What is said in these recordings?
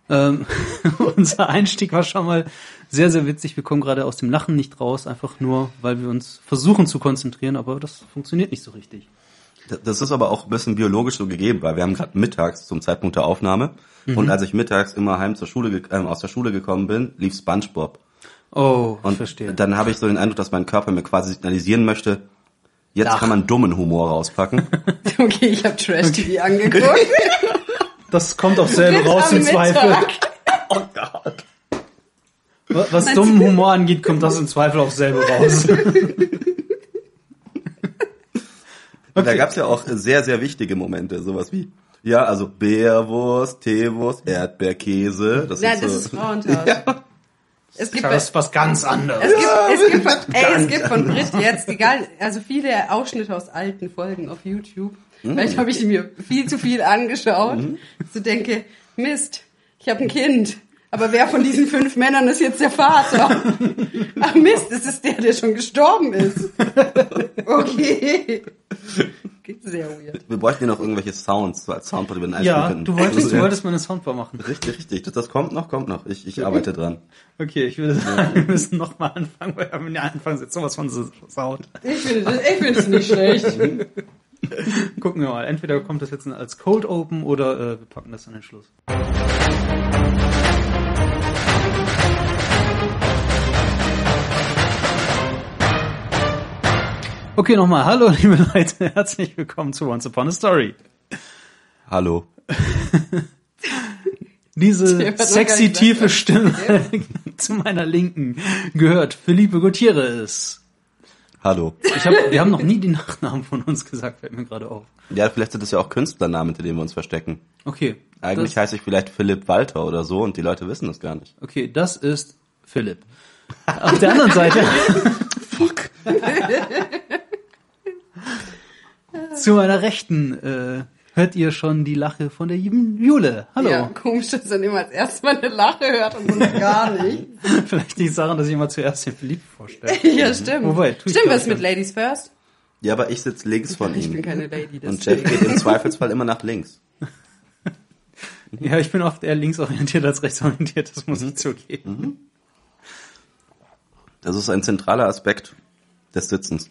Unser Einstieg war schon mal sehr, sehr witzig. Wir kommen gerade aus dem Lachen nicht raus, einfach nur, weil wir uns versuchen zu konzentrieren, aber das funktioniert nicht so richtig. Das ist aber auch ein bisschen biologisch so gegeben, weil wir haben gerade mittags zum Zeitpunkt der Aufnahme und als ich mittags immer heim aus der Schule gekommen bin, lief SpongeBob. Oh, und verstehe. Dann habe ich so den Eindruck, dass mein Körper mir quasi signalisieren möchte, jetzt kann man dummen Humor rauspacken. Okay, ich habe Trash-TV angeguckt. Das kommt auch selber raus im Zweifel. Oh Gott. Was dummen Humor angeht, kommt das im Zweifel auch selber raus. Da gab's ja auch sehr, sehr wichtige Momente, sowas wie, ja, also Bärwurst, Teewurst, Erdbeerkäse. Das ist Frauentausch. Ja. Es gibt das ist was ganz anderes. Es gibt von Brit jetzt, egal, also viele Ausschnitte aus alten Folgen auf YouTube. Vielleicht habe ich die mir viel zu viel angeschaut. So denke, Mist, ich habe ein Kind. Aber wer von diesen 5 Männern ist jetzt der Vater? Ach Mist, es ist der schon gestorben ist. Okay. Sehr weird. Wir bräuchten ja noch irgendwelche Sounds, so als Soundboard über den Ja, könnten. du wolltest mal eine Soundbar machen. Richtig. Das kommt noch. Ich arbeite dran. Okay, ich würde sagen, wir müssen nochmal anfangen, weil wir den Anfang jetzt sowas von Sound. Ich finde es nicht schlecht. Gucken wir mal. Entweder kommt das jetzt als Cold Open oder wir packen das an den Schluss. Okay, nochmal. Hallo, liebe Leute. Herzlich willkommen zu Once Upon a Story. Hallo. Diese sexy, tiefe Stimme zu meiner Linken gehört Felipe Gutierrez. Hallo. Wir haben noch nie die Nachnamen von uns gesagt, fällt mir gerade auf. Ja, vielleicht sind das ja auch Künstlernamen, hinter denen wir uns verstecken. Okay. Eigentlich heiße ich vielleicht Philipp Walter oder so und die Leute wissen das gar nicht. Okay, das ist Philipp. Auf der anderen Seite... Fuck. Zu meiner Rechten hört ihr schon die Lache von der lieben Jule. Hallo. Ja, komisch, dass man immer als erstes mal eine Lache hört und sonst gar nicht. Vielleicht liegt es daran, dass ich immer zuerst den Philippe vorstelle. Ja, stimmt. Wobei, stimmt, was mit Ladies First? Ja, aber ich sitze links von ihm. Ich bin keine Lady, und Jeff geht im Zweifelsfall immer nach links. Ja, ich bin oft eher linksorientiert als rechtsorientiert, das muss ich zugeben. Das ist ein zentraler Aspekt des Sitzens.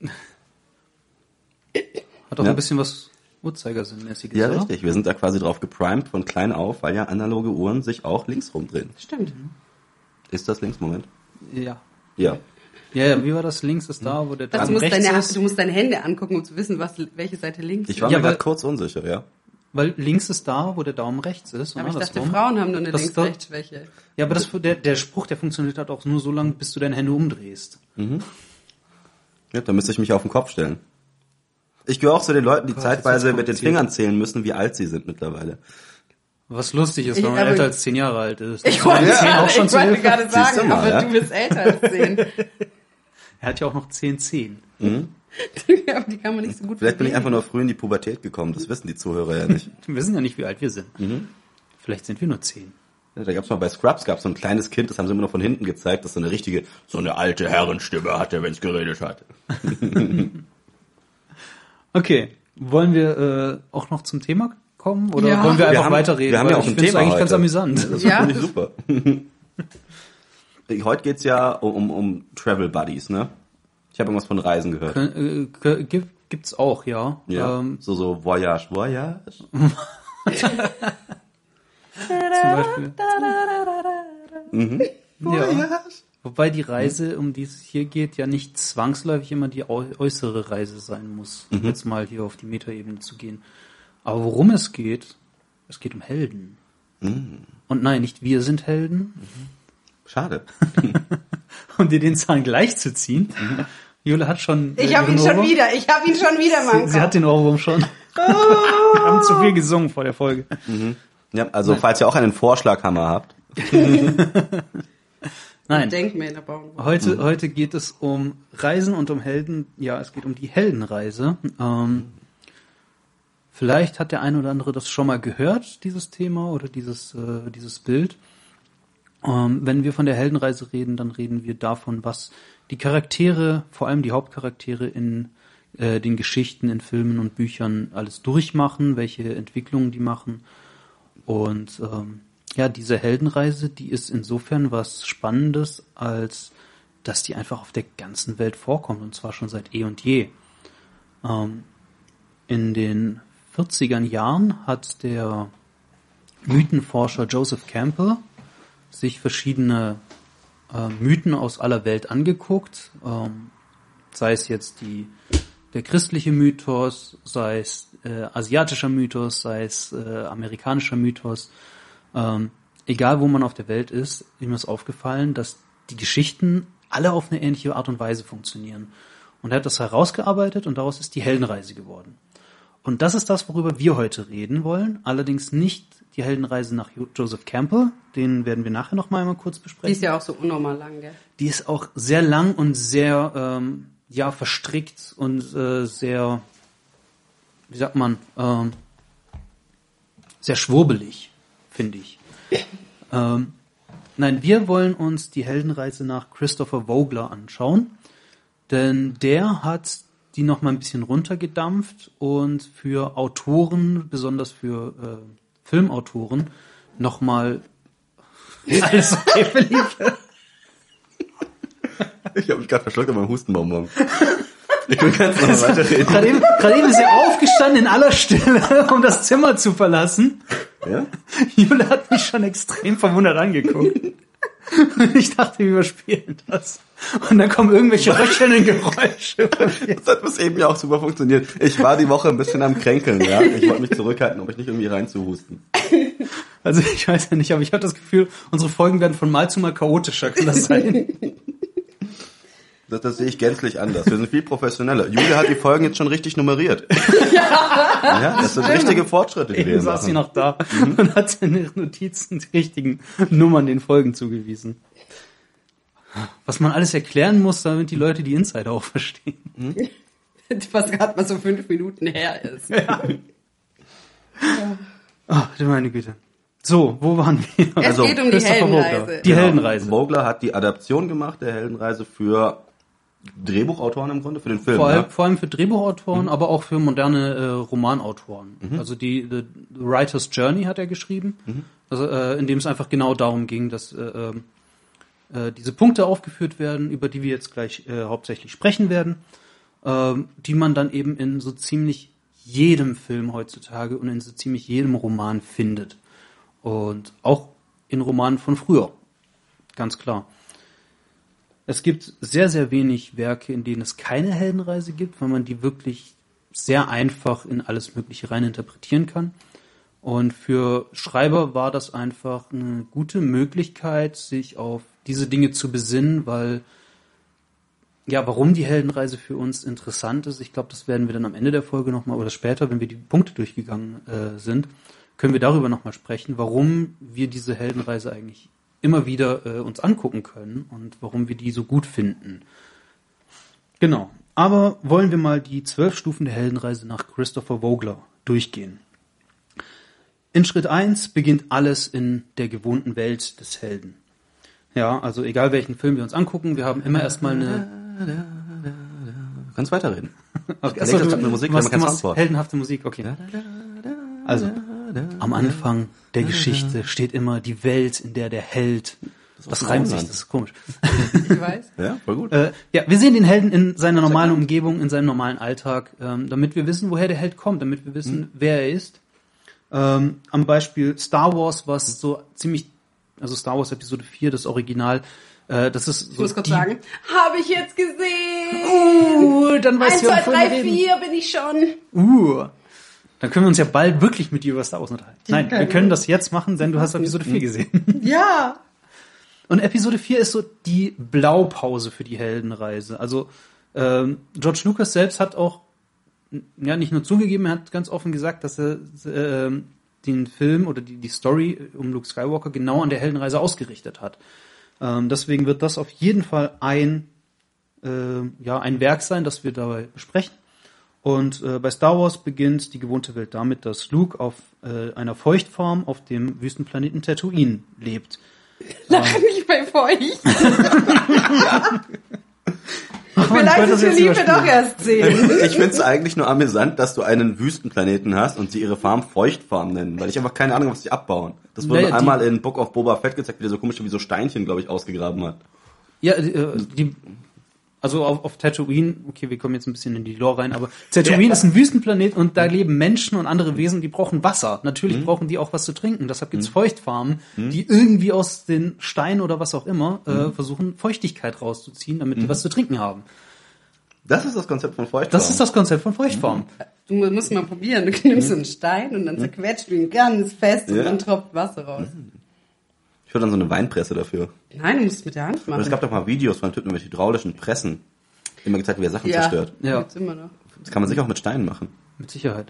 Hat auch ein bisschen was Uhrzeigersinnmäßiges, Ja, oder? richtig. Wir sind da quasi drauf geprimed von klein auf, weil ja analoge Uhren sich auch links rumdrehen. Stimmt. Ist das links? Moment. Ja. Ja. Ja, wie war das? Links ist da, wo der Also Daumen rechts ist. du musst deine Hände angucken, um zu wissen, welche Seite links ist. Ich war mir gerade kurz unsicher, ja. Weil links ist da, wo der Daumen rechts ist. Aber ich dachte, andersrum. Frauen haben nur eine Das- Links-Rechts-Schwäche. Ja, aber der Spruch, der funktioniert halt auch nur so lange, bis du deine Hände umdrehst. Ja, da müsste ich mich auf den Kopf stellen. Ich gehöre auch zu den Leuten, die zeitweise jetzt mit den kompliziert. Fingern zählen müssen, wie alt sie sind mittlerweile. Was lustig ist, wenn man aber- älter als 10 Jahre alt ist. Ich wollte auch schon zu Hilfe. gerade Siehst du sagen, mal, aber ja? du bist älter als 10. Er hat ja auch noch 10. Aber die kann man nicht so gut Vielleicht bin ich bewegen. einfach nur früh in die Pubertät gekommen, das wissen die Zuhörer ja nicht. Wir wissen ja nicht, wie alt wir sind. Vielleicht sind wir nur 10. Ja, da gab's mal bei Scrubs so ein kleines Kind, das haben sie immer noch von hinten gezeigt, das so eine alte Herrenstimme hatte, wenn's geredet hat. Okay, wollen wir auch noch zum Thema kommen oder Ja. wollen wir einfach haben- weiterreden? wir haben Weil ja auch ich ein finde es Thema eigentlich ganz heute. amüsant. Das Ja. finde ich super. Heute geht's ja um Travel Buddies, ne? Ich habe irgendwas von Reisen gehört. Gibt's auch, ja. Ja, so Voyage. Zum Beispiel. Ja. Wobei die Reise, um die es hier geht, ja nicht zwangsläufig immer die äußere Reise sein muss, um jetzt mal hier auf die Metaebene zu gehen. Aber worum es geht um Helden. Und nein, nicht wir sind Helden. Schade. Um dir den Zahn gleich zu ziehen. Jule hat schon... Ich habe ihn schon wieder, Mann. Sie hat den Ohrwurm schon. Wir haben zu viel gesungen vor der Folge. Ja, also falls ihr auch einen Vorschlaghammer habt. Nein. Denkmäler bauen. Heute geht es um Reisen und um Helden. Ja, es geht um die Heldenreise. Vielleicht hat der eine oder andere das schon mal gehört, dieses Thema oder dieses Bild. Wenn wir von der Heldenreise reden, dann reden wir davon, was die Charaktere, vor allem die Hauptcharaktere in den Geschichten, in Filmen und Büchern alles durchmachen, welche Entwicklungen die machen. Und ja, diese Heldenreise, die ist insofern was Spannendes, als dass die einfach auf der ganzen Welt vorkommt, und zwar schon seit eh und je. In den 40er Jahren hat der Mythenforscher Joseph Campbell sich verschiedene Mythen aus aller Welt angeguckt, sei es jetzt der christliche Mythos, sei es asiatischer Mythos, sei es amerikanischer Mythos. Egal wo man auf der Welt ist, ihm ist aufgefallen, dass die Geschichten alle auf eine ähnliche Art und Weise funktionieren. Und er hat das herausgearbeitet und daraus ist die Heldenreise geworden. Und das ist das, worüber wir heute reden wollen, allerdings nicht die Heldenreise nach Joseph Campbell, den werden wir nachher noch mal einmal kurz besprechen. Die ist ja auch so unnormal lang, gell? Die ist auch sehr lang und sehr verstrickt und sehr, wie sagt man, sehr schwurbelig, finde ich. Nein, wir wollen uns die Heldenreise nach Christopher Vogler anschauen, denn der hat die noch mal ein bisschen runtergedampft und für Autoren, besonders für Filmautoren, noch mal alles okay, Felipe? Ich habe mich gerade verschluckt an meinem Hustenbonbon. Ich will ganz noch weiterreden. Gerade eben ist er aufgestanden in aller Stille, um das Zimmer zu verlassen. Ja? Jule hat mich schon extrem verwundert angeguckt. Und ich dachte, wir überspielen das. Und dann kommen irgendwelche röchelnden Geräusche. Das hat bis eben ja auch super funktioniert. Ich war die Woche ein bisschen am Kränkeln, ja. Ich wollte mich zurückhalten, um mich nicht irgendwie reinzuhusten. Also ich weiß ja nicht, aber ich habe das Gefühl, unsere Folgen werden von Mal zu Mal chaotischer. Kann das sein? Das sehe ich gänzlich anders. Wir sind viel professioneller. Julia hat die Folgen jetzt schon richtig nummeriert. Ja, das sind richtige Fortschritte, die wir Eben saß machen. sie noch da und hat in ihren Notizen die richtigen Nummern den Folgen zugewiesen. Was man alles erklären muss, damit die Leute die Insider auch verstehen. Was gerade mal so 5 Minuten her ist. Ja. Ach, du meine Güte. So, wo waren wir? Es geht um die Christopher Heldenreise. Vogler. Die Heldenreise. Vogler hat die Adaption gemacht der Heldenreise für Drehbuchautoren im Grunde, für den Film. Vor allem für Drehbuchautoren, aber auch für moderne Romanautoren. Also die The Writer's Journey hat er geschrieben, also in dem es einfach genau darum ging, dass diese Punkte aufgeführt werden, über die wir jetzt gleich hauptsächlich sprechen werden, die man dann eben in so ziemlich jedem Film heutzutage und in so ziemlich jedem Roman findet. Und auch in Romanen von früher, ganz klar. Es gibt sehr, sehr wenig Werke, in denen es keine Heldenreise gibt, weil man die wirklich sehr einfach in alles Mögliche rein interpretieren kann. Und für Schreiber war das einfach eine gute Möglichkeit, sich auf diese Dinge zu besinnen, weil, ja, warum die Heldenreise für uns interessant ist, ich glaube, das werden wir dann am Ende der Folge nochmal, oder später, wenn wir die Punkte durchgegangen sind, können wir darüber nochmal sprechen, warum wir diese Heldenreise eigentlich immer wieder uns angucken können und warum wir die so gut finden. Genau. Aber wollen wir mal die 12 Stufen der Heldenreise nach Christopher Vogler durchgehen. In Schritt 1 beginnt alles in der gewohnten Welt des Helden. Ja, also egal welchen Film wir uns angucken, wir haben immer erstmal eine... Du kannst weiterreden. Okay, Achso, du Musik, du machst heldenhafte Musik, okay. Also, am Anfang der Geschichte steht immer die Welt, in der der Held... Das reimt sich, das ist komisch. Ich weiß. Ja, voll gut. Ja, wir sehen den Helden in seiner normalen Umgebung, in seinem normalen Alltag, damit wir wissen, woher der Held kommt, damit wir wissen, wer er ist. Am Beispiel Star Wars, was so ziemlich, also Star Wars Episode 4, das Original, das ist so. Ich muss kurz sagen, habe ich jetzt gesehen! Dann weißt 1, du, 2, 3, 4 bin ich schon. Dann können wir uns ja bald wirklich mit dir über Star Wars unterhalten. Nein, wir können das jetzt machen, denn du hast Episode 4 gesehen. Ja! Und Episode 4 ist so die Blaupause für die Heldenreise. Also George Lucas selbst hat auch ja nicht nur zugegeben, er hat ganz offen gesagt, dass er den Film oder die Story um Luke Skywalker genau an der Heldenreise ausgerichtet hat. Deswegen wird das auf jeden Fall ein Werk sein, das wir dabei besprechen. Und bei Star Wars beginnt die gewohnte Welt damit, dass Luke auf einer Feuchtfarm auf dem Wüstenplaneten Tatooine lebt. Lach nicht bei feucht. Vielleicht ist die Liebe doch erst 10. Ich finde es eigentlich nur amüsant, dass du einen Wüstenplaneten hast und sie ihre Farm Feuchtfarm nennen, weil ich einfach keine Ahnung, was sie abbauen. Das wurde einmal in Book of Boba Fett gezeigt, wie der so komisch wie so Steinchen, glaube ich, ausgegraben hat. Ja, also auf Tatooine, okay, wir kommen jetzt ein bisschen in die Lore rein, aber Tatooine ist ein Wüstenplanet und da leben Menschen und andere Wesen, die brauchen Wasser. Natürlich brauchen die auch was zu trinken. Deshalb gibt's Feuchtfarmen, die irgendwie aus den Steinen oder was auch immer versuchen, Feuchtigkeit rauszuziehen, damit die was zu trinken haben. Das ist das Konzept von Feuchtfarm. Das ist das Konzept von Feuchtfarm. Du musst mal probieren. Du nimmst einen Stein und dann zerquetscht du ihn ganz fest und dann tropft Wasser raus. Ich würde dann so eine Weinpresse dafür. Nein, du musst es mit der Hand machen. Und es gab doch mal Videos von Typen mit hydraulischen Pressen. Immer gezeigt, wie er Sachen zerstört. Ja. Gibt's immer noch. Das kann man sicher auch mit Steinen machen. Mit Sicherheit.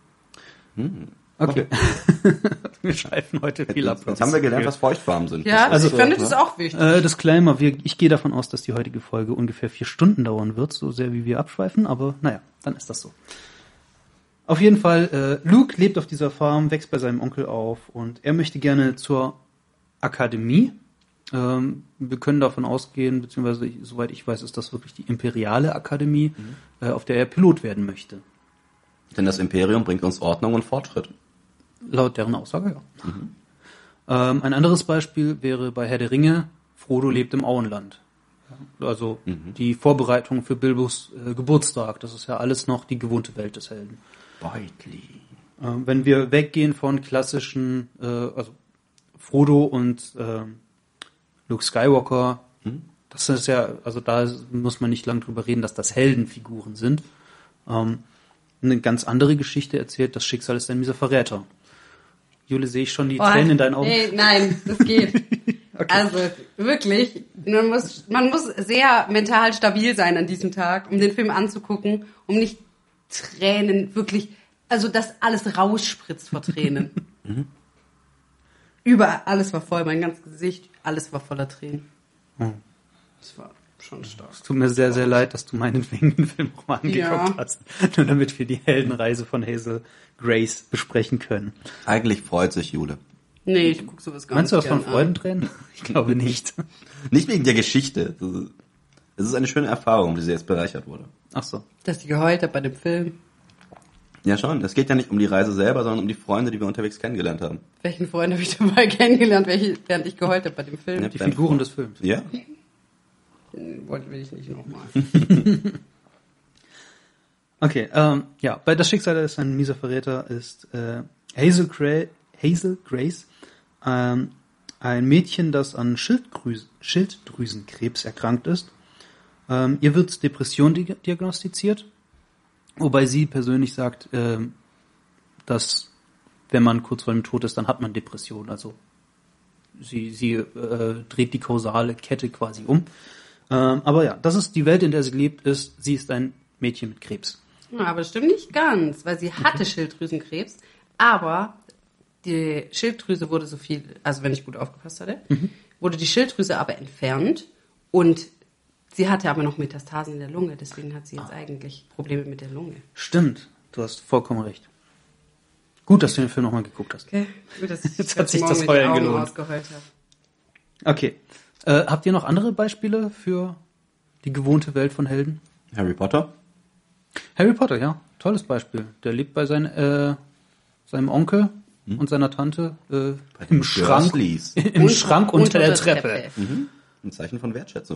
Okay. Wir schweifen heute viel ab. Jetzt haben wir gelernt, was Feuchtfarmen sind. Ja, Das ich finde das auch wichtig. Disclaimer, ich gehe davon aus, dass die heutige Folge ungefähr 4 Stunden dauern wird, so sehr wie wir abschweifen, aber naja, dann ist das so. Auf jeden Fall, Luke lebt auf dieser Farm, wächst bei seinem Onkel auf und er möchte gerne zur Akademie. Wir können davon ausgehen, beziehungsweise soweit ich weiß, ist das wirklich die Imperiale Akademie, auf der er Pilot werden möchte. Denn das Imperium bringt uns Ordnung und Fortschritt. Laut deren Aussage, ja. Ein anderes Beispiel wäre bei Herr der Ringe, Frodo lebt im Auenland. Also die Vorbereitung für Bilbos Geburtstag, das ist ja alles noch die gewohnte Welt des Helden. Beutli. Wenn wir weggehen von klassischen, also Frodo und Luke Skywalker, das ist ja, also da muss man nicht lange drüber reden, dass das Heldenfiguren sind. Eine ganz andere Geschichte erzählt, das Schicksal ist ein mieser Verräter. Jule, sehe ich schon die Tränen in deinen Augen? Nee, nein, das geht. Okay. Also wirklich, man muss sehr mental stabil sein an diesem Tag, um den Film anzugucken, um nicht Tränen wirklich, also dass alles rausspritzt vor Tränen. Überall, alles war voll, mein ganzes Gesicht, alles war voller Tränen. Das war schon stark. Es tut mir sehr, sehr leid, dass du meinetwegen den Film auch mal angeguckt hast. Nur damit wir die Heldenreise von Hazel Grace besprechen können. Eigentlich freut sich Jule. Nee, ich gucke sowas gar Meinst du nicht das von gern an. Freudentränen? Ich glaube nicht. Nicht wegen der Geschichte. Es ist eine schöne Erfahrung, die sie jetzt bereichert wurde. Ach so. Dass die geheult hat bei dem Film. Ja schon, es geht ja nicht um die Reise selber, sondern um die Freunde, die wir unterwegs kennengelernt haben. Welchen Freund habe ich dabei kennengelernt, während ich geheult habe bei dem Film? Ja. Die Figuren des Films. Ja? Will ich nicht nochmal. Okay, ja, bei Das Schicksal ist ein mieser Verräter ist Hazel Grace, ein Mädchen, das an Schilddrüsenkrebs erkrankt ist. Ihr wird Depression diagnostiziert, wobei sie persönlich sagt, dass wenn man kurz vor dem Tod ist, dann hat man Depression. Also sie dreht die kausale Kette quasi um. Aber ja, das ist die Welt, in der sie lebt, sie ist ein Mädchen mit Krebs. Ja, aber das stimmt nicht ganz, weil sie hatte Schilddrüsenkrebs, aber die Schilddrüse wurde also wenn ich gut aufgepasst hatte, wurde die Schilddrüse aber entfernt und sie hatte aber noch Metastasen in der Lunge, deswegen hat sie jetzt eigentlich Probleme mit der Lunge. Stimmt, du hast vollkommen recht. Gut, dass du den Film nochmal geguckt hast. Okay, gut, dass ich Jetzt hat sich morgen das mit Heulen den Augen gelohnt. ausgeheult habe. Okay. Habt ihr noch andere Beispiele für die gewohnte Welt von Helden? Harry Potter? Harry Potter, ja. Tolles Beispiel. Der lebt bei seinem Onkel und seiner Tante im Schrank. Dursleys. Im Schrank unter der Treppe. Ein Zeichen von Wertschätzung.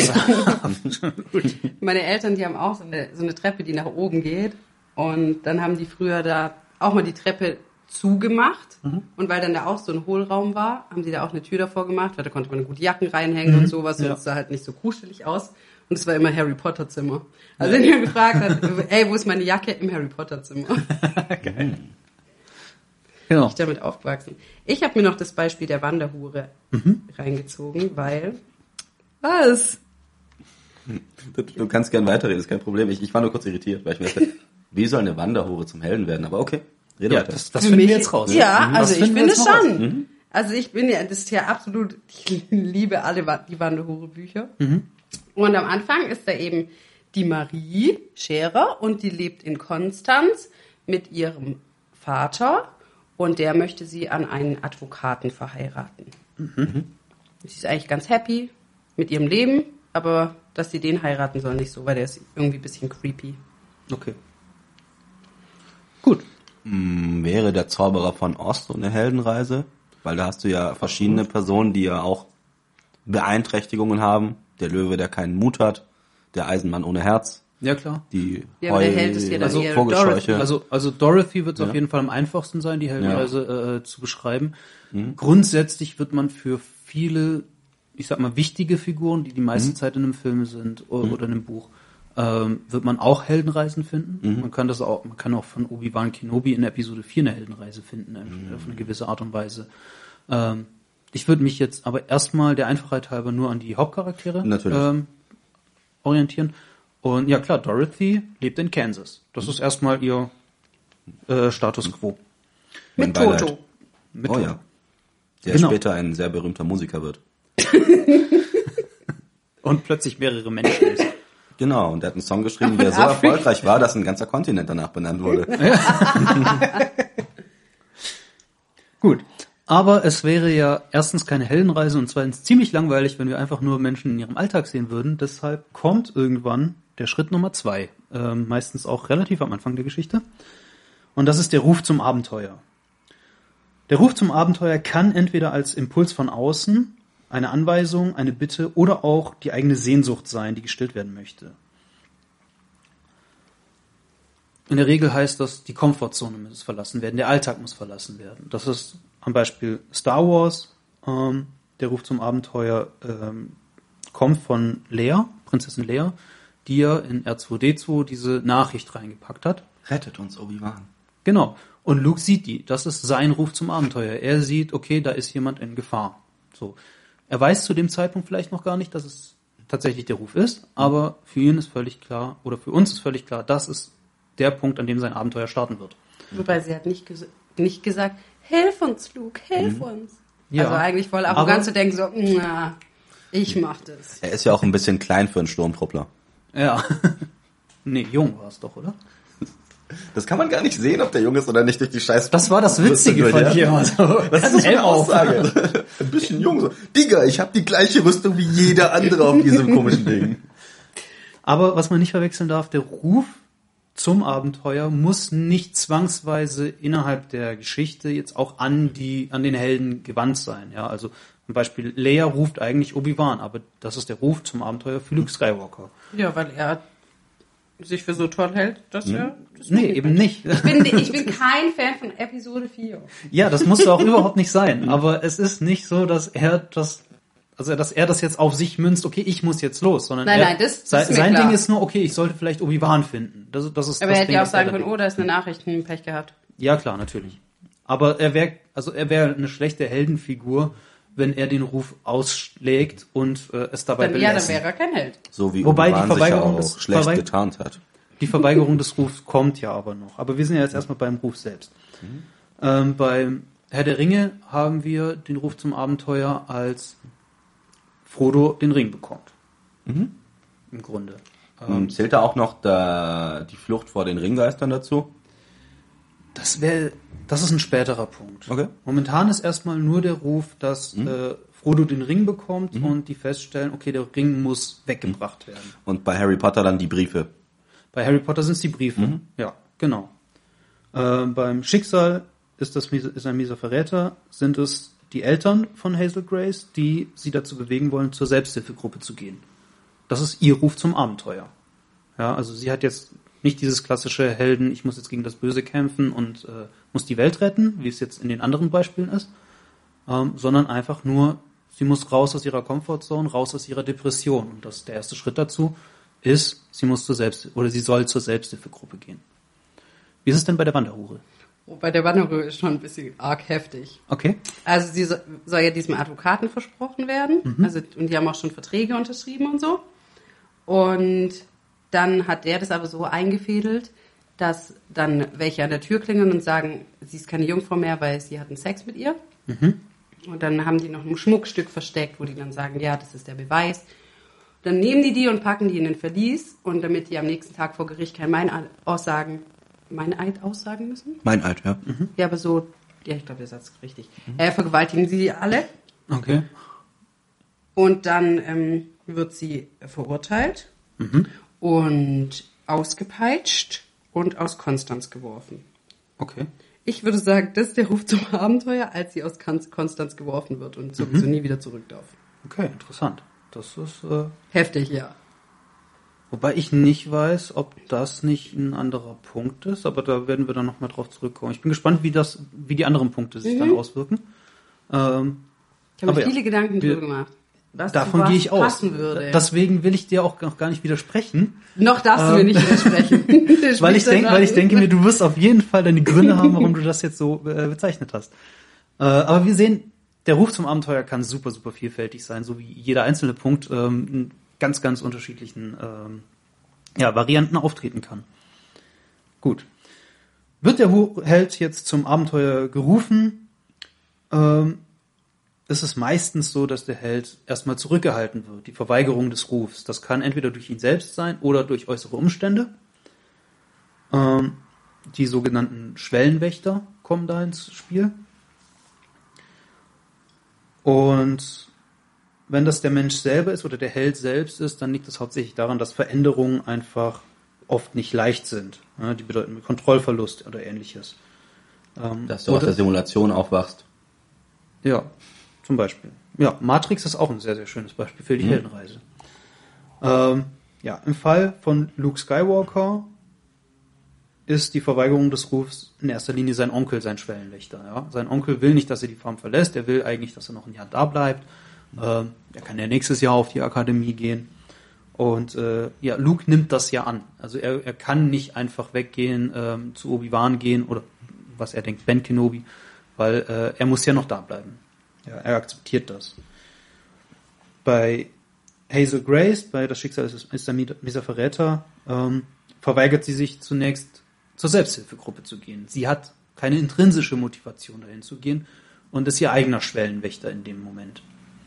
Meine Eltern, die haben auch so eine Treppe, die nach oben geht. Und dann haben die früher da auch mal die Treppe zugemacht. Und weil dann da auch so ein Hohlraum war, haben die da auch eine Tür davor gemacht, weil da konnte man gut Jacken reinhängen und sowas. Und es sah halt nicht so kuschelig aus. Und es war immer Harry Potter Zimmer. Also wenn ihr gefragt hat, ey, wo ist meine Jacke? Im Harry Potter Zimmer. Geil. Genau. Ich damit aufgewachsen. Ich habe mir noch das Beispiel der Wanderhure reingezogen, weil... Was? Du kannst gern weiterreden, ist kein Problem. Ich war nur kurz irritiert, weil ich mir dachte, wie soll eine Wanderhure zum Helden werden? Aber okay, rede weiter. Das finden wir jetzt raus. Ja, Das also ich finden wir finde jetzt noch schon. Also ich bin ja, das ist ja absolut, ich liebe alle die Wanderhure-Bücher. Und am Anfang ist da eben die Marie Scherer und die lebt in Konstanz mit ihrem Vater und der möchte sie an einen Advokaten verheiraten. Sie ist eigentlich ganz happy mit ihrem Leben aber dass sie den heiraten sollen, nicht so, weil der ist irgendwie ein bisschen creepy. Okay. Gut. Wäre der Zauberer von Oz so eine Heldenreise? Weil da hast du ja verschiedene Personen, die ja auch Beeinträchtigungen haben. Der Löwe, der keinen Mut hat. Der Eisenmann ohne Herz. Ja, klar. Die aber der Held ist ja dann eher Vogelscheuche. Also Dorothy wird es auf jeden Fall am einfachsten sein, die Heldenreise zu beschreiben. Grundsätzlich wird man für viele, ich sag mal, wichtige Figuren, die meiste Zeit in einem Film sind oder in einem Buch, wird man auch Heldenreisen finden. Man kann auch von Obi-Wan Kenobi in Episode 4 eine Heldenreise finden, auf eine gewisse Art und Weise. Ich würde mich jetzt aber erstmal der Einfachheit halber nur an die Hauptcharaktere orientieren. Und ja klar, Dorothy lebt in Kansas. Das ist erstmal ihr Status quo. Mit Toto. Toto. Ja. Der später ein sehr berühmter Musiker wird. Und plötzlich mehrere Menschen ist. Genau, und er hat einen Song geschrieben, der so erfolgreich war, dass ein ganzer Kontinent danach benannt wurde. Gut. Aber es wäre ja erstens keine Heldenreise und zweitens ziemlich langweilig, wenn wir einfach nur Menschen in ihrem Alltag sehen würden. Deshalb kommt irgendwann der Schritt Nummer 2. Meistens auch relativ am Anfang der Geschichte. Und das ist der Ruf zum Abenteuer. Der Ruf zum Abenteuer kann entweder als Impuls von außen, eine Anweisung, eine Bitte oder auch die eigene Sehnsucht sein, die gestillt werden möchte. In der Regel heißt das, die Komfortzone muss verlassen werden, der Alltag muss verlassen werden. Das ist am Beispiel Star Wars, der Ruf zum Abenteuer kommt von Leia, Prinzessin Leia, die ja in R2-D2 diese Nachricht reingepackt hat. Rettet uns, Obi-Wan. Genau. Und Luke sieht die. Das ist sein Ruf zum Abenteuer. Er sieht, okay, da ist jemand in Gefahr. So. Er weiß zu dem Zeitpunkt vielleicht noch gar nicht, dass es tatsächlich der Ruf ist, aber für ihn ist völlig klar, oder für uns ist völlig klar, das ist der Punkt, an dem sein Abenteuer starten wird. Wobei sie hat nicht gesagt, hilf uns, Luke, hilf uns. Ja, also eigentlich voll arrogant zu denken, so, na, ich mach das. Er ist ja auch ein bisschen klein für einen Sturmtruppler. Ja. Nee, jung war es doch, oder? Das kann man gar nicht sehen, ob der jung ist oder nicht durch die Scheiße. Das war das Witzige von dir. Also, das ist eine Aussage. Ein bisschen jung so. Digga, ich habe die gleiche Rüstung wie jeder andere auf diesem komischen Ding. Aber was man nicht verwechseln darf, der Ruf zum Abenteuer muss nicht zwangsweise innerhalb der Geschichte jetzt auch an den Helden gewandt sein. Ja, also zum Beispiel Leia ruft eigentlich Obi-Wan, aber das ist der Ruf zum Abenteuer für Luke Skywalker. Ja, weil er sich für so toll hält, dass er... Nee, eben nicht. Ich bin kein Fan von Episode 4. Ja, das muss auch überhaupt nicht sein. Aber es ist nicht so, dass er das jetzt auf sich münzt, okay, ich muss jetzt los, sondern sein Ding ist nur, okay, ich sollte vielleicht Obi-Wan finden. Das ist aber er hätte ja auch sagen können, da ist eine Nachricht, ein Pech gehabt. Ja, klar, natürlich. Aber er wäre eine schlechte Heldenfigur, wenn er den Ruf ausschlägt und es dabei belässt. Ja, dann wäre er kein Held. So wie Wobei Obi-Wan die Verweigerung sich ja auch schlecht getarnt hat. Die Verweigerung des Rufs kommt ja aber noch. Aber wir sind ja jetzt erstmal beim Ruf selbst. Beim Herr der Ringe haben wir den Ruf zum Abenteuer, als Frodo den Ring bekommt. Im Grunde. Zählt da auch noch die Flucht vor den Ringgeistern dazu? Das ist ein späterer Punkt. Okay. Momentan ist erstmal nur der Ruf, dass Frodo den Ring bekommt und die feststellen, okay, der Ring muss weggebracht werden. Und bei Harry Potter dann die Briefe? Bei Harry Potter sind es die Briefe. Ja, genau. Beim Schicksal ist ein mieser Verräter, sind es die Eltern von Hazel Grace, die sie dazu bewegen wollen, zur Selbsthilfegruppe zu gehen. Das ist ihr Ruf zum Abenteuer. Ja, also sie hat jetzt nicht dieses klassische Helden, ich muss jetzt gegen das Böse kämpfen und muss die Welt retten, wie es jetzt in den anderen Beispielen ist, sondern einfach nur, sie muss raus aus ihrer Comfortzone, raus aus ihrer Depression. Und der erste Schritt dazu ist, sie soll zur Selbsthilfegruppe gehen. Wie ist es denn bei der Wanderhure? Bei der Wanderhure ist schon ein bisschen arg heftig. Okay. Also sie soll ja diesem Advokaten versprochen werden. Und die haben auch schon Verträge unterschrieben und so. Und dann hat der das aber so eingefädelt, dass dann welche an der Tür klingeln und sagen, sie ist keine Jungfrau mehr, weil sie hatten Sex mit ihr. Und dann haben die noch ein Schmuckstück versteckt, wo die dann sagen, ja, das ist der Beweis. Dann nehmen die und packen die in den Verlies. Und damit die am nächsten Tag vor Gericht kein Meineid aussagen müssen? Meineid, ja. Ja, aber so, ja, ich glaube, der Satz ist richtig. Vergewaltigen sie alle. Okay. Und dann wird sie verurteilt und ausgepeitscht und aus Konstanz geworfen. Okay. Ich würde sagen, das ist der Ruf zum Abenteuer, als sie aus Konstanz geworfen wird und sowieso nie wieder zurück darf. Okay, interessant. Das ist heftig, ja. Wobei ich nicht weiß, ob das nicht ein anderer Punkt ist, aber da werden wir dann nochmal drauf zurückkommen. Ich bin gespannt, wie die anderen Punkte sich dann auswirken. Ich habe mir viele Gedanken drüber gemacht. Davon gehe ich aus. Würde. Deswegen will ich dir auch noch gar nicht widersprechen. Noch darfst du mir nicht widersprechen. weil ich denke mir, du wirst auf jeden Fall deine Gründe haben, warum du das jetzt so bezeichnet hast. Aber wir sehen, der Ruf zum Abenteuer kann super, super vielfältig sein, so wie jeder einzelne Punkt in ganz, ganz unterschiedlichen Varianten auftreten kann. Gut. Wird der Held jetzt zum Abenteuer gerufen, ist es meistens so, dass der Held erstmal zurückgehalten wird, die Verweigerung des Rufs. Das kann entweder durch ihn selbst sein oder durch äußere Umstände. Die sogenannten Schwellenwächter kommen da ins Spiel. Und wenn das der Mensch selber ist oder der Held selbst ist, dann liegt es hauptsächlich daran, dass Veränderungen einfach oft nicht leicht sind. Ja, die bedeuten Kontrollverlust oder ähnliches. Dass du aus der Simulation aufwachst. Ja, zum Beispiel. Ja, Matrix ist auch ein sehr, sehr schönes Beispiel für die Heldenreise. Im Fall von Luke Skywalker ist die Verweigerung des Rufs in erster Linie sein Onkel, sein Schwellenwächter. Ja? Sein Onkel will nicht, dass er die Farm verlässt. Er will eigentlich, dass er noch ein Jahr da bleibt. Er kann ja nächstes Jahr auf die Akademie gehen. Und Luke nimmt das ja an. Also er kann nicht einfach weggehen, zu Obi-Wan gehen oder was er denkt, Ben Kenobi, weil er muss ja noch da bleiben. Ja, er akzeptiert das. Bei Hazel Grace, bei Das Schicksal ist ein mieser Verräter, verweigert sie sich zunächst zur Selbsthilfegruppe zu gehen. Sie hat keine intrinsische Motivation dahin zu gehen und ist ihr eigener Schwellenwächter in dem Moment.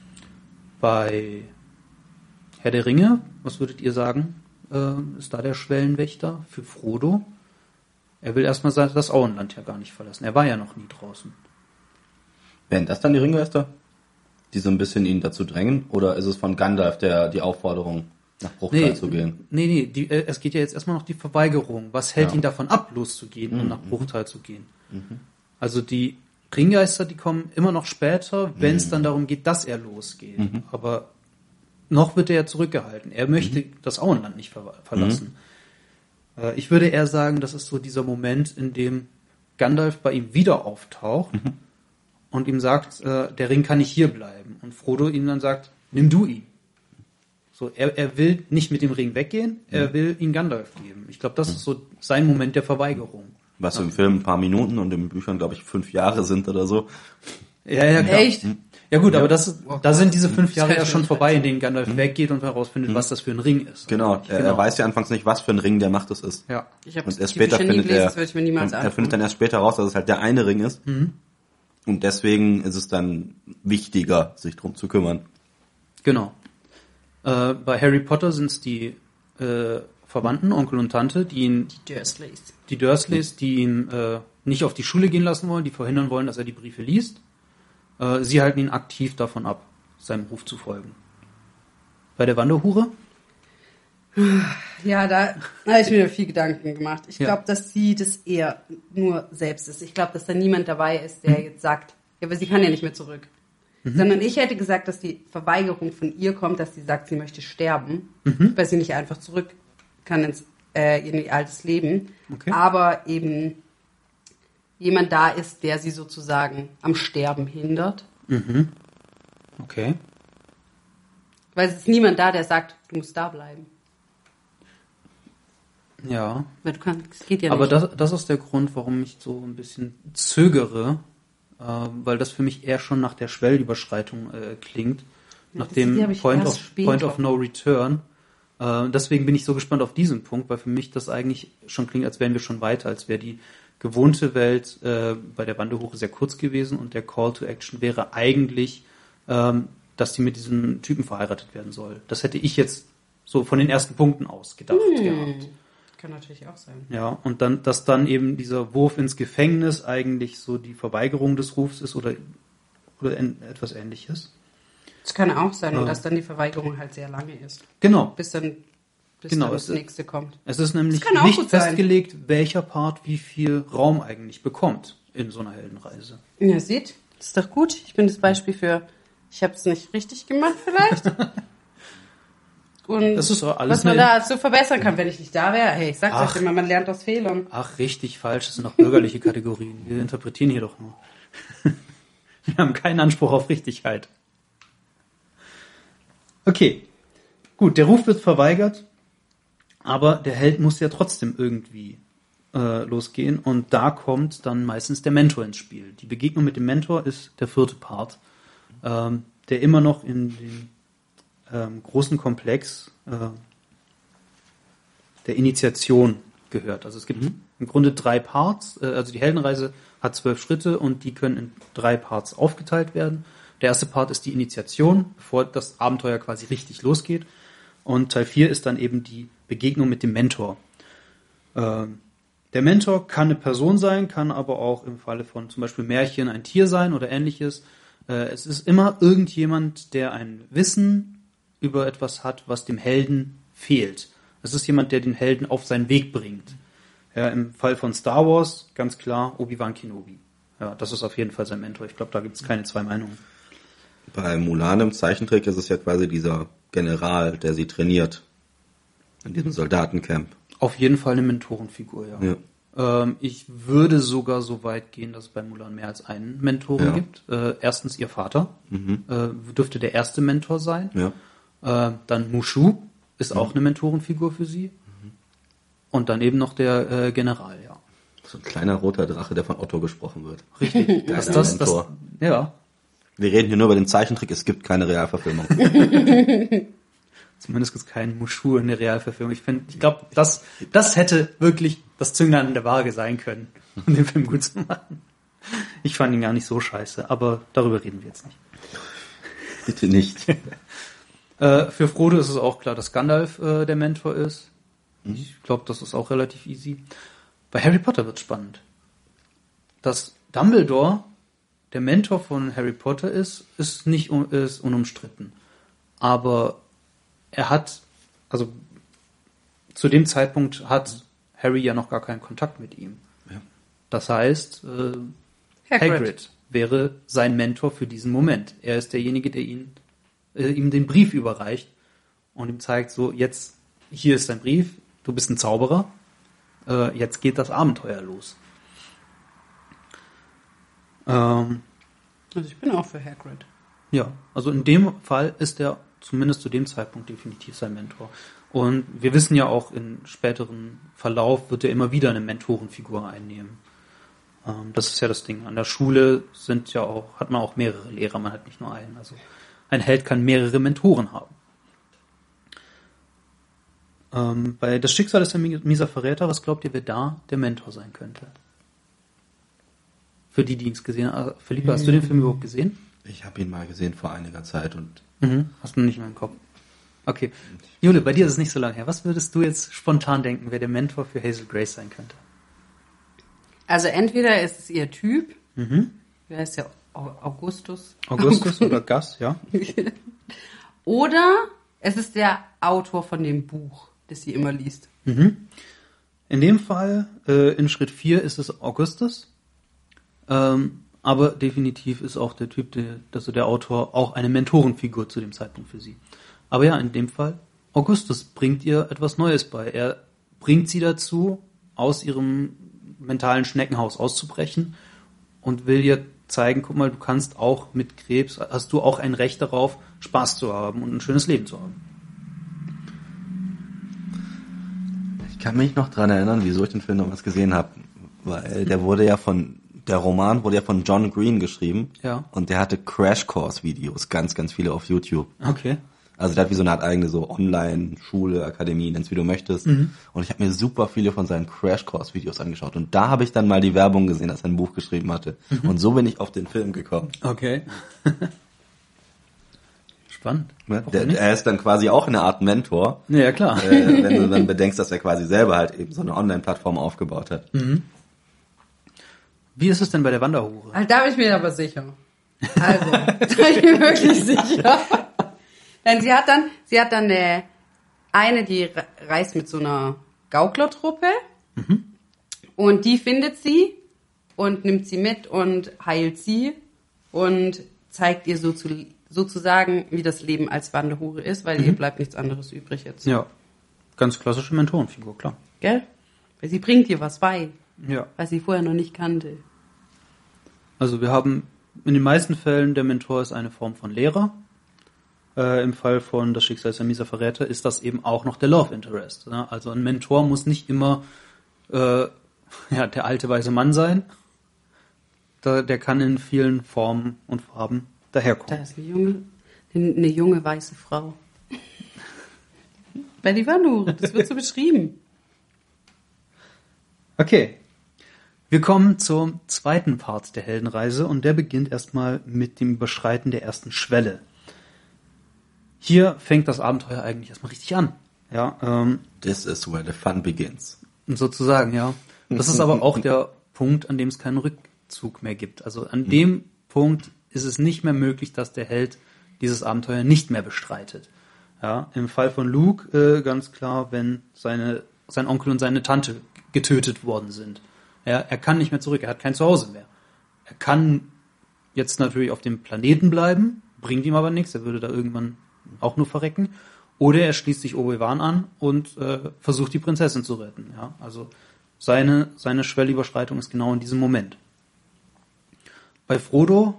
Bei Herr der Ringe, was würdet ihr sagen, ist da der Schwellenwächter für Frodo? Er will erstmal das Auenland ja gar nicht verlassen. Er war ja noch nie draußen. Wären das dann die Ringwächter, die so ein bisschen ihn dazu drängen? Oder ist es von Gandalf die Aufforderung, nach Bruchtal zu gehen? Nee, es geht ja jetzt erstmal noch die Verweigerung. Was hält ihn davon ab, loszugehen und nach Bruchtal zu gehen? Also die Ringgeister, die kommen immer noch später, wenn es dann darum geht, dass er losgeht. Aber noch wird er ja zurückgehalten. Er möchte das Auenland nicht verlassen. Ich würde eher sagen, das ist so dieser Moment, in dem Gandalf bei ihm wieder auftaucht und ihm sagt, der Ring kann nicht hier bleiben. Und Frodo ihm dann sagt, nimm du ihn. So, er will nicht mit dem Ring weggehen, er will ihn Gandalf geben. Ich glaube, das ist so sein Moment der Verweigerung. Was im Film ein paar Minuten und in den Büchern, glaube ich, 5 Jahre sind oder so. Ja, klar. Echt? Ja gut, aber da sind diese 5 Jahre ja schon vorbei, in denen Gandalf weggeht und herausfindet, was das für ein Ring ist. Genau, er weiß ja anfangs nicht, was für ein Ring der Macht es ist. Ja. Und erst später findet er findet dann erst später raus, dass es halt der eine Ring ist. Und deswegen ist es dann wichtiger, sich drum zu kümmern. Genau. Bei Harry Potter sind es die Verwandten, Onkel und Tante, die Dursleys, die ihn nicht auf die Schule gehen lassen wollen, die verhindern wollen, dass er die Briefe liest. Sie halten ihn aktiv davon ab, seinem Ruf zu folgen. Bei der Wanderhure? Ja, da habe ich mir viel Gedanken gemacht. Ich glaube, dass sie das eher nur selbst ist. Ich glaube, dass da niemand dabei ist, der jetzt sagt, ja, aber sie kann ja nicht mehr zurück. Sondern ich hätte gesagt, dass die Verweigerung von ihr kommt, dass sie sagt, sie möchte sterben, weil sie nicht einfach zurück kann ins ihr altes Leben. Okay. Aber eben jemand da ist, der sie sozusagen am Sterben hindert. Okay. Weil es ist niemand da, der sagt, du musst da bleiben. Ja. Weil du kannst, es geht ja aber nicht. Aber das ist der Grund, warum ich so ein bisschen zögere, weil das für mich eher schon nach der Schwellüberschreitung klingt, nach dem Point of No Return. Deswegen bin ich so gespannt auf diesen Punkt, weil für mich das eigentlich schon klingt, als wären wir schon weiter, als wäre die gewohnte Welt bei der Wanderhure sehr kurz gewesen und der Call to Action wäre eigentlich, dass die mit diesem Typen verheiratet werden soll. Das hätte ich jetzt so von den ersten Punkten aus gedacht gehabt. Kann natürlich auch sein. Ja, und dann, dass dann eben dieser Wurf ins Gefängnis eigentlich so die Verweigerung des Rufs ist oder etwas Ähnliches. Das kann auch sein, und dass dann die Verweigerung halt sehr lange ist. Genau. Bis dann das nächste kommt. Es ist nämlich Das kann auch nicht gut sein. festgelegt, welcher Part wie viel Raum eigentlich bekommt in so einer Heldenreise. Ja, seht, das ist doch gut. Ich bin das Beispiel für, ich habe es nicht richtig gemacht vielleicht. Und Das ist auch alles was man da so verbessern kann, wenn ich nicht da wäre. Hey, ich sag euch immer, man lernt aus Fehlern. Ach, richtig, falsch. Das sind auch bürgerliche Kategorien. Wir interpretieren hier doch nur. Wir haben keinen Anspruch auf Richtigkeit. Okay, gut, der Ruf wird verweigert, aber der Held muss ja trotzdem irgendwie losgehen, und da kommt dann meistens der Mentor ins Spiel. Die Begegnung mit dem Mentor ist der 4. Part, der immer noch in den großen Komplex der Initiation gehört. Also es gibt im Grunde 3 Parts, also die Heldenreise hat 12 Schritte und die können in 3 Parts aufgeteilt werden. Der erste Part ist die Initiation, bevor das Abenteuer quasi richtig losgeht. Und Teil 4 ist dann eben die Begegnung mit dem Mentor. Der Mentor kann eine Person sein, kann aber auch im Falle von zum Beispiel Märchen ein Tier sein oder ähnliches. Es ist immer irgendjemand, der ein Wissen über etwas hat, was dem Helden fehlt. Es ist jemand, der den Helden auf seinen Weg bringt. Ja, im Fall von Star Wars ganz klar Obi-Wan Kenobi. Ja, das ist auf jeden Fall sein Mentor. Ich glaube, da gibt es keine 2 Meinungen. Bei Mulan im Zeichentrick ist es ja quasi dieser General, der sie trainiert. In diesem Soldatencamp. Auf jeden Fall eine Mentorenfigur, ja. Ich würde sogar so weit gehen, dass es bei Mulan mehr als einen Mentoren gibt. Erstens ihr Vater, dürfte der erste Mentor sein. Ja. Dann Mushu ist auch eine Mentorenfigur für sie. Und dann eben noch der General, ja. So ein kleiner roter Drache, der von Otto gesprochen wird. Richtig. Das, ja. Wir reden hier nur über den Zeichentrick, es gibt keine Realverfilmung. Zumindest gibt es keinen Mushu in der Realverfilmung. Ich glaube, das hätte wirklich das Zünglein an der Waage sein können, um den Film gut zu machen. Ich fand ihn gar nicht so scheiße, aber darüber reden wir jetzt nicht. Bitte nicht. Für Frodo ist es auch klar, dass Gandalf der Mentor ist. Ich glaube, das ist auch relativ easy. Bei Harry Potter wird spannend. Dass Dumbledore der Mentor von Harry Potter ist unumstritten. Aber er hat, also zu dem Zeitpunkt hat Harry ja noch gar keinen Kontakt mit ihm. Ja. Das heißt, Hagrid wäre sein Mentor für diesen Moment. Er ist derjenige, der ihm den Brief überreicht und ihm zeigt, so, jetzt, hier ist dein Brief, du bist ein Zauberer, jetzt geht das Abenteuer los. Also ich bin auch für Hagrid. Ja, also in dem Fall ist er zumindest zu dem Zeitpunkt definitiv sein Mentor. Und wir wissen ja auch, im späteren Verlauf wird er immer wieder eine Mentorenfigur einnehmen. Das ist ja das Ding. An der Schule hat man auch mehrere Lehrer, man hat nicht nur einen. Also ein Held kann mehrere Mentoren haben. Bei Das Schicksal ist ein mieser Verräter, was glaubt ihr, wer da der Mentor sein könnte? Für die es gesehen haben. Philippa, hast du den Film überhaupt gesehen? Ich habe ihn mal gesehen vor einiger Zeit und... Hast du nicht mehr im Kopf? Okay. Jule, bei dir ist es nicht so lange her. Was würdest du jetzt spontan denken, wer der Mentor für Hazel Grace sein könnte? Also entweder ist es ihr Typ, wer ist ja Augustus oder Gus, ja. Oder es ist der Autor von dem Buch, das sie immer liest. In dem Fall, in Schritt 4 ist es Augustus. Aber definitiv ist auch der Typ, der Autor, auch eine Mentorenfigur zu dem Zeitpunkt für sie. Aber ja, in dem Fall, Augustus bringt ihr etwas Neues bei. Er bringt sie dazu, aus ihrem mentalen Schneckenhaus auszubrechen und will ihr zeigen, guck mal, du kannst auch mit Krebs, hast du auch ein Recht darauf, Spaß zu haben und ein schönes Leben zu haben. Ich kann mich noch dran erinnern, wieso ich den Film damals gesehen habe. Weil der Roman wurde ja von John Green geschrieben. Ja. Und der hatte Crash-Course-Videos, ganz, ganz viele auf YouTube. Okay. Also der hat wie so eine Art eigene so Online-Schule, Akademie, nenn's wie du möchtest. Und ich habe mir super viele von seinen Crash-Course-Videos angeschaut. Und da habe ich dann mal die Werbung gesehen, dass er ein Buch geschrieben hatte. Und so bin ich auf den Film gekommen. Okay. Spannend. Er ist dann quasi auch eine Art Mentor. Ja, klar. Wenn du dann bedenkst, dass er quasi selber halt eben so eine Online-Plattform aufgebaut hat. Wie ist es denn bei der Wanderhure? Da bin ich mir aber sicher. Also, da bin ich mir wirklich sicher. Denn sie hat dann eine, die reist mit so einer Gauklertruppe und die findet sie und nimmt sie mit und heilt sie und zeigt ihr sozusagen, wie das Leben als Wanderhure ist, weil ihr bleibt nichts anderes übrig jetzt. Ja, ganz klassische Mentorenfigur, klar. Gell? Weil sie bringt ihr was bei, Ja. was sie vorher noch nicht kannte. Also wir haben in den meisten Fällen, der Mentor ist eine Form von Lehrer. Im Fall von Das Schicksal ist ein mieser Verräter ist das eben auch noch der Love Interest. Ne? Also ein Mentor muss nicht immer der alte weise Mann sein. Der kann in vielen Formen und Farben daherkommen. Da ist eine junge weiße Frau. Bei die Wanderhure, das wird so beschrieben. Okay, wir kommen zum zweiten Part der Heldenreise und der beginnt erstmal mit dem Überschreiten der ersten Schwelle. Hier fängt das Abenteuer eigentlich erstmal richtig an. Ja, This is where the fun begins. sozusagen, ja. Das ist aber auch der Punkt, an dem es keinen Rückzug mehr gibt. Also an dem Punkt ist es nicht mehr möglich, dass der Held dieses Abenteuer nicht mehr bestreitet. Ja, im Fall von Luke ganz klar, wenn sein Onkel und seine Tante getötet worden sind. Ja, er kann nicht mehr zurück, er hat kein Zuhause mehr. Er kann jetzt natürlich auf dem Planeten bleiben, bringt ihm aber nichts, er würde da irgendwann auch nur verrecken. Oder er schließt sich Obi-Wan an und versucht die Prinzessin zu retten. Ja, also seine Schwellüberschreitung ist genau in diesem Moment. Bei Frodo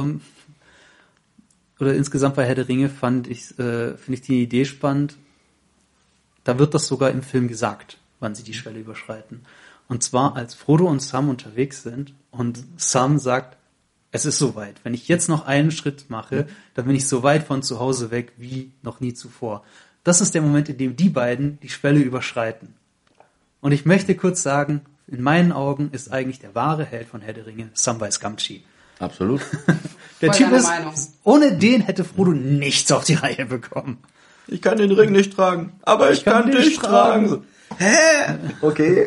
oder insgesamt bei Herr der Ringe finde ich die Idee spannend. Da wird das sogar im Film gesagt, wann sie die Schwelle überschreiten. Und zwar, als Frodo und Sam unterwegs sind und Sam sagt, es ist soweit. Wenn ich jetzt noch einen Schritt mache, dann bin ich so weit von zu Hause weg wie noch nie zuvor. Das ist der Moment, in dem die beiden die Schwelle überschreiten. Und ich möchte kurz sagen, in meinen Augen ist eigentlich der wahre Held von Herr der Ringe Samwise Gamgee. Absolut. Der Voll Typ deiner ist, Meinung. ohne den hätte Frodo nichts auf die Reihe bekommen. Ich kann den Ring nicht tragen, aber ich kann dich tragen. So. Hä? Okay.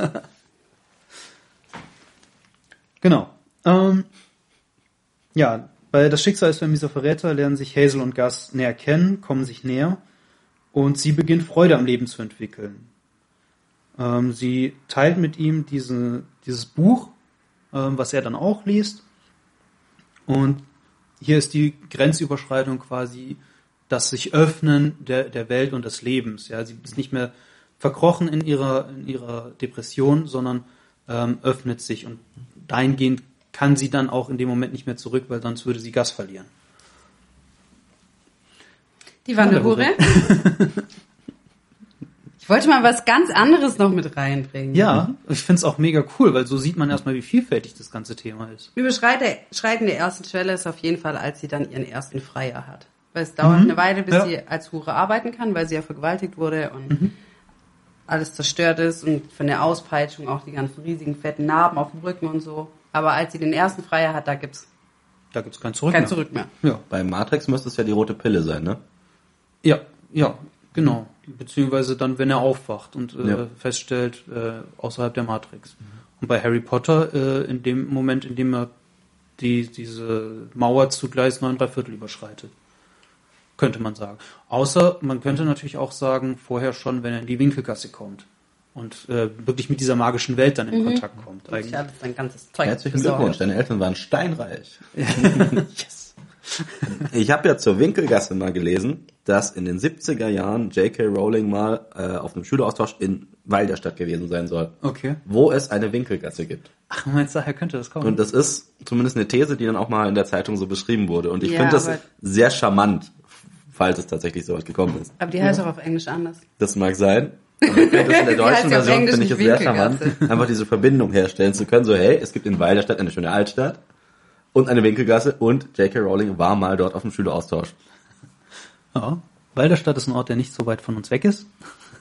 Genau. Ja, bei Das Schicksal ist ein mieser Verräter lernen sich Hazel und Gus näher kennen, kommen sich näher und sie beginnt Freude am Leben zu entwickeln. Sie teilt mit ihm dieses Buch, was er dann auch liest. Und hier ist die Grenzüberschreitung quasi das sich öffnen der Welt und des Lebens. Ja, sie ist nicht mehr verkrochen in ihrer Depression, sondern öffnet sich und dahingehend kann sie dann auch in dem Moment nicht mehr zurück, weil sonst würde sie Gas verlieren. Die Wanderhure. Ich wollte mal was ganz anderes noch mit reinbringen. Ja, ich finde es auch mega cool, weil so sieht man erstmal, wie vielfältig das ganze Thema ist. Überschreiten der ersten Schwelle ist auf jeden Fall, als sie dann ihren ersten Freier hat. Weil es dauert eine Weile, bis sie als Hure arbeiten kann, weil sie ja vergewaltigt wurde und alles zerstört ist und von der Auspeitschung auch die ganzen riesigen fetten Narben auf dem Rücken und so. Aber als sie den ersten Freier hat, da gibt's kein Zurück kein Zurück mehr. Ja. Bei Matrix müsste es ja die rote Pille sein, ne? Ja, genau. Beziehungsweise dann, wenn er aufwacht und feststellt, außerhalb der Matrix. Und bei Harry Potter in dem Moment, in dem er diese Mauer zu Gleis 9 3/4 überschreitet. Könnte man sagen. Außer, man könnte natürlich auch sagen, vorher schon, wenn er in die Winkelgasse kommt und wirklich mit dieser magischen Welt dann in Kontakt kommt. Ich Eigentlich. hatte sein ganzes Zeug Herzlichen besorgt. Glückwunsch, deine Eltern waren steinreich. Yes. Ich habe ja zur Winkelgasse mal gelesen, dass in den 70er Jahren J.K. Rowling mal auf einem Schüleraustausch in Weil der Stadt gewesen sein soll, Okay. wo es eine Winkelgasse gibt. Ach, meinst du, daher könnte das kommen? Und das ist zumindest eine These, die dann auch mal in der Zeitung so beschrieben wurde. Und ich Ja, finde das aber- sehr charmant, falls es tatsächlich so weit gekommen ist. Aber die heißt auch auf Englisch anders. Das mag sein. Aber ich finde das in der Die heißt deutschen ja auf Version Englisch finde ich es nicht sehr Winkelgasse. charmant, einfach diese Verbindung herstellen zu können. So, hey, es gibt in Weil der Stadt eine schöne Altstadt und eine Winkelgasse und J.K. Rowling war mal dort auf dem Schüleraustausch. Ja, Walderstadt ist ein Ort, der nicht so weit von uns weg ist.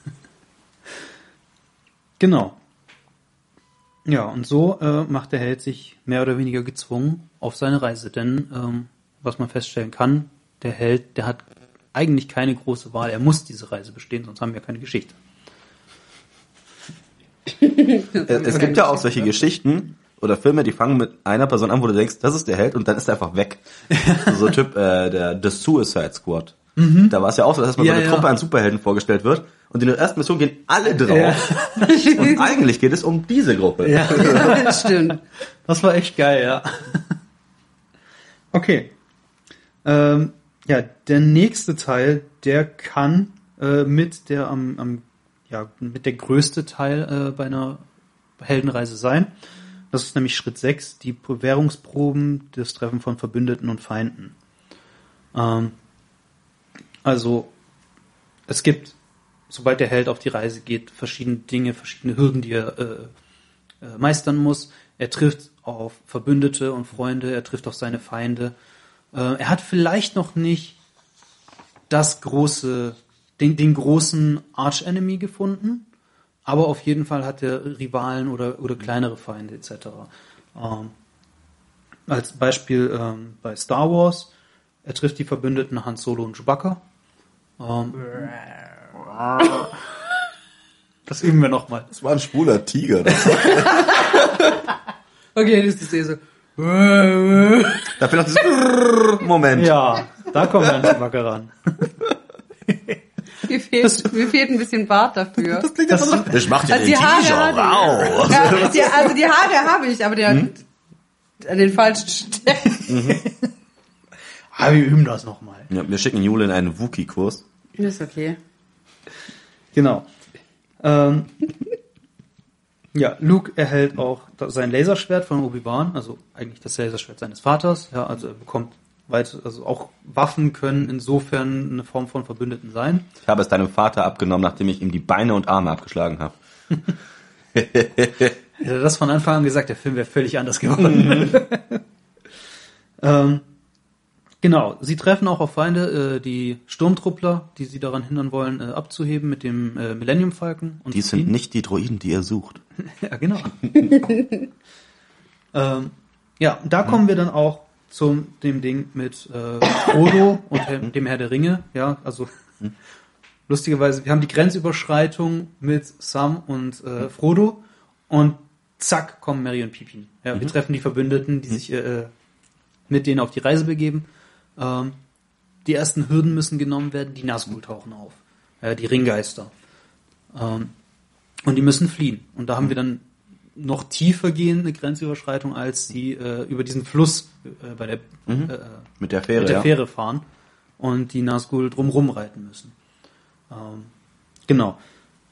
Genau. Ja, und so macht der Held sich mehr oder weniger gezwungen auf seine Reise. Denn, was man feststellen kann, der Held, der hat eigentlich keine große Wahl. Er muss diese Reise bestehen, sonst haben wir keine Geschichte. Es gibt ja auch solche Geschichten, oder Filme, die fangen mit einer Person an, wo du denkst, das ist der Held und dann ist er einfach weg. So Typ, The Suicide Squad. Da war es ja auch so, dass erstmal so eine Truppe an Superhelden vorgestellt wird und in der ersten Mission gehen alle drauf. Ja. Und eigentlich geht es um diese Gruppe. Ja, das stimmt. Das war echt geil, ja. Okay. Ja, der nächste Teil, der kann mit der mit der größte Teil bei einer Heldenreise sein. Das ist nämlich Schritt 6, die Bewährungsproben, das Treffen von Verbündeten und Feinden. Also es gibt, sobald der Held auf die Reise geht, verschiedene Dinge, verschiedene Hürden, die er meistern muss. Er trifft auf Verbündete und Freunde, er trifft auf seine Feinde. Er hat vielleicht noch nicht den großen Arch-Enemy gefunden, aber auf jeden Fall hat er Rivalen oder kleinere Feinde etc. Als Beispiel bei Star Wars, er trifft die Verbündeten Han Solo und Chewbacca. Das üben wir nochmal. Das war ein schwuler Tiger. Okay, das ist so. Dafür noch dieses Moment. Ja, da kommen wir an Chewbacca ran. Mir fehlt ein bisschen Bart dafür. Das klingt einfach so. Ich mach dir Also den die Haare T-Shirt raus. Ja, also die Haare habe ich, aber an den falschen Stellen. Aber wir üben das nochmal. Ja, wir schicken Jule in einen Wookie-Kurs. Ist okay. Genau. Ja, Luke erhält auch sein Laserschwert von Obi-Wan, also eigentlich das Laserschwert seines Vaters. Ja, also er bekommt also auch Waffen können insofern eine Form von Verbündeten sein. Ich habe es deinem Vater abgenommen, nachdem ich ihm die Beine und Arme abgeschlagen habe. Hätte er das von Anfang an gesagt, der Film wäre völlig anders geworden. Genau, sie treffen auch auf Feinde, die Sturmtruppler, die sie daran hindern wollen, abzuheben mit dem Millennium Falcon. Und die sind nicht die Droiden, die ihr sucht. Ja, genau. Ja, da kommen wir dann auch zu dem Ding mit Frodo und dem Herr der Ringe. Ja, also lustigerweise, wir haben die Grenzüberschreitung mit Sam und Frodo und zack kommen Merry und Pippin. Ja, wir treffen die Verbündeten, die sich mit denen auf die Reise begeben. Die ersten Hürden müssen genommen werden, die Nazgul tauchen auf, die Ringgeister. Und die müssen fliehen. Und da haben wir dann noch tiefer gehende Grenzüberschreitung, als die über diesen Fluss mit der Fähre, Fähre fahren und die Nazgul drumrum reiten müssen. Genau.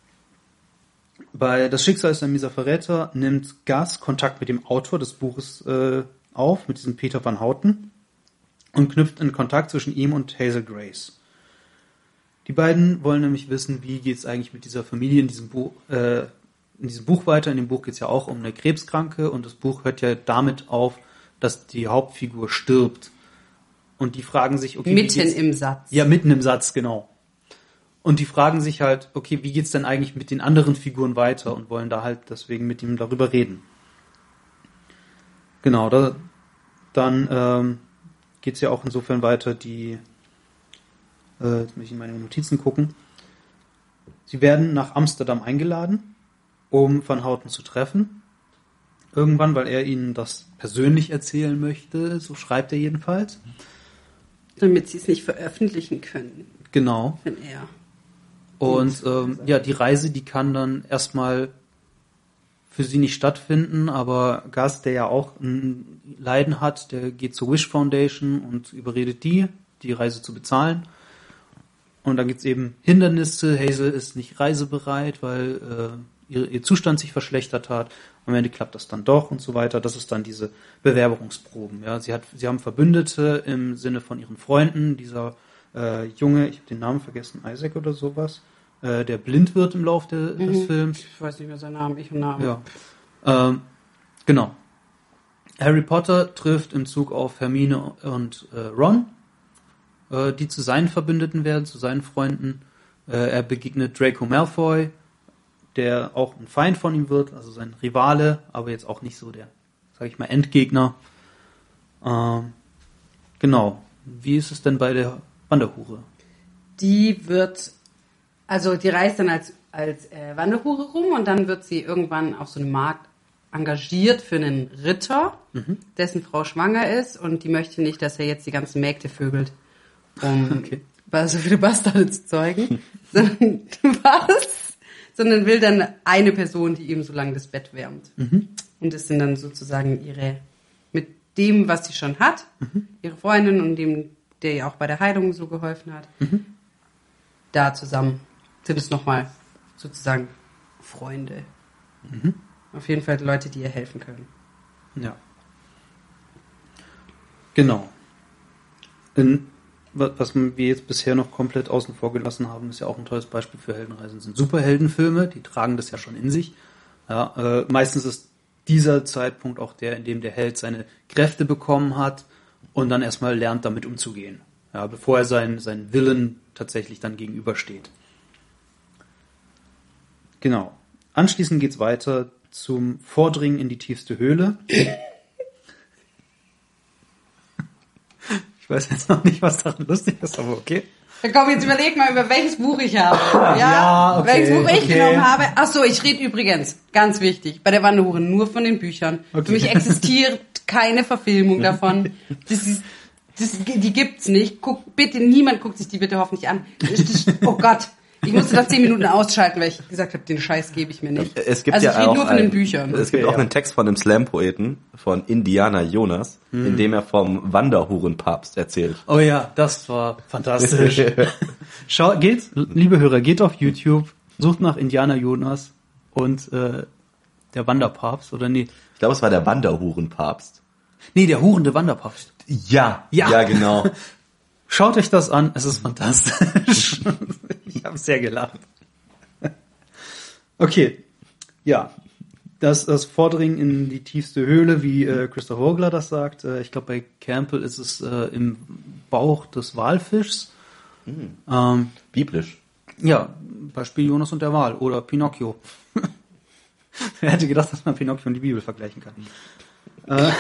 Bei Das Schicksal ist ein mieser Verräter nimmt Gus Kontakt mit dem Autor des Buches auf, mit diesem Peter Van Houten, und knüpft einen Kontakt zwischen ihm und Hazel Grace. Die beiden wollen nämlich wissen, wie geht es eigentlich mit dieser Familie in diesem Buch weiter. In dem Buch geht es ja auch um eine Krebskranke und das Buch hört ja damit auf, dass die Hauptfigur stirbt. Und die fragen sich, okay, mitten im Satz. Ja, mitten im Satz, genau. Und die fragen sich halt, okay, wie geht's denn eigentlich mit den anderen Figuren weiter und wollen da halt deswegen mit ihm darüber reden. Genau, dann geht's ja auch insofern weiter, jetzt muss ich in meine Notizen gucken. Sie werden nach Amsterdam eingeladen, um Van Houten zu treffen. Irgendwann, weil er ihnen das persönlich erzählen möchte, so schreibt er jedenfalls. Damit sie es nicht veröffentlichen können. Genau. Wenn er. Und die Reise, die kann dann erstmal für sie nicht stattfinden, aber Gus, der ja auch ein Leiden hat, der geht zur Wish Foundation und überredet die Reise zu bezahlen. Und dann gibt's eben Hindernisse. Hazel ist nicht reisebereit, weil ihr Zustand sich verschlechtert hat. Am Ende klappt das dann doch und so weiter. Das ist dann diese Bewerbungsproben. Ja, sie haben Verbündete im Sinne von ihren Freunden. Dieser Junge, ich habe den Namen vergessen, Isaac oder sowas, der blind wird im Laufe des Films. Ich weiß nicht mehr seinen Namen, Ja. Genau. Harry Potter trifft im Zug auf Hermine und Ron, die zu seinen Verbündeten werden, zu seinen Freunden. Er begegnet Draco Malfoy, der auch ein Feind von ihm wird, also sein Rivale, aber jetzt auch nicht so der, sag ich mal, Endgegner. Genau. Wie ist es denn bei der Wanderhure? Die reist dann als Wanderhure rum und dann wird sie irgendwann auf so einem Markt engagiert für einen Ritter, dessen Frau schwanger ist und die möchte nicht, dass er jetzt die ganzen Mägde vögelt, um so viele Bastarde zu zeugen, sondern will dann eine Person, die ihm so lange das Bett wärmt. Und das sind dann sozusagen mit dem, was sie schon hat, ihre Freundin und dem, der ihr auch bei der Heilung so geholfen hat, da zusammen sind es nochmal sozusagen Freunde. Auf jeden Fall Leute, die ihr helfen können. Ja. Genau. Was wir jetzt bisher noch komplett außen vor gelassen haben, ist ja auch ein tolles Beispiel für Heldenreisen, sind Superheldenfilme, die tragen das ja schon in sich. Ja, meistens ist dieser Zeitpunkt auch der, in dem der Held seine Kräfte bekommen hat und dann erstmal lernt, damit umzugehen. Ja, bevor er seinen Willen tatsächlich dann gegenübersteht. Genau. Anschließend geht's weiter zum Vordringen in die tiefste Höhle. Ich weiß jetzt noch nicht, was daran lustig ist, aber okay. Komm, jetzt überleg mal, über welches Buch ich habe. Ja, okay, welches Buch ich genommen habe. Ach so, ich rede übrigens, ganz wichtig, bei der Wanderhure nur von den Büchern. Okay. Für mich existiert keine Verfilmung davon. Die gibt's nicht. Niemand guckt sich die bitte hoffentlich an. Oh Gott. Ich musste nach 10 Minuten ausschalten, weil ich gesagt habe, den Scheiß gebe ich mir nicht. Es gibt also ja ich rede auch nur von den Büchern. Es gibt auch einen Text von dem Slam-Poeten, von Indiana Jonas, in dem er vom Wanderhurenpapst erzählt. Oh ja, das war fantastisch. Liebe Hörer, geht auf YouTube, sucht nach Indiana Jonas und der Wanderpapst, oder nee? Ich glaube, es war der Wanderhurenpapst. Nee, der hurende Wanderpapst. Ja, genau. Schaut euch das an, es ist fantastisch. Ich habe sehr gelacht. Okay, ja. Das Vordringen in die tiefste Höhle, wie Christoph Vogler das sagt. Ich glaube, bei Campbell ist es im Bauch des Walfischs. Biblisch. Ja, Beispiel Jonas und der Wal oder Pinocchio. Wer hätte gedacht, dass man Pinocchio und die Bibel vergleichen kann?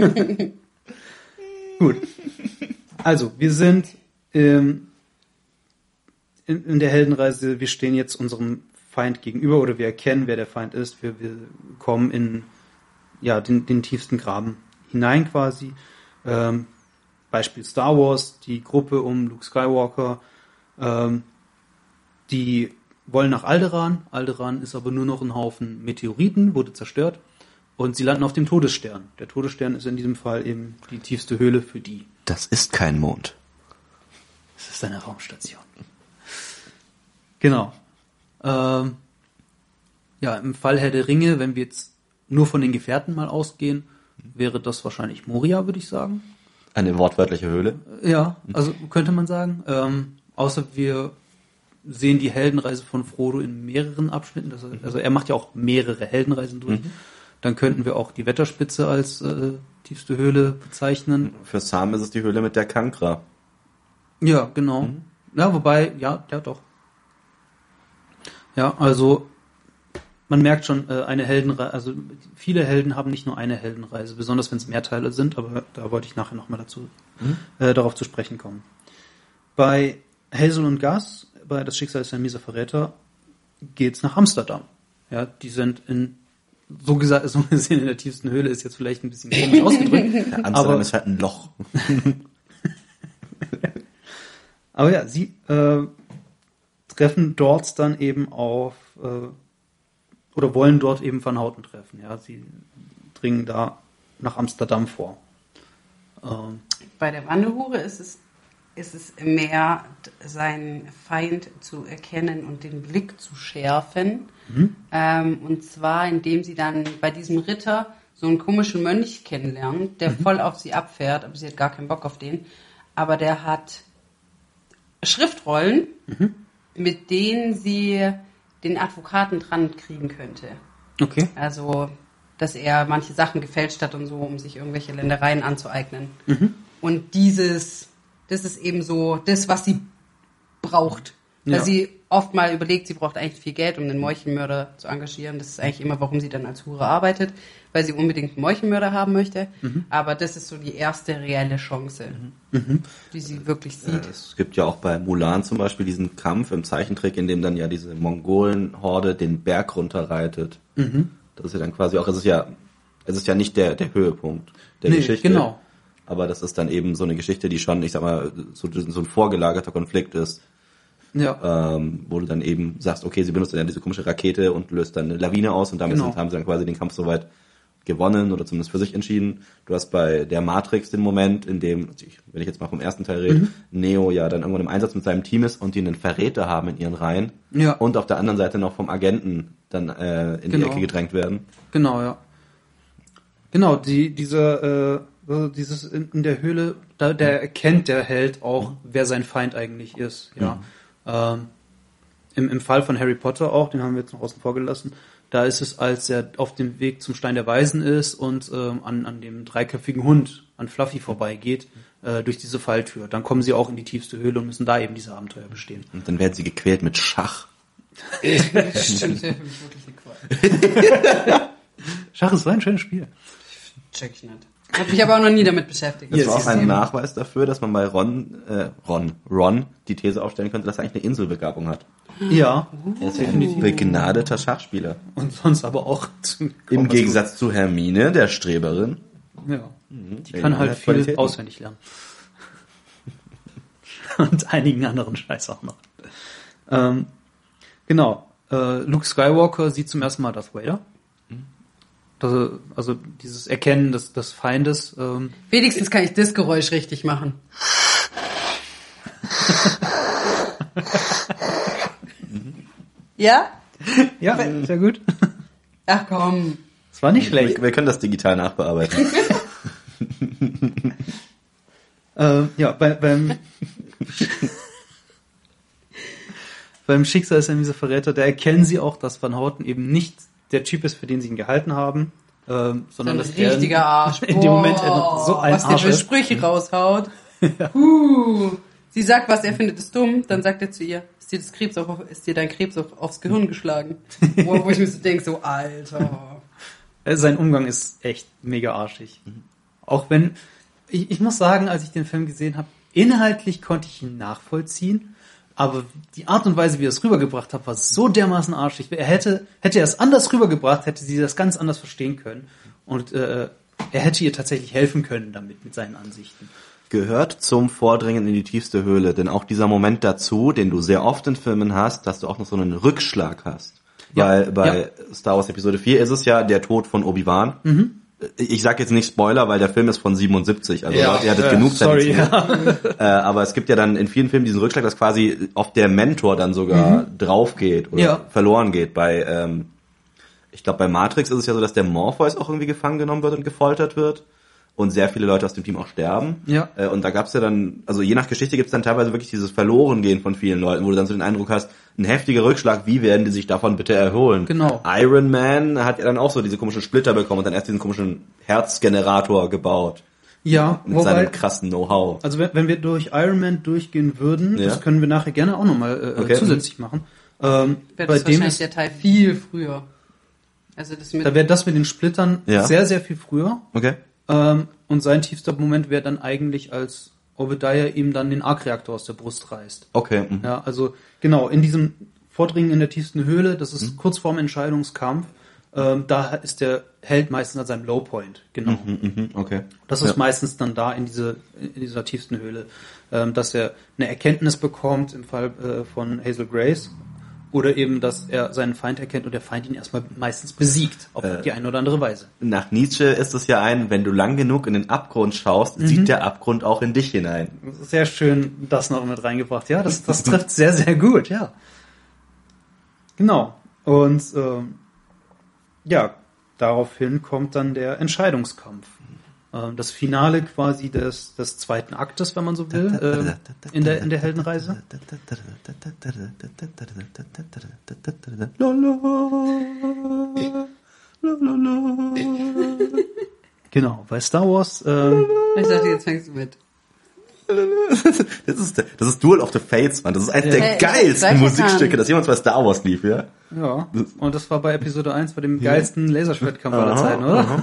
Gut. Also, wir sind in der Heldenreise, wir stehen jetzt unserem Feind gegenüber oder wir erkennen, wer der Feind ist. Wir kommen in den tiefsten Graben hinein quasi. Beispiel Star Wars, die Gruppe um Luke Skywalker, die wollen nach Alderaan. Alderaan ist aber nur noch ein Haufen Meteoriten, wurde zerstört. Und sie landen auf dem Todesstern. Der Todesstern ist in diesem Fall eben die tiefste Höhle für die. Das ist kein Mond. Es ist eine Raumstation. Genau. Im Fall Herr der Ringe, wenn wir jetzt nur von den Gefährten mal ausgehen, wäre das wahrscheinlich Moria, würde ich sagen. Eine wortwörtliche Höhle? Ja, also könnte man sagen. Außer wir sehen die Heldenreise von Frodo in mehreren Abschnitten. Also er macht ja auch mehrere Heldenreisen durch. Dann könnten wir auch die Wetterspitze als tiefste Höhle bezeichnen. Für Sam ist es die Höhle mit der Kankra. Ja, genau. Ja, wobei, ja, doch. Ja, also man merkt schon, eine Heldenreise, also viele Helden haben nicht nur eine Heldenreise, besonders wenn es Mehrteile sind, aber da wollte ich nachher nochmal darauf zu sprechen kommen. Bei Hazel und Gus, bei Das Schicksal ist ein mieser Verräter, geht's nach Amsterdam. Ja, die sind so gesehen in der tiefsten Höhle, ist jetzt vielleicht ein bisschen komisch ausgedrückt. Ja, Amsterdam ist halt ein Loch. Aber ja, sie treffen dort dann eben auf, oder wollen dort eben Van Houten treffen. Ja, sie dringen da nach Amsterdam vor. Bei der Wanderhure ist es mehr, seinen Feind zu erkennen und den Blick zu schärfen. Und zwar, indem sie dann bei diesem Ritter so einen komischen Mönch kennenlernen, der voll auf sie abfährt, aber sie hat gar keinen Bock auf den. Aber der hat Schriftrollen, mit denen sie den Advokaten dran kriegen könnte. Okay. Also, dass er manche Sachen gefälscht hat und so, um sich irgendwelche Ländereien anzueignen. Und das ist eben so das, was sie braucht. Weil sie oft mal überlegt, sie braucht eigentlich viel Geld, um einen Meuchelmörder zu engagieren. Das ist eigentlich immer, warum sie dann als Hure arbeitet, weil sie unbedingt einen Meuchelmörder haben möchte. Aber das ist so die erste reelle Chance, die sie wirklich sieht. Es gibt ja auch bei Mulan zum Beispiel diesen Kampf im Zeichentrick, in dem dann ja diese Mongolen-Horde den Berg runterreitet. Das ist ja dann quasi auch, es ist ja nicht der Höhepunkt der Geschichte. Genau. Aber das ist dann eben so eine Geschichte, die schon, ich sag mal, so ein vorgelagerter Konflikt ist. Ja. Wo du dann eben sagst, okay, sie benutzt dann diese komische Rakete und löst dann eine Lawine aus und damit haben sie dann quasi den Kampf soweit gewonnen oder zumindest für sich entschieden. Du hast bei der Matrix den Moment, in dem, wenn ich jetzt mal vom ersten Teil rede, Neo ja dann irgendwann im Einsatz mit seinem Team ist und die einen Verräter haben in ihren Reihen. Ja. Und auf der anderen Seite noch vom Agenten dann in die Ecke gedrängt werden. Genau, ja. Genau, dieses in der Höhle, der erkennt der Held auch, wer sein Feind eigentlich ist. Ja. Im Fall von Harry Potter auch, den haben wir jetzt noch außen vor gelassen, da ist es, als er auf dem Weg zum Stein der Weisen ist und an dem dreiköpfigen Hund, an Fluffy vorbeigeht, durch diese Falltür. Dann kommen sie auch in die tiefste Höhle und müssen da eben diese Abenteuer bestehen. Und dann werden sie gequält mit Schach. Stimmt, das ist ja für mich wirklich eine Qual. Schach ist so ein schönes Spiel. Check ich nicht. Hab mich aber auch noch nie damit beschäftigt. Das war auch ein Nachweis dafür, dass man bei Ron die These aufstellen könnte, dass er eigentlich eine Inselbegabung hat. Ja, Er ist ein begnadeter Schachspieler. und sonst aber auch Im Gegensatz zu Hermine, der Streberin. Ja, die kann halt viel Qualitäten. auswendig lernen. Und einigen anderen Scheiß auch noch. Genau, Luke Skywalker sieht zum ersten Mal Darth Vader. Also dieses Erkennen des Feindes. Wenigstens kann ich das Geräusch richtig machen. Ja? Ja, sehr gut. Ach komm. Das war nicht schlecht. Wir können das digital nachbearbeiten. Ja, beim Schicksalserlebnis dieser Verräter, da erkennen sie auch, dass Van Houten eben nicht der Typ ist, für den sie ihn gehalten haben, sondern dass ein richtiger Arsch. in dem Moment so ein was der Arsch für ist. Sprüche raushaut. Sie sagt, was er findet, ist dumm. Dann sagt er zu ihr, ist dir dein Krebs aufs Gehirn geschlagen? Wo ich mir so denke, so Alter. Sein Umgang ist echt mega arschig. Auch wenn, ich muss sagen, als ich den Film gesehen habe, inhaltlich konnte ich ihn nachvollziehen, aber die Art und Weise, wie er es rübergebracht hat, war so dermaßen arschig. Hätte er es anders rübergebracht, hätte sie das ganz anders verstehen können. Und er hätte ihr tatsächlich helfen können damit, mit seinen Ansichten. Gehört zum Vordringen in die tiefste Höhle, denn auch dieser Moment dazu, den du sehr oft in Filmen hast, dass du auch noch so einen Rückschlag hast. Ja. Weil bei Star Wars Episode 4 ist es ja der Tod von Obi-Wan. Ich sag jetzt nicht Spoiler, weil der Film ist von 77, also Leute, ihr hattet genug Zeit. Aber es gibt ja dann in vielen Filmen diesen Rückschlag, dass quasi oft der Mentor dann sogar drauf geht oder verloren geht. Ich glaube bei Matrix ist es ja so, dass der Morpheus auch irgendwie gefangen genommen wird und gefoltert wird. Und sehr viele Leute aus dem Team auch sterben. Ja. Und da gab's ja dann, also je nach Geschichte gibt's dann teilweise wirklich dieses Verlorengehen von vielen Leuten, wo du dann so den Eindruck hast, ein heftiger Rückschlag, wie werden die sich davon bitte erholen? Genau. Iron Man hat ja dann auch so diese komischen Splitter bekommen und dann erst diesen komischen Herzgenerator gebaut. Ja, Mit seinem krassen Know-how. Also wenn wir durch Iron Man durchgehen würden, das können wir nachher gerne auch nochmal zusätzlich machen. Wäre das wahrscheinlich der Teil viel früher. Also da wäre das mit den Splittern sehr, sehr viel früher. Okay. Und sein tiefster Moment wäre dann eigentlich, als Obadiah ihm dann den Arc-Reaktor aus der Brust reißt. Okay. Ja, also genau, in diesem Vordringen in der tiefsten Höhle, das ist kurz vorm Entscheidungskampf, da ist der Held meistens an seinem Lowpoint, genau. Okay. Das ist meistens dann da in dieser tiefsten Höhle, dass er eine Erkenntnis bekommt, im Fall von Hazel Grace, oder eben, dass er seinen Feind erkennt und der Feind ihn erstmal meistens besiegt, auf die eine oder andere Weise. Nach Nietzsche ist es ja wenn du lang genug in den Abgrund schaust, sieht der Abgrund auch in dich hinein. Sehr schön das noch mit reingebracht. Ja, das trifft sehr, sehr gut, ja. Genau. Und daraufhin kommt dann der Entscheidungskampf. Das Finale quasi des zweiten Aktes, wenn man so will, in der Heldenreise. Genau, bei Star Wars. Ich dachte, jetzt fängst du mit. Das ist Duel of the Fates, Mann. Das ist eines der geilsten Musikstücke, das jemals bei Star Wars lief, ja? Ja, und das war bei Episode 1 bei dem geilsten Laserschwertkampf aller Zeiten, oder?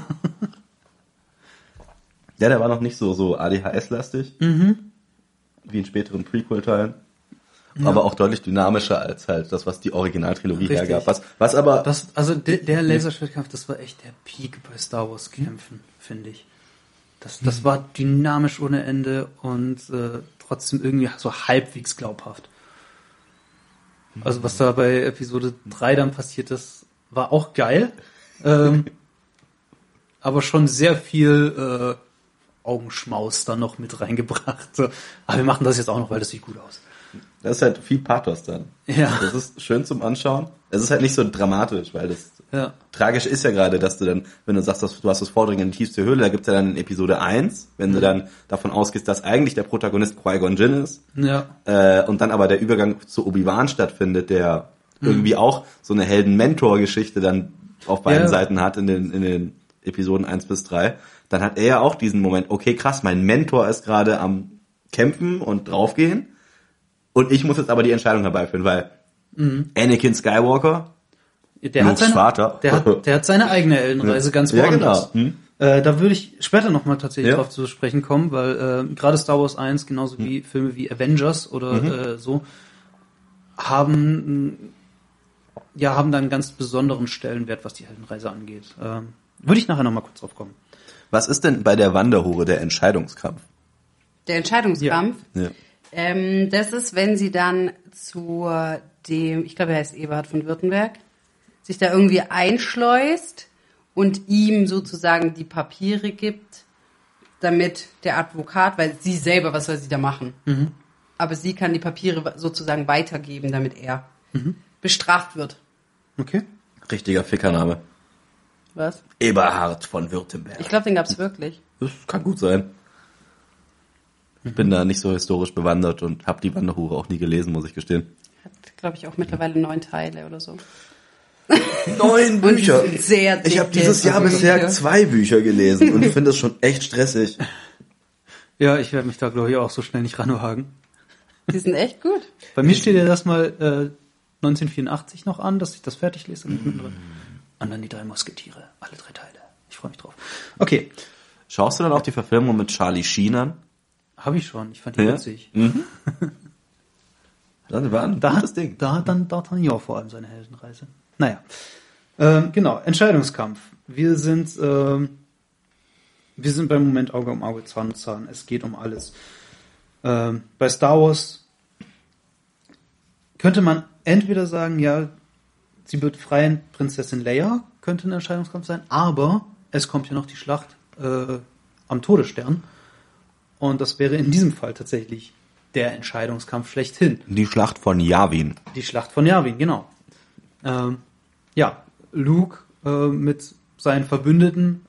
Ja, der war noch nicht so ADHS-lastig. Wie in späteren Prequel-Teilen. aber auch deutlich dynamischer als halt das, was die Originaltrilogie Richtig. hergab. Was aber... Der Laserschwertkampf, das war echt der Peak bei Star Wars Kämpfen, finde ich. Das war dynamisch ohne Ende und trotzdem irgendwie so halbwegs glaubhaft. Also was da bei Episode 3 dann passiert ist, war auch geil. Aber schon sehr viel Augenschmaus da noch mit reingebracht. So. Aber wir machen das jetzt auch noch, weil das sieht gut aus. Da ist halt viel Pathos dann. Ja. Das ist schön zum Anschauen. Es ist halt nicht so dramatisch, weil das tragisch ist ja gerade, dass du dann, wenn du sagst, du hast das Vordringen in die tiefste Höhle, da gibt's ja dann in Episode 1, wenn du dann davon ausgehst, dass eigentlich der Protagonist Qui-Gon Jinn ist. Ja. Und dann aber der Übergang zu Obi-Wan stattfindet, der irgendwie auch so eine Helden-Mentor-Geschichte dann auf beiden Seiten hat in den Episoden 1 bis 3. Dann hat er ja auch diesen Moment, okay, krass, mein Mentor ist gerade am Kämpfen und draufgehen. Und ich muss jetzt aber die Entscheidung herbeiführen, weil Anakin Skywalker, Der hat seine eigene Heldenreise ganz woanders. Ja, genau. Da würde ich später nochmal tatsächlich drauf zu sprechen kommen, weil gerade Star Wars 1, genauso wie Filme wie Avengers oder haben da einen ganz besonderen Stellenwert, was die Heldenreise angeht. Würde ich nachher nochmal kurz drauf kommen. Was ist denn bei der Wanderhure der Entscheidungskampf? Der Entscheidungskampf? Ja. Das ist, wenn sie dann zu dem, ich glaube, er heißt Eberhard von Württemberg, sich da irgendwie einschleust und ihm sozusagen die Papiere gibt, damit der Advokat, weil sie selber, was soll sie da machen? Aber sie kann die Papiere sozusagen weitergeben, damit er bestraft wird. Okay. Richtiger Fickername. Was? Eberhard von Württemberg. Ich glaube, den gab's wirklich. Das kann gut sein. Ich bin da nicht so historisch bewandert und habe die Wanderhure auch nie gelesen, muss ich gestehen. Hat, glaube ich, auch mittlerweile 9 Teile oder so. 9 Bücher. Und sehr Ich habe dicke dieses Jahr bisher Bücher. 2 Bücher gelesen und ich finde das schon echt stressig. Ja, ich werde mich da, glaube ich, auch so schnell nicht ranwagen. Die sind echt gut. Bei mir steht ja das mal 1984 noch an, dass ich das fertig lese. Und dann die 3 Musketiere, alle 3 Teile. Ich freue mich drauf. Okay. Schaust du dann auch die Verfilmung mit Charlie Sheen an? Habe ich schon. Ich fand die witzig. Das war ein gutes Ding. Da hat dann D'Artagnan vor allem seine Heldenreise. Naja. Genau, Entscheidungskampf. Wir sind beim Moment Auge um Auge, Zahn um Zahn. Es geht um alles. Bei Star Wars könnte man entweder sagen, ja, sie befreien Prinzessin Leia, könnte ein Entscheidungskampf sein, aber es kommt ja noch die Schlacht am Todesstern. Und das wäre in diesem Fall tatsächlich der Entscheidungskampf schlechthin. Die Schlacht von Yavin. Die Schlacht von Yavin, genau. Luke mit seinen Verbündeten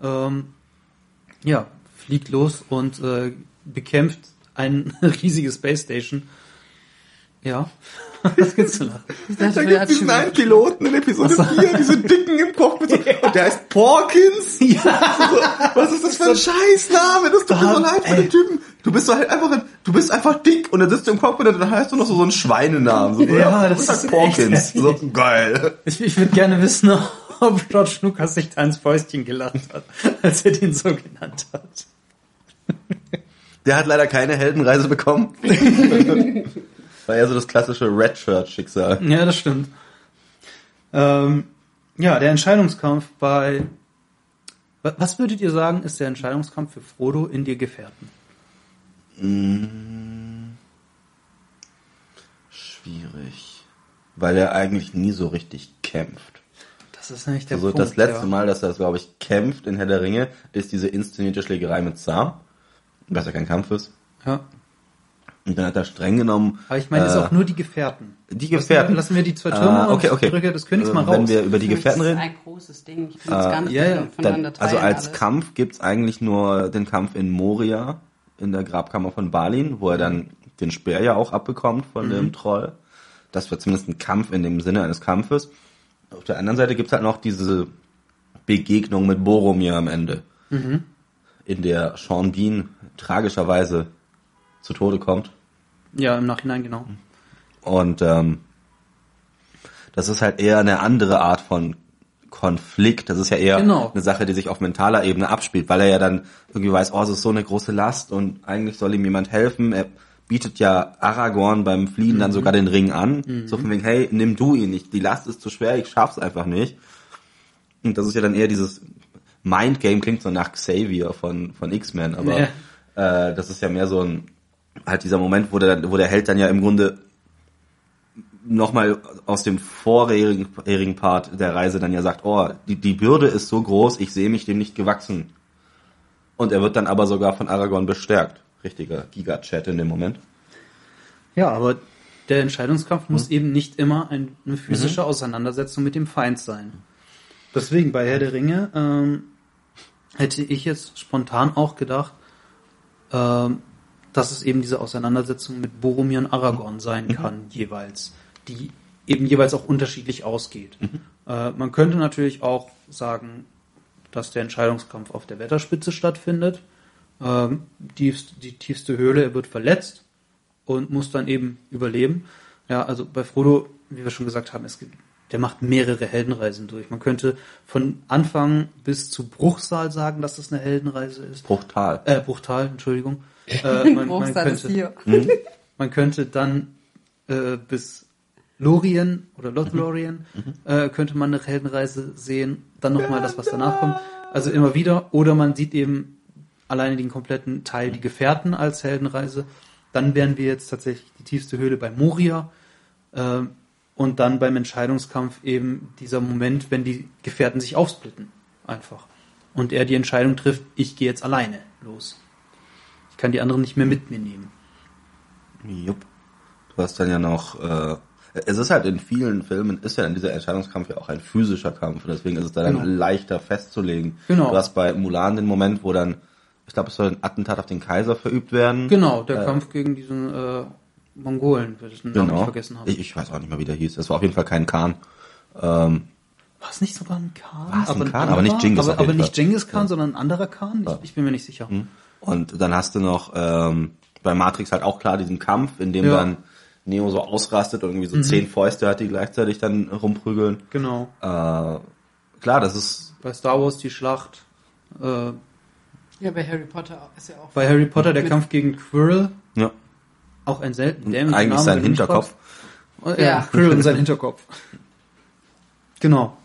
fliegt los und bekämpft ein riesige Space Station. Ja, was gibt's zu lachen? Da gibt diesen einen Piloten in Episode 4, diese Dicken im Cockpit, und der heißt Porkins. Ja. Was ist das für ein Scheißname? Das tut mir so leid für den Typen. Du bist einfach dick und dann sitzt du im Cockpit und dann heißt du noch so einen Schweinenamen. So, ja, das ist ist Porkins. echt So geil. Ich würde gerne wissen, ob George Lucas sich da ins Fäustchen gelacht hat, als er den so genannt hat. Der hat leider keine Heldenreise bekommen. War ja so das klassische Red-Shirt-Schicksal. Ja, das stimmt. Der Entscheidungskampf bei... Was würdet ihr sagen, ist der Entscheidungskampf für Frodo in Die Gefährten? Schwierig. Weil er eigentlich nie so richtig kämpft. Das ist nämlich der Also Punkt. das letzte Mal, dass er, glaube ich, kämpft in Herr der Ringe, ist diese inszenierte Schlägerei mit Sam. Was ja kein Kampf ist. Ja. Und dann hat er streng genommen... Aber ich meine, es ist auch nur die Gefährten. Die Gefährten? Lassen wir die 2 Türme okay. und Brücke des Königs mal raus. Wenn wir über die Gefährten reden... Das ist ein großes Ding. Ich kann es gar nicht voneinander teilen. Also als alles. Kampf gibt's eigentlich nur den Kampf in Moria, in der Grabkammer von Balin, wo er dann den Speer ja auch abbekommt von dem Troll. Das war zumindest ein Kampf in dem Sinne eines Kampfes. Auf der anderen Seite gibt's halt noch diese Begegnung mit Boromir am Ende. In der Sean Bean tragischerweise zu Tode kommt. Ja, im Nachhinein, genau. Und das ist halt eher eine andere Art von Konflikt. Das ist ja eher eine Sache, die sich auf mentaler Ebene abspielt, weil er ja dann irgendwie weiß, oh, es ist so eine große Last und eigentlich soll ihm jemand helfen. Er bietet ja Aragorn beim Fliehen dann sogar den Ring an. So von wegen, hey, nimm du ihn nicht, die Last ist zu schwer, ich schaff's einfach nicht. Und das ist ja dann eher dieses Mindgame, klingt so nach Xavier von X-Men, aber das ist ja mehr so ein, halt dieser Moment, wo der Held dann ja im Grunde nochmal aus dem vorherigen Part der Reise dann ja sagt, oh, die Bürde ist so groß, ich sehe mich dem nicht gewachsen. Und er wird dann aber sogar von Aragorn bestärkt. Richtiger Giga-Chat in dem Moment. Ja, aber der Entscheidungskampf muss eben nicht immer eine physische Auseinandersetzung mit dem Feind sein. Deswegen bei Herr der Ringe hätte ich jetzt spontan auch gedacht, dass es eben diese Auseinandersetzung mit Boromir und Aragorn sein kann, jeweils, die eben jeweils auch unterschiedlich ausgeht. Man könnte natürlich auch sagen, dass der Entscheidungskampf auf der Wetterspitze stattfindet. Die tiefste Höhle, er wird verletzt und muss dann eben überleben. Ja, also bei Frodo, wie wir schon gesagt haben, der macht mehrere Heldenreisen durch. Man könnte von Anfang bis zu Bruchsal sagen, dass das eine Heldenreise ist. Bruchtal, Entschuldigung. Bruchsal ist hier. Man könnte dann bis Lorien oder Lothlorien könnte man eine Heldenreise sehen. Dann nochmal das, was danach kommt. Also immer wieder. Oder man sieht eben alleine den kompletten Teil, die Gefährten als Heldenreise. Dann wären wir jetzt tatsächlich die tiefste Höhle bei Moria. Und dann beim Entscheidungskampf eben dieser Moment, wenn die Gefährten sich aufsplitten. Einfach. Und er die Entscheidung trifft, ich gehe jetzt alleine los. Ich kann die anderen nicht mehr mit mir nehmen. Jupp. Du hast dann ja noch... es ist halt in vielen Filmen, ist ja dann dieser Entscheidungskampf ja auch ein physischer Kampf. Und deswegen ist es dann leichter festzulegen. Genau. Du hast bei Mulan den Moment, wo dann, ich glaube, es soll ein Attentat auf den Kaiser verübt werden. Genau, der Kampf gegen diesen Mongolen, würde ich den Namen nicht vergessen haben. Ich weiß auch nicht mehr, wie der hieß. Es war auf jeden Fall kein Khan. War es nicht sogar ein Khan? War es ein Khan? Aber nicht Genghis. Aber nicht Genghis Khan, sondern ein anderer Khan? Ich bin mir nicht sicher. Und dann hast du noch bei Matrix halt auch klar diesen Kampf, in dem dann Neo so ausrastet und irgendwie so 10 Fäuste hat, die gleichzeitig dann rumprügeln. Genau. Klar, das ist... Bei Star Wars die Schlacht. Ja, bei Harry Potter ist ja auch... Bei Harry Potter der Kampf gegen Quirrell. Ja. Auch ein selten dämlicher Eigentlich Name, sein Hinterkopf. Ja, Quirrell in sein Hinterkopf. Genau.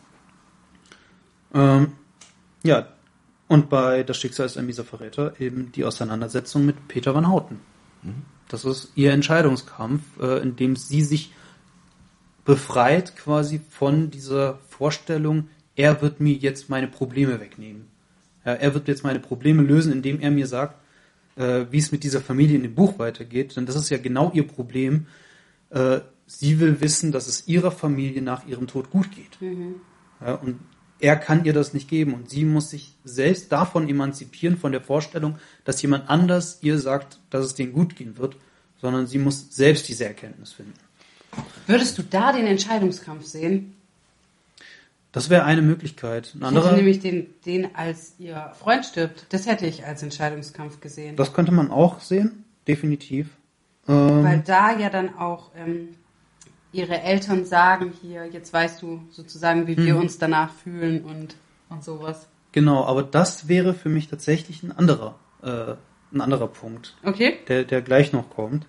Ja, und bei Das Schicksal ist ein mieser Verräter eben die Auseinandersetzung mit Peter van Houten. Das ist ihr Entscheidungskampf, in dem sie sich befreit quasi von dieser Vorstellung, er wird mir jetzt meine Probleme wegnehmen. Ja, er wird jetzt meine Probleme lösen, indem er mir sagt, wie es mit dieser Familie in dem Buch weitergeht. Denn das ist ja genau ihr Problem. Sie will wissen, dass es ihrer Familie nach ihrem Tod gut geht. Ja, und er kann ihr das nicht geben. Und sie muss sich selbst davon emanzipieren, von der Vorstellung, dass jemand anders ihr sagt, dass es denen gut gehen wird. Sondern sie muss selbst diese Erkenntnis finden. Würdest du da den Entscheidungskampf sehen? Das wäre eine Möglichkeit. Ich hätte nämlich den, als ihr Freund stirbt, das hätte ich als Entscheidungskampf gesehen. Das könnte man auch sehen, definitiv. Weil da ja dann auch ihre Eltern sagen hier, jetzt weißt du sozusagen, wie wir uns danach fühlen und sowas. Genau, aber das wäre für mich tatsächlich ein anderer Punkt. Okay. Der gleich noch kommt.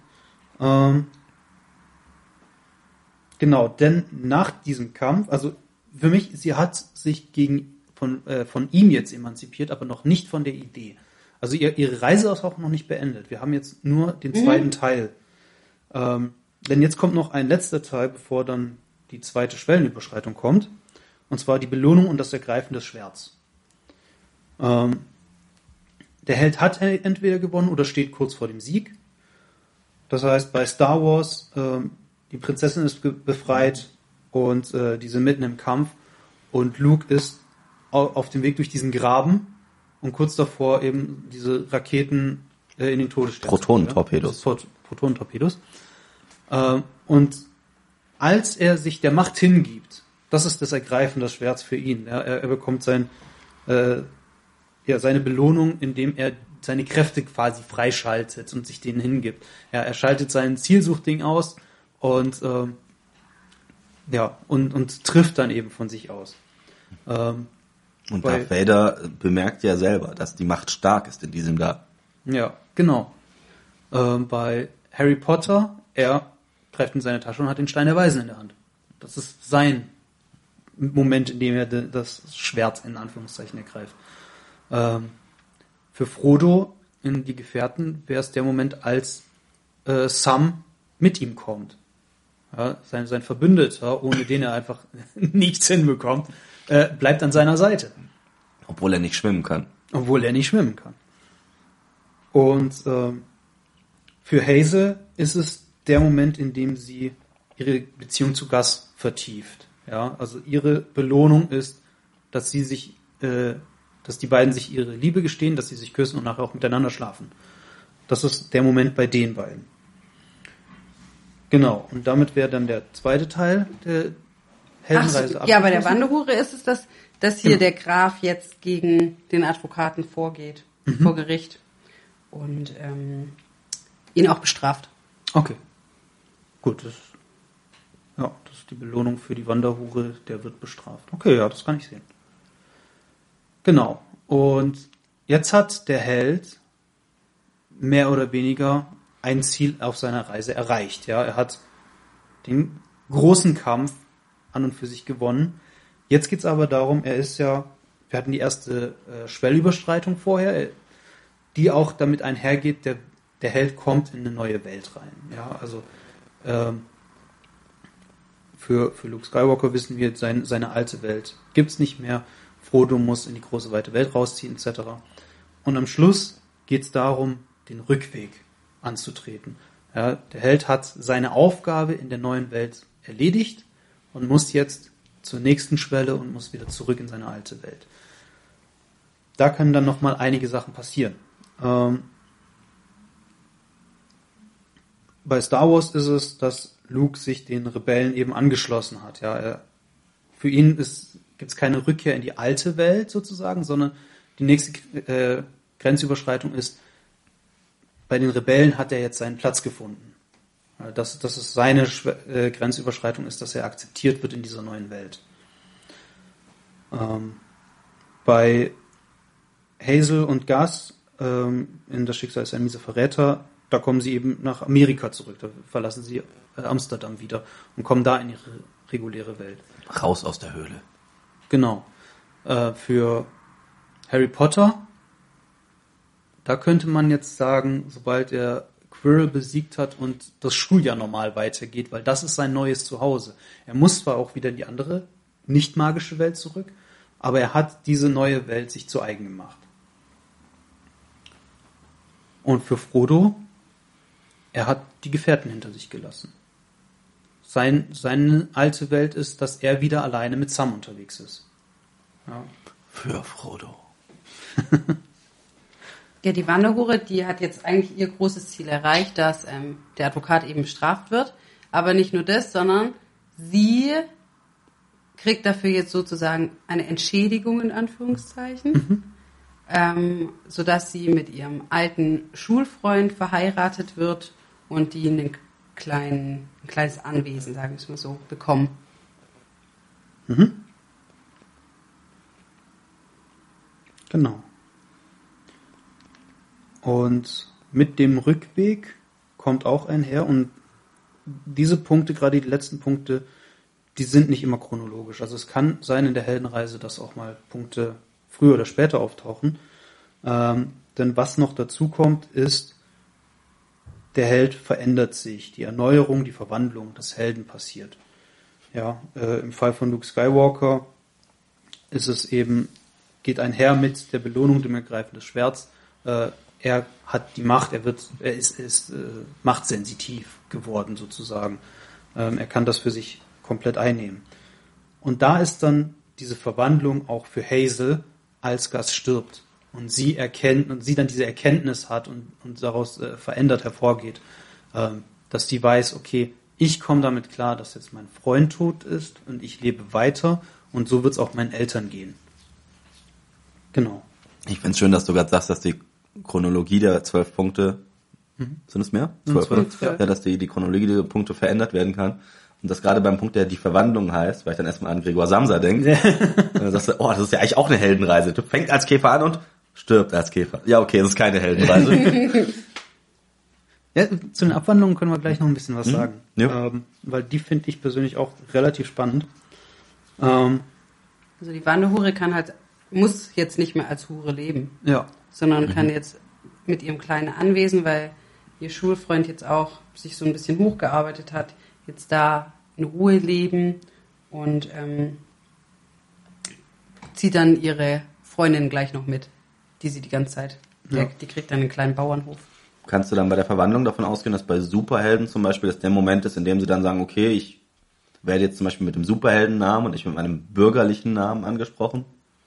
Genau, denn nach diesem Kampf, also für mich, sie hat sich von ihm jetzt emanzipiert, aber noch nicht von der Idee. Also ihre Reise ist auch noch nicht beendet. Wir haben jetzt nur den zweiten Teil. Denn jetzt kommt noch ein letzter Teil, bevor dann die zweite Schwellenüberschreitung kommt. Und zwar die Belohnung und das Ergreifen des Schwerts. Der Held hat entweder gewonnen oder steht kurz vor dem Sieg. Das heißt, bei Star Wars, die Prinzessin ist befreit und die sind mitten im Kampf und Luke ist auf dem Weg durch diesen Graben und kurz davor eben diese Raketen in den Todesstern. Protonentorpedos. Protonentorpedos. Und als er sich der Macht hingibt, das ist das Ergreifen des Schwerts für ihn. Ja, er bekommt seine Belohnung, indem er seine Kräfte quasi freischaltet und sich denen hingibt. Ja, er schaltet sein Zielsuchding aus und trifft dann eben von sich aus. Und Darth Vader bemerkt ja selber, dass die Macht stark ist in diesem da. Ja, genau. Bei Harry Potter, er greift in seine Tasche und hat den Stein der Weisen in der Hand. Das ist sein Moment, in dem er das Schwert in Anführungszeichen ergreift. Für Frodo in die Gefährten wäre es der Moment, als Sam mit ihm kommt. Ja, sein Verbündeter, ohne den er einfach nichts hinbekommt, bleibt an seiner Seite. Obwohl er nicht schwimmen kann. Und für Hazel ist es der Moment, in dem sie ihre Beziehung zu Gus vertieft. Ja, also ihre Belohnung ist, dass die beiden sich ihre Liebe gestehen, dass sie sich küssen und nachher auch miteinander schlafen. Das ist der Moment bei den beiden. Genau, und damit wäre dann der zweite Teil der Heldenreise abgeschlossen. Ja, bei der Wanderhure ist es dass hier der Graf jetzt gegen den Advokaten vorgeht, vor Gericht und ihn auch bestraft. Okay, gut, das ist die Belohnung für die Wanderhure, der wird bestraft. Okay, ja, das kann ich sehen. Genau, und jetzt hat der Held mehr oder weniger ein Ziel auf seiner Reise erreicht. Ja, er hat den großen Kampf an und für sich gewonnen. Jetzt geht's aber darum, wir hatten die erste Schwellüberschreitung vorher, die auch damit einhergeht, der Held kommt in eine neue Welt rein. Ja, also für Luke Skywalker wissen wir, seine alte Welt gibt's nicht mehr. Frodo muss in die große weite Welt rausziehen, etc. Und am Schluss geht's darum, den Rückweg anzutreten. Ja, der Held hat seine Aufgabe in der neuen Welt erledigt und muss jetzt zur nächsten Schwelle und muss wieder zurück in seine alte Welt. Da können dann nochmal einige Sachen passieren. Bei Star Wars ist es, dass Luke sich den Rebellen eben angeschlossen hat. Ja, für ihn gibt es keine Rückkehr in die alte Welt sozusagen, sondern die nächste Grenzüberschreitung ist, bei den Rebellen hat er jetzt seinen Platz gefunden. Das ist seine Grenzüberschreitung ist, dass er akzeptiert wird in dieser neuen Welt. Bei Hazel und Gus in Das Schicksal ist ein mieser Verräter, da kommen sie eben nach Amerika zurück. Da verlassen sie Amsterdam wieder und kommen da in ihre reguläre Welt. Raus aus der Höhle. Genau. Für Harry Potter, da könnte man jetzt sagen, sobald er Quirrell besiegt hat und das Schuljahr normal weitergeht, weil das ist sein neues Zuhause. Er muss zwar auch wieder in die andere, nicht magische Welt zurück, aber er hat diese neue Welt sich zu eigen gemacht. Und für Frodo, er hat die Gefährten hinter sich gelassen. Seine alte Welt ist, dass er wieder alleine mit Sam unterwegs ist. Ja. Für Frodo. Ja, die Wanderhure, die hat jetzt eigentlich ihr großes Ziel erreicht, dass der Advokat eben bestraft wird. Aber nicht nur das, sondern sie kriegt dafür jetzt sozusagen eine Entschädigung in Anführungszeichen, sodass sie mit ihrem alten Schulfreund verheiratet wird und die ein kleines Anwesen, sagen wir es mal so, bekommen. Genau. Und mit dem Rückweg kommt auch einher, und diese Punkte, gerade die letzten Punkte, die sind nicht immer chronologisch. Also es kann sein in der Heldenreise, dass auch mal Punkte früher oder später auftauchen. Denn was noch dazu kommt, ist, der Held verändert sich. Die Erneuerung, die Verwandlung des Helden passiert. Ja, im Fall von Luke Skywalker ist es eben, geht einher mit der Belohnung, dem Ergreifen des Schwerts. Er hat die Macht, er ist machtsensitiv geworden sozusagen. Er kann das für sich komplett einnehmen. Und da ist dann diese Verwandlung auch für Hazel, als Gus stirbt. Und sie dann diese Erkenntnis hat und daraus verändert hervorgeht, dass die weiß, okay, ich komme damit klar, dass jetzt mein Freund tot ist und ich lebe weiter, und so wird es auch meinen Eltern gehen. Genau. Ich finde es schön, dass du gerade sagst, dass die Chronologie der 12 Punkte, sind es mehr? 12. Ja, dass die Chronologie der Punkte verändert werden kann. Und das gerade beim Punkt, der die Verwandlung heißt, weil ich dann erstmal an Gregor Samsa denke, und dann sagst du, das ist ja eigentlich auch eine Heldenreise. Du fängst als Käfer an und stirbt als Käfer. Ja, okay, das ist keine Heldenreise. Ja, zu den Abwandlungen können wir gleich noch ein bisschen was sagen. Ja. Weil die finde ich persönlich auch relativ spannend. Also die Wanderhure muss jetzt nicht mehr als Hure leben. Ja. Sondern kann jetzt mit ihrem kleinen Anwesen, weil ihr Schulfreund jetzt auch sich so ein bisschen hochgearbeitet hat, jetzt da in Ruhe leben und zieht dann ihre Freundin gleich noch mit, die sie die ganze Zeit, die kriegt dann einen kleinen Bauernhof. Kannst du dann bei der Verwandlung davon ausgehen, dass bei Superhelden zum Beispiel das der Moment ist, in dem sie dann sagen, okay, ich werde jetzt zum Beispiel mit dem Superheldennamen und nicht mit meinem bürgerlichen Namen angesprochen?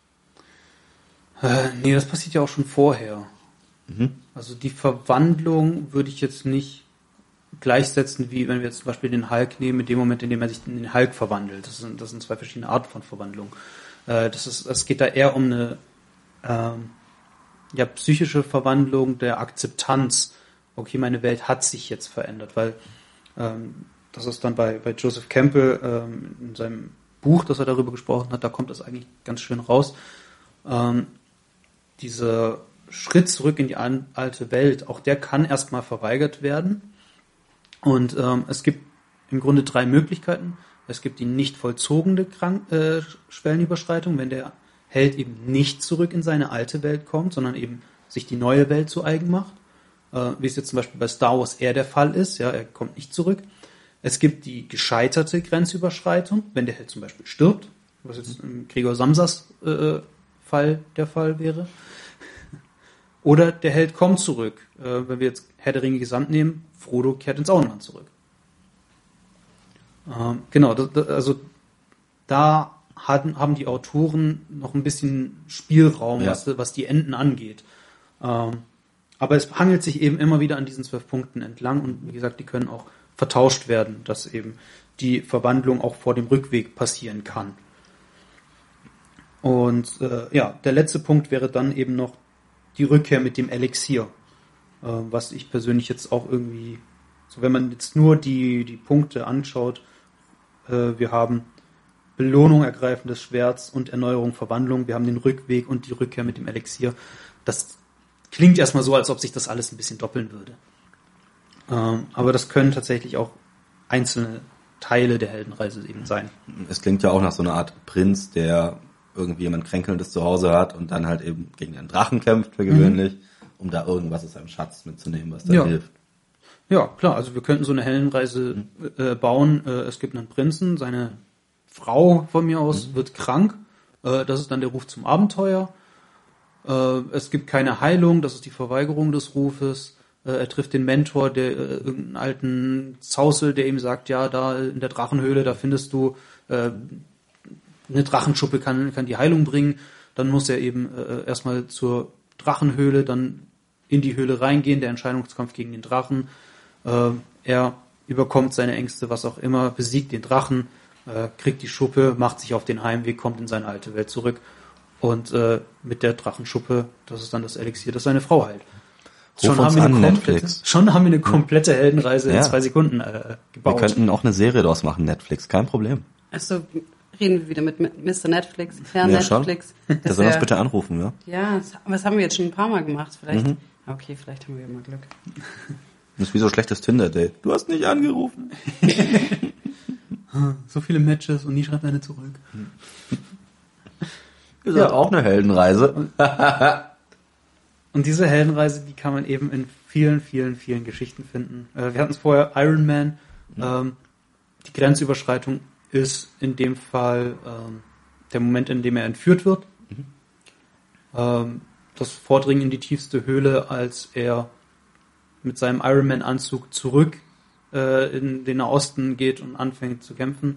Nee, das passiert ja auch schon vorher. Also die Verwandlung würde ich jetzt nicht gleichsetzen, wie wenn wir jetzt zum Beispiel den Hulk nehmen, in dem Moment, in dem er sich in den Hulk verwandelt. Das sind zwei verschiedene Arten von Verwandlung. Es geht da eher um eine psychische Verwandlung der Akzeptanz. Okay, meine Welt hat sich jetzt verändert, weil das ist dann bei Joseph Campbell in seinem Buch, das er darüber gesprochen hat, da kommt das eigentlich ganz schön raus. Dieser Schritt zurück in die alte Welt, auch der kann erstmal verweigert werden. Und es gibt im Grunde 3 Möglichkeiten. Es gibt die nicht vollzogene Schwellenüberschreitung, wenn der Held eben nicht zurück in seine alte Welt kommt, sondern eben sich die neue Welt zu eigen macht. Wie es jetzt zum Beispiel bei Star Wars eher der Fall ist. Ja, er kommt nicht zurück. Es gibt die gescheiterte Grenzüberschreitung, wenn der Held zum Beispiel stirbt, was jetzt im Gregor Samsas Fall der Fall wäre. Oder der Held kommt zurück. Wenn wir jetzt Herr der Ringe Gesamt nehmen, Frodo kehrt ins Auenland zurück. Genau, also da haben die Autoren noch ein bisschen Spielraum, was die Enden angeht. Aber es hangelt sich eben immer wieder an diesen 12 Punkten entlang und wie gesagt, die können auch vertauscht werden, dass eben die Verwandlung auch vor dem Rückweg passieren kann. Und der letzte Punkt wäre dann eben noch die Rückkehr mit dem Elixier, was ich persönlich jetzt auch irgendwie, so wenn man jetzt nur die Punkte anschaut, wir haben Belohnung Ergreifen des Schwerts und Erneuerung Verwandlung, wir haben den Rückweg und die Rückkehr mit dem Elixier. Das klingt erstmal so, als ob sich das alles ein bisschen doppeln würde. Aber das können tatsächlich auch einzelne Teile der Heldenreise eben sein. Es klingt ja auch nach so einer Art Prinz, der irgendwie jemand Kränkelndes zu Hause hat und dann halt eben gegen einen Drachen kämpft für gewöhnlich, um da irgendwas aus seinem Schatz mitzunehmen, was dann hilft. Ja, klar, also wir könnten so eine Heldenreise bauen. Es gibt einen Prinzen, seine Frau von mir aus wird krank. Das ist dann der Ruf zum Abenteuer. Es gibt keine Heilung, das ist die Verweigerung des Rufes. Er trifft den Mentor, der irgendeinen alten Zausel, der ihm sagt, ja, da in der Drachenhöhle, da findest du eine Drachenschuppe kann die Heilung bringen. Dann muss er eben erstmal zur Drachenhöhle, dann in die Höhle reingehen, der Entscheidungskampf gegen den Drachen. Er überkommt seine Ängste, was auch immer, besiegt den Drachen, kriegt die Schuppe, macht sich auf den Heimweg, kommt in seine alte Welt zurück. Und mit der Drachenschuppe, das ist dann das Elixier, das seine Frau heilt. Schon haben wir eine komplette Heldenreise in 2 Sekunden gebaut. Wir könnten auch eine Serie daraus machen, Netflix, kein Problem. Achso, reden wir wieder mit Mr. Netflix, Herr Netflix. Der soll uns bitte anrufen, ja? Ja, das haben wir jetzt schon ein paar Mal gemacht. Vielleicht, okay, vielleicht haben wir immer Glück. Das ist wie so schlechtes Tinder-Date. Du hast nicht angerufen. So viele Matches und nie schreibt eine zurück. Ihr seid auch eine Heldenreise. Und diese Heldenreise, die kann man eben in vielen, vielen, vielen Geschichten finden. Wir hatten es vorher, Iron Man. Die Grenzüberschreitung ist in dem Fall der Moment, in dem er entführt wird. Das Vordringen in die tiefste Höhle, als er mit seinem Iron Man Anzug zurück in den Nahosten geht und anfängt zu kämpfen.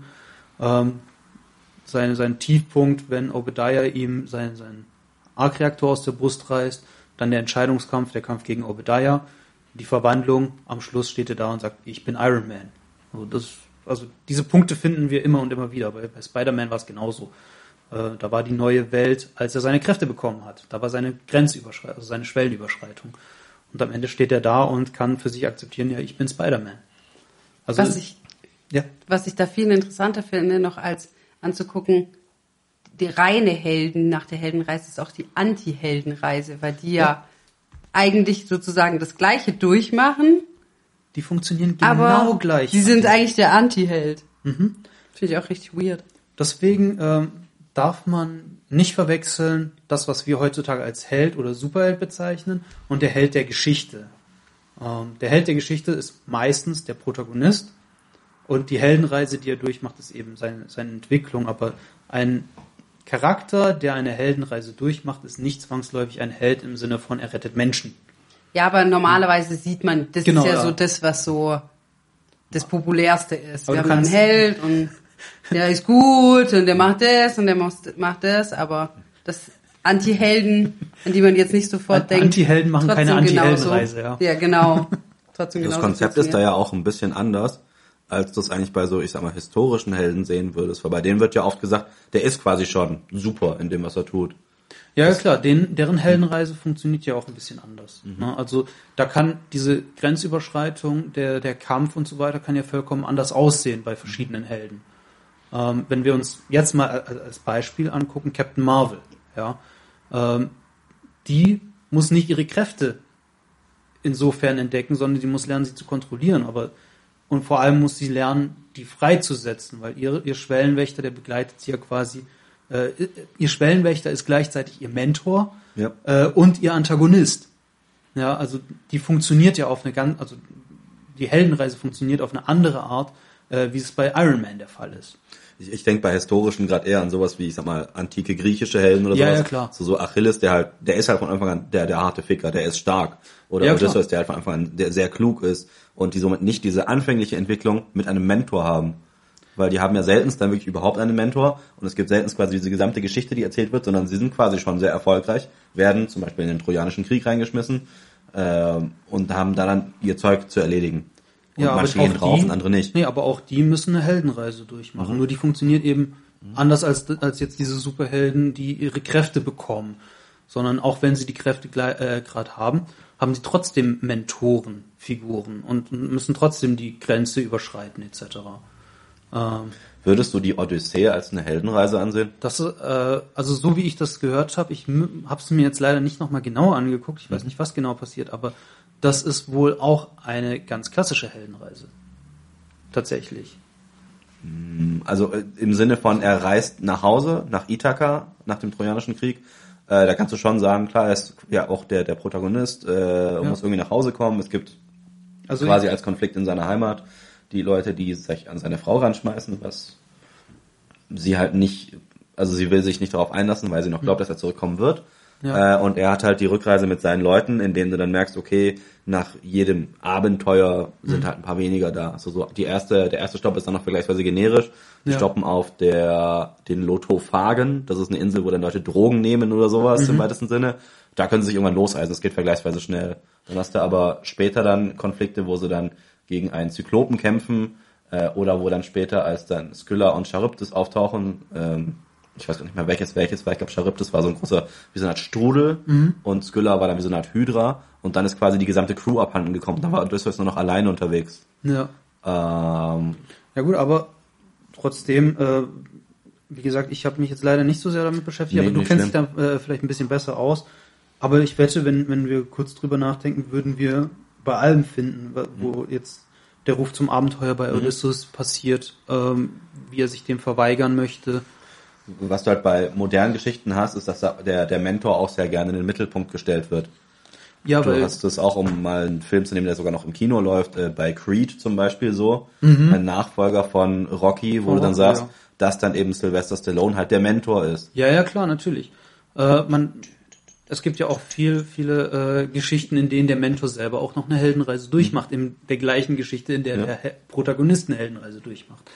Sein Tiefpunkt, wenn Obadiah ihm seinen Arc-Reaktor aus der Brust reißt, dann der Entscheidungskampf, der Kampf gegen Obadiah, die Verwandlung, am Schluss steht er da und sagt, ich bin Iron Man. Also diese Punkte finden wir immer und immer wieder. Bei Spider-Man war es genauso. Da war die neue Welt, als er seine Kräfte bekommen hat. Da war seine Grenzüberschreitung, also seine Schwellenüberschreitung. Und am Ende steht er da und kann für sich akzeptieren, ja, ich bin Spider-Man. Also, was ich da viel interessanter finde, noch als anzugucken, die reine Helden nach der Heldenreise ist auch die Anti-Heldenreise, weil die ja eigentlich sozusagen das Gleiche durchmachen, die funktionieren genau gleich. Die sind eigentlich der Anti-Held. Finde ich auch richtig weird. Deswegen darf man nicht verwechseln, das, was wir heutzutage als Held oder Superheld bezeichnen, und der Held der Geschichte. Der Held der Geschichte ist meistens der Protagonist, und die Heldenreise, die er durchmacht, ist eben seine Entwicklung. Aber ein Charakter, der eine Heldenreise durchmacht, ist nicht zwangsläufig ein Held im Sinne von, er rettet Menschen. Ja, aber normalerweise sieht man, das Genau, ist ja ja so das, was so das Populärste ist. Aber Wir du haben einen kannst- Held und der ist gut und der macht das und der macht das, aber das Anti-Helden, an die man jetzt nicht sofort denkt. Anti-Helden machen keine trotzdem Anti-Heldenreise, genauso. ja. Ja, genau. Trotzdem Das genauso Konzept ist da funktioniert. ja auch ein bisschen anders, als du es eigentlich bei so, ich sag mal, historischen Helden sehen würdest. Weil bei denen wird ja oft gesagt, der ist quasi schon super in dem, was er tut. Ja, klar, deren Heldenreise funktioniert ja auch ein bisschen anders. Ne? Also da kann diese Grenzüberschreitung, der Kampf und so weiter, kann ja vollkommen anders aussehen bei verschiedenen Helden. Wenn wir uns jetzt mal als Beispiel angucken, Captain Marvel, ja, die muss nicht ihre Kräfte insofern entdecken, sondern die muss lernen, sie zu kontrollieren. Und vor allem muss sie lernen, die freizusetzen, weil ihr Schwellenwächter, der begleitet sie ja quasi. Ihr Schwellenwächter ist gleichzeitig ihr Mentor und ihr Antagonist. Ja, also die funktioniert ja auf also die Heldenreise funktioniert auf eine andere Art, wie es bei Iron Man der Fall ist. Ich denke bei historischen gerade eher an sowas wie, ich sag mal, antike griechische Helden oder Ja, sowas. ja, klar. So Achilles, der ist halt von Anfang an der harte Ficker, der ist stark. Oder Ja, klar. Odysseus, der halt von Anfang an der sehr klug ist und die somit nicht diese anfängliche Entwicklung mit einem Mentor haben. Weil die haben ja seltenst dann wirklich überhaupt einen Mentor und es gibt seltenst quasi diese gesamte Geschichte, die erzählt wird, sondern sie sind quasi schon sehr erfolgreich, werden zum Beispiel in den Trojanischen Krieg reingeschmissen und haben dann ihr Zeug zu erledigen. Und Ja, manche aber gehen auch drauf die- und andere nicht. Nee, aber auch die müssen eine Heldenreise durchmachen. Nur die funktioniert eben anders als jetzt diese Superhelden, die ihre Kräfte bekommen. Sondern auch wenn sie die Kräfte gerade haben sie trotzdem Mentorenfiguren und müssen trotzdem die Grenze überschreiten etc. Würdest du die Odyssee als eine Heldenreise ansehen? Das, also so wie ich das gehört habe, ich habe es mir jetzt leider nicht nochmal genauer angeguckt, ich weiß nicht, was genau passiert, aber das ist wohl auch eine ganz klassische Heldenreise. Tatsächlich. Also im Sinne von, er reist nach Hause, nach Ithaka, nach dem Trojanischen Krieg. Da kannst du schon sagen, klar, er ist ja auch der Protagonist, muss irgendwie nach Hause kommen. Es gibt Also quasi als Konflikt in seiner Heimat die Leute, die sich an seine Frau ranschmeißen, was sie halt nicht, also sie will sich nicht darauf einlassen, weil sie noch glaubt, dass er zurückkommen wird. Ja. Und er hat halt die Rückreise mit seinen Leuten, in denen du dann merkst, okay, nach jedem Abenteuer sind halt ein paar weniger da. Also so der erste Stopp ist dann noch vergleichsweise generisch. Die stoppen auf den Lotophagen. Das ist eine Insel, wo dann Leute Drogen nehmen oder sowas im weitesten Sinne. Da können sie sich irgendwann loseisen. Das geht vergleichsweise schnell. Dann hast du aber später dann Konflikte, wo sie dann gegen einen Zyklopen kämpfen, oder wo dann später, als dann Skylla und Charybdis auftauchen, ich weiß gar nicht mehr welches war, ich glaube Charybdis war so ein großer, wie so eine Art Strudel, und Skylla war dann wie so eine Art Hydra, und dann ist quasi die gesamte Crew abhanden gekommen. Da war Odysseus nur noch alleine unterwegs. Ja. Ja gut, aber trotzdem, wie gesagt, ich habe mich jetzt leider nicht so sehr damit beschäftigt, Nee, aber du nicht kennst dich da vielleicht ein bisschen besser aus. Aber ich wette, wenn wir kurz drüber nachdenken, würden wir bei allem finden, wo jetzt der Ruf zum Abenteuer bei Odysseus passiert, wie er sich dem verweigern möchte. Was du halt bei modernen Geschichten hast, ist, dass der Mentor auch sehr gerne in den Mittelpunkt gestellt wird. Ja, Du weil hast das auch, um mal einen Film zu nehmen, der sogar noch im Kino läuft, bei Creed zum Beispiel so, ein Nachfolger von Rocky, wo Von du dann Rocky, sagst, ja. dass dann eben Sylvester Stallone halt der Mentor ist. ja, klar, natürlich. Es gibt ja auch viele Geschichten, in denen der Mentor selber auch noch eine Heldenreise durchmacht, in der gleichen Geschichte, in der der Protagonist eine Heldenreise durchmacht.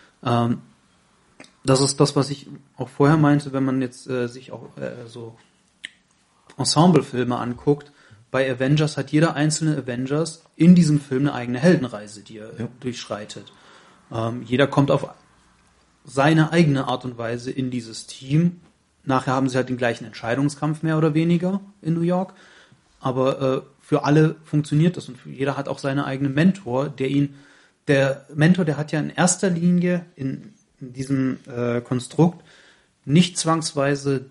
Das ist das, was ich auch vorher meinte, wenn man jetzt sich auch so Ensemble-Filme anguckt. Bei Avengers hat jeder einzelne Avengers in diesem Film eine eigene Heldenreise, die er durchschreitet. Jeder kommt auf seine eigene Art und Weise in dieses Team. Nachher haben sie halt den gleichen Entscheidungskampf mehr oder weniger in New York. Aber für alle funktioniert das und jeder hat auch seinen eigenen Mentor, der Mentor, der hat ja in erster Linie in diesem Konstrukt nicht zwangsweise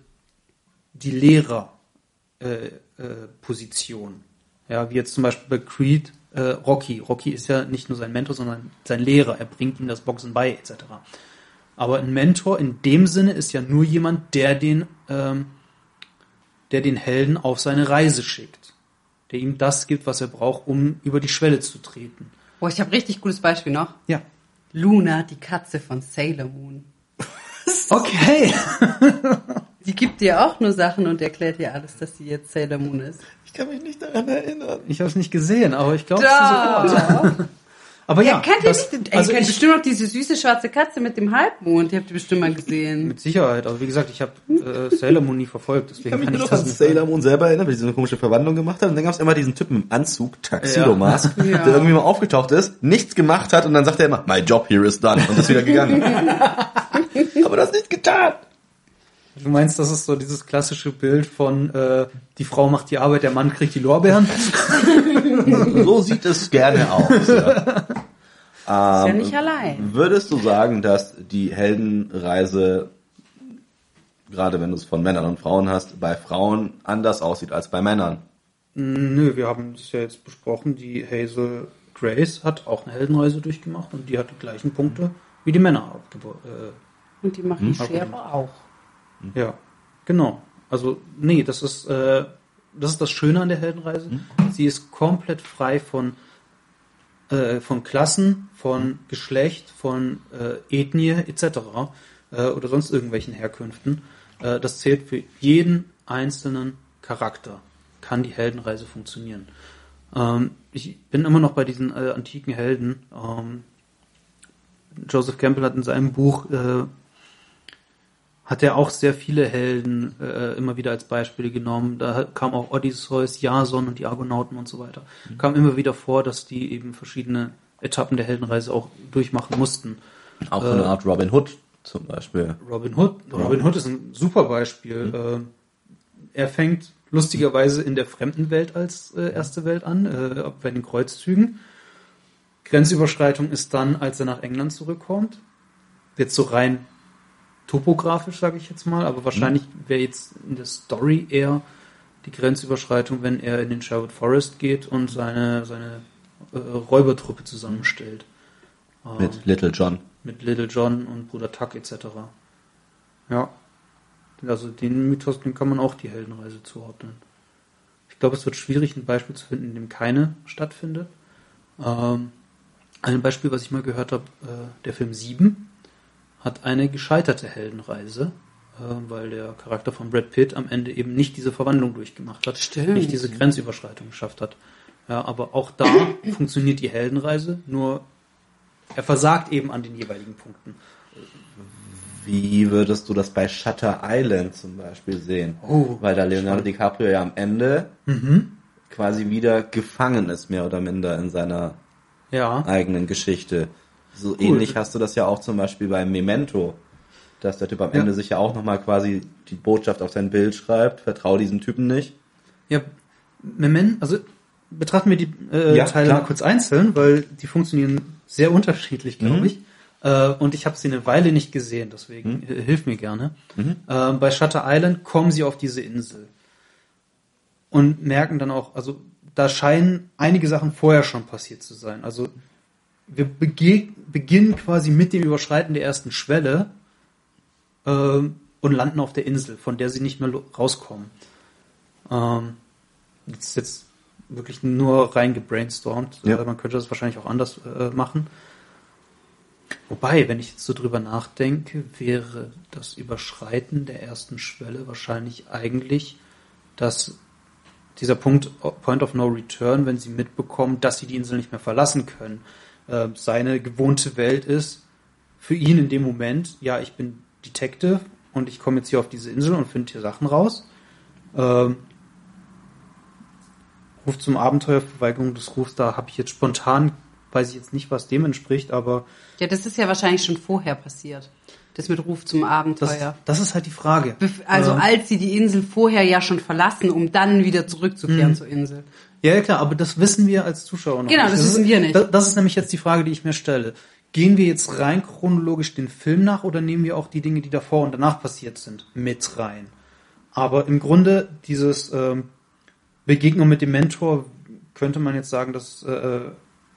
die Lehrerposition. Ja, wie jetzt zum Beispiel bei Creed Rocky. Rocky ist ja nicht nur sein Mentor, sondern sein Lehrer. Er bringt ihm das Boxen bei, etc. Aber ein Mentor in dem Sinne ist ja nur jemand, der den Helden auf seine Reise schickt. Der ihm das gibt, was er braucht, um über die Schwelle zu treten. Boah, ich habe richtig gutes Beispiel noch. Ja. Luna, die Katze von Sailor Moon. Okay. Die gibt dir auch nur Sachen und erklärt dir alles, dass sie jetzt Sailor Moon ist. Ich kann mich nicht daran erinnern. Ich habe es nicht gesehen, aber ich glaube, es ist so. Aber ja, kennt ihr nicht? Also ihr kennt bestimmt noch diese süße schwarze Katze mit dem Halbmond. Die habt ihr bestimmt mal gesehen. Mit Sicherheit. Aber wie gesagt, ich habe Sailor Moon nie verfolgt. Deswegen Ich kann mich nur an Sailor Moon selber erinnern, weil die so eine komische Verwandlung gemacht hat. Und dann gab es immer diesen Typen im Anzug, Tuxedo-Mask, der irgendwie mal aufgetaucht ist, nichts gemacht hat und dann sagt er immer, my job here is done und ist wieder gegangen. Aber das nicht getan. Du meinst, das ist so dieses klassische Bild von die Frau macht die Arbeit, der Mann kriegt die Lorbeeren? So sieht es gerne aus. Ja. Ist ja nicht allein. Würdest du sagen, dass die Heldenreise, gerade wenn du es von Männern und Frauen hast, bei Frauen anders aussieht als bei Männern? Nö, wir haben es ja jetzt besprochen, die Hazel Grace hat auch eine Heldenreise durchgemacht und die hat die gleichen Punkte wie die Männer und die machen Schere auch. Ja, genau. Also, nee, das ist das Schöne an der Heldenreise. Sie ist komplett frei von Klassen, von Geschlecht, von Ethnie etc. Oder sonst irgendwelchen Herkünften. Das zählt für jeden einzelnen Charakter. Kann die Heldenreise funktionieren. Ich bin immer noch bei diesen antiken Helden. Joseph Campbell hat in seinem Buch hat er auch sehr viele Helden immer wieder als Beispiele genommen. Da kam auch Odysseus, Jason und die Argonauten und so weiter. Kam immer wieder vor, dass die eben verschiedene Etappen der Heldenreise auch durchmachen mussten. Auch so eine Art Robin Hood zum Beispiel. Robin Hood ist ein super Beispiel. Er fängt lustigerweise in der fremden Welt als erste Welt an, bei den Kreuzzügen. Grenzüberschreitung ist dann, als er nach England zurückkommt. Jetzt so rein topografisch, sage ich jetzt mal, aber wahrscheinlich wäre jetzt in der Story eher die Grenzüberschreitung, wenn er in den Sherwood Forest geht und seine Räubertruppe zusammenstellt. Mit Little John. Mit Little John und Bruder Tuck etc. Ja. Also den Mythos, den kann man auch die Heldenreise zuordnen. Ich glaube, es wird schwierig, ein Beispiel zu finden, in dem keine stattfindet. Ein Beispiel, was ich mal gehört habe, der Film 7 hat eine gescheiterte Heldenreise, weil der Charakter von Brad Pitt am Ende eben nicht diese Verwandlung durchgemacht hat, nicht diese Grenzüberschreitung geschafft hat. Ja, aber auch da funktioniert die Heldenreise, nur er versagt eben an den jeweiligen Punkten. Wie würdest du das bei Shutter Island zum Beispiel sehen? Weil da Leonardo DiCaprio ja am Ende quasi wieder gefangen ist, mehr oder minder in seiner eigenen Geschichte. So ähnlich hast du das ja auch zum Beispiel bei Memento, dass der Typ am Ende sich ja auch nochmal quasi die Botschaft auf sein Bild schreibt, vertrau diesem Typen nicht. Ja, also betrachten wir die Teile mal kurz einzeln, weil die funktionieren sehr unterschiedlich, glaube ich. Und ich habe sie eine Weile nicht gesehen, deswegen hilf mir gerne. Bei Shutter Island kommen sie auf diese Insel und merken dann auch, also da scheinen einige Sachen vorher schon passiert zu sein. Also wir beginnen quasi mit dem Überschreiten der ersten Schwelle und landen auf der Insel, von der sie nicht mehr rauskommen. Das ist jetzt wirklich nur rein gebrainstormt. Ja. Man könnte das wahrscheinlich auch anders machen. Wobei, wenn ich jetzt so drüber nachdenke, wäre das Überschreiten der ersten Schwelle wahrscheinlich eigentlich dieser Point of No Return, wenn sie mitbekommen, dass sie die Insel nicht mehr verlassen können. Seine gewohnte Welt ist für ihn in dem Moment, ja, ich bin Detective und ich komme jetzt hier auf diese Insel und finde hier Sachen raus. Ruf zum Abenteuer, Verweigerung des Rufs, da habe ich jetzt spontan, weiß ich jetzt nicht, was dem entspricht, aber... Ja, das ist ja wahrscheinlich schon vorher passiert. Das mit Ruf zum Abenteuer. Das ist halt die Frage. Also als sie die Insel vorher ja schon verlassen, um dann wieder zurückzukehren zur Insel. Ja, klar, aber das wissen wir als Zuschauer noch nicht. Genau, das wissen wir nicht. Das ist nämlich jetzt die Frage, die ich mir stelle. Gehen wir jetzt rein chronologisch den Film nach oder nehmen wir auch die Dinge, die davor und danach passiert sind, mit rein? Aber im Grunde dieses Begegnung mit dem Mentor könnte man jetzt sagen, dass er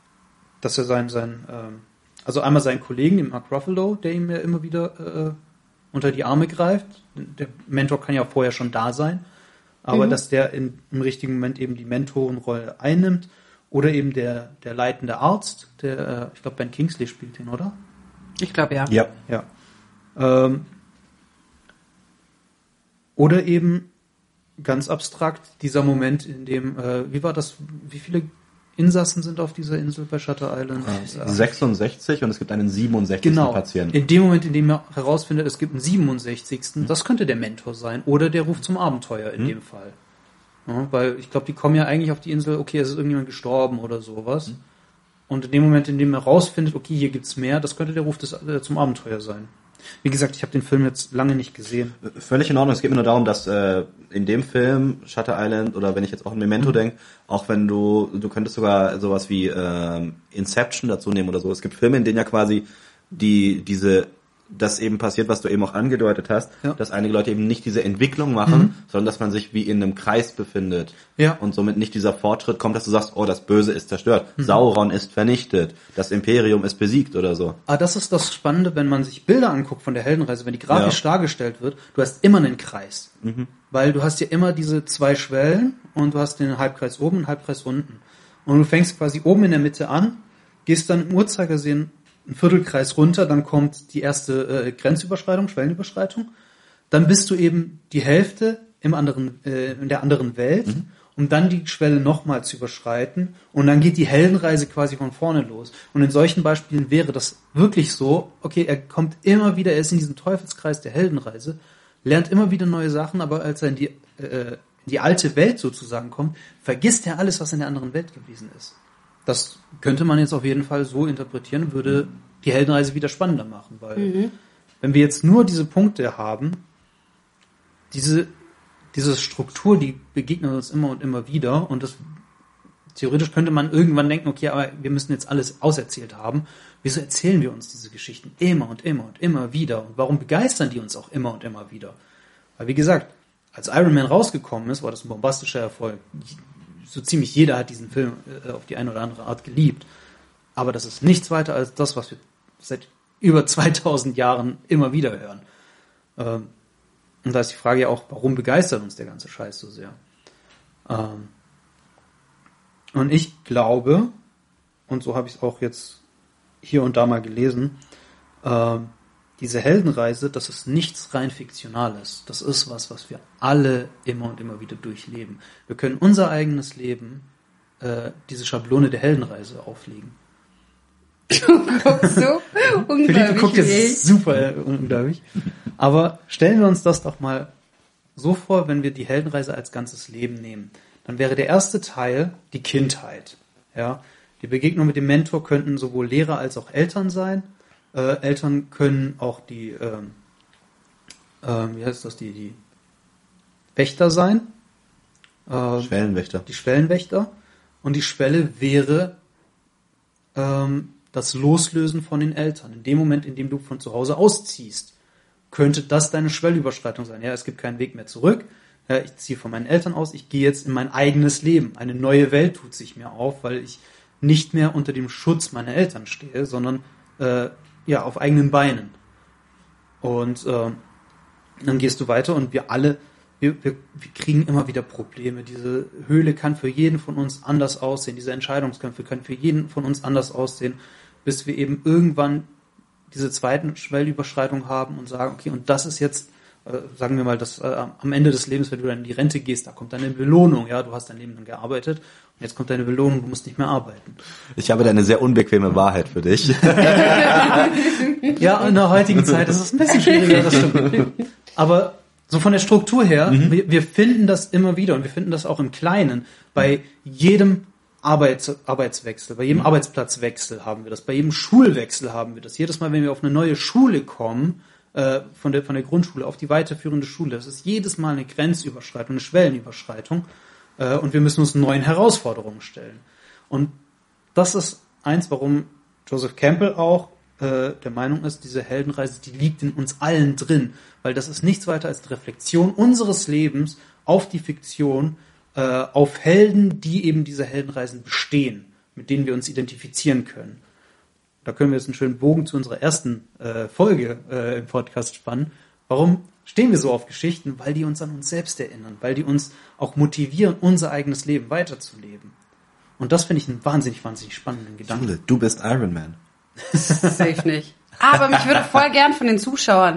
also einmal seinen Kollegen, den Mark Ruffalo, der ihm ja immer wieder unter die Arme greift. Der Mentor kann ja vorher schon da sein, aber dass der im richtigen Moment eben die Mentorenrolle einnimmt. Oder eben der leitende Arzt, der, ich glaube, Ben Kingsley spielt den, oder? Ich glaube, ja. Ja. Oder eben ganz abstrakt dieser Moment, in dem, wie war das, wie viele Insassen sind auf dieser Insel bei Shutter Island? 66 und es gibt einen 67. Genau. Patienten. In dem Moment, in dem er herausfindet, es gibt einen 67. Das könnte der Mentor sein. Oder der ruft zum Abenteuer in dem Fall. Ja, weil ich glaube, die kommen ja eigentlich auf die Insel, okay, es ist irgendjemand gestorben oder sowas. Und in dem Moment, in dem er rausfindet, okay, hier gibt's mehr, das könnte der Ruf zum Abenteuer sein. Wie gesagt, ich habe den Film jetzt lange nicht gesehen. Völlig in Ordnung. Es geht mir nur darum, dass in dem Film Shutter Island oder wenn ich jetzt auch an Memento denke, auch wenn du könntest sogar sowas wie Inception dazu nehmen oder so. Es gibt Filme, in denen ja quasi das eben passiert, was du eben auch angedeutet hast, dass einige Leute eben nicht diese Entwicklung machen, sondern dass man sich wie in einem Kreis befindet und somit nicht dieser Fortschritt kommt, dass du sagst, oh, das Böse ist zerstört, Sauron ist vernichtet, das Imperium ist besiegt oder so. Ah, das ist das Spannende, wenn man sich Bilder anguckt von der Heldenreise, wenn die grafisch dargestellt wird, du hast immer einen Kreis, weil du hast ja immer diese zwei Schwellen und du hast den Halbkreis oben und den Halbkreis unten und du fängst quasi oben in der Mitte an, gehst dann im Uhrzeigersinn einen Viertelkreis runter, dann kommt die erste Grenzüberschreitung, Schwellenüberschreitung. Dann bist du eben die Hälfte in der anderen Welt, um dann die Schwelle nochmal zu überschreiten. Und dann geht die Heldenreise quasi von vorne los. Und in solchen Beispielen wäre das wirklich so, okay, er kommt immer wieder, er ist in diesem Teufelskreis der Heldenreise, lernt immer wieder neue Sachen, aber als er in die alte Welt sozusagen kommt, vergisst er alles, was in der anderen Welt gewesen ist. Das könnte man jetzt auf jeden Fall so interpretieren, würde die Heldenreise wieder spannender machen, weil wenn wir jetzt nur diese Punkte haben, diese Struktur, die begegnet uns immer und immer wieder und das theoretisch könnte man irgendwann denken, okay, aber wir müssen jetzt alles auserzählt haben. Wieso erzählen wir uns diese Geschichten immer und immer und immer wieder? Und warum begeistern die uns auch immer und immer wieder? Weil wie gesagt, als Iron Man rausgekommen ist, war das ein bombastischer Erfolg. So ziemlich jeder hat diesen Film auf die eine oder andere Art geliebt. Aber das ist nichts weiter als das, was wir seit über 2000 Jahren immer wieder hören. Und da ist die Frage ja auch, warum begeistert uns der ganze Scheiß so sehr? Und ich glaube, und so habe ich es auch jetzt hier und da mal gelesen, diese Heldenreise, das ist nichts rein Fiktionales. Das ist was wir alle immer und immer wieder durchleben. Wir können unser eigenes Leben, diese Schablone der Heldenreise auflegen. Du guckst so unglaublich. Philippe guckt jetzt super unglaublich. Aber stellen wir uns das doch mal so vor, wenn wir die Heldenreise als ganzes Leben nehmen. Dann wäre der erste Teil die Kindheit. Ja? Die Begegnung mit dem Mentor könnten sowohl Lehrer als auch Eltern sein. Eltern können auch die die Wächter sein. Schwellenwächter. Die Schwellenwächter. Und die Schwelle wäre das Loslösen von den Eltern. In dem Moment, in dem du von zu Hause ausziehst, könnte das deine Schwellüberschreitung sein. Ja, es gibt keinen Weg mehr zurück. Ich ziehe von meinen Eltern aus. Ich gehe jetzt in mein eigenes Leben. Eine neue Welt tut sich mir auf, weil ich nicht mehr unter dem Schutz meiner Eltern stehe, sondern auf eigenen Beinen. Und dann gehst du weiter und wir alle, wir kriegen immer wieder Probleme. Diese Höhle kann für jeden von uns anders aussehen. Diese Entscheidungskämpfe können für jeden von uns anders aussehen, bis wir eben irgendwann diese zweite Schwellüberschreitung haben und sagen, okay, und das ist jetzt, sagen wir mal, dass am Ende des Lebens, wenn du dann in die Rente gehst, da kommt deine Belohnung. Ja, du hast dein Leben lang gearbeitet und jetzt kommt deine Belohnung, du musst nicht mehr arbeiten. Ich habe da eine sehr unbequeme Wahrheit für dich. Ja, in der heutigen Zeit ist es ein bisschen schwieriger, das stimmt. Aber so von der Struktur her, wir finden das immer wieder und wir finden das auch im Kleinen. Bei jedem Arbeitswechsel, bei jedem Arbeitsplatzwechsel haben wir das, bei jedem Schulwechsel haben wir das. Jedes Mal, wenn wir auf eine neue Schule kommen, von der Grundschule auf die weiterführende Schule, das ist jedes Mal eine Grenzüberschreitung, eine Schwellenüberschreitung und wir müssen uns neuen Herausforderungen stellen. Und das ist eins, warum Joseph Campbell auch der Meinung ist, diese Heldenreise, die liegt in uns allen drin, weil das ist nichts weiter als die Reflexion unseres Lebens auf die Fiktion auf Helden, die eben diese Heldenreisen bestehen, mit denen wir uns identifizieren können. Da können wir jetzt einen schönen Bogen zu unserer ersten Folge im Podcast spannen. Warum stehen wir so auf Geschichten? Weil die uns an uns selbst erinnern, weil die uns auch motivieren, unser eigenes Leben weiterzuleben. Und das finde ich einen wahnsinnig, wahnsinnig spannenden Gedanken. Jule, du bist Iron Man. Safe nicht. Aber mich würde voll gern von den Zuhörern.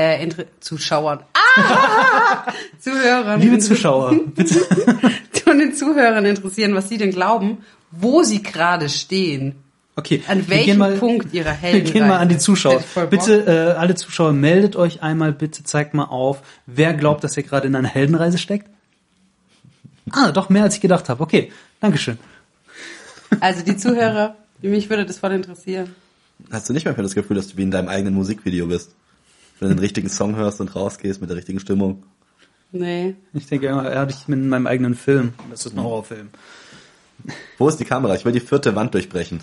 Liebe Zuschauer, bitte. Von den Zuhörern interessieren, was sie denn glauben, wo sie gerade stehen. Okay, an welchem Punkt ihrer Heldenreise? Wir gehen mal an die Zuschauer. Bitte, alle Zuschauer, meldet euch einmal, bitte zeigt mal auf, wer glaubt, dass ihr gerade in einer Heldenreise steckt? Doch mehr als ich gedacht habe. Okay, Dankeschön. Also die Zuhörer, mich würde das voll interessieren. Hast du nicht mehr das Gefühl, dass du wie in deinem eigenen Musikvideo bist? Wenn du den richtigen Song hörst und rausgehst mit der richtigen Stimmung? Nee. Ich denke immer, ich bin in meinem eigenen Film. Das ist ein Horrorfilm. Wo ist die Kamera? Ich will die 4. Wand durchbrechen.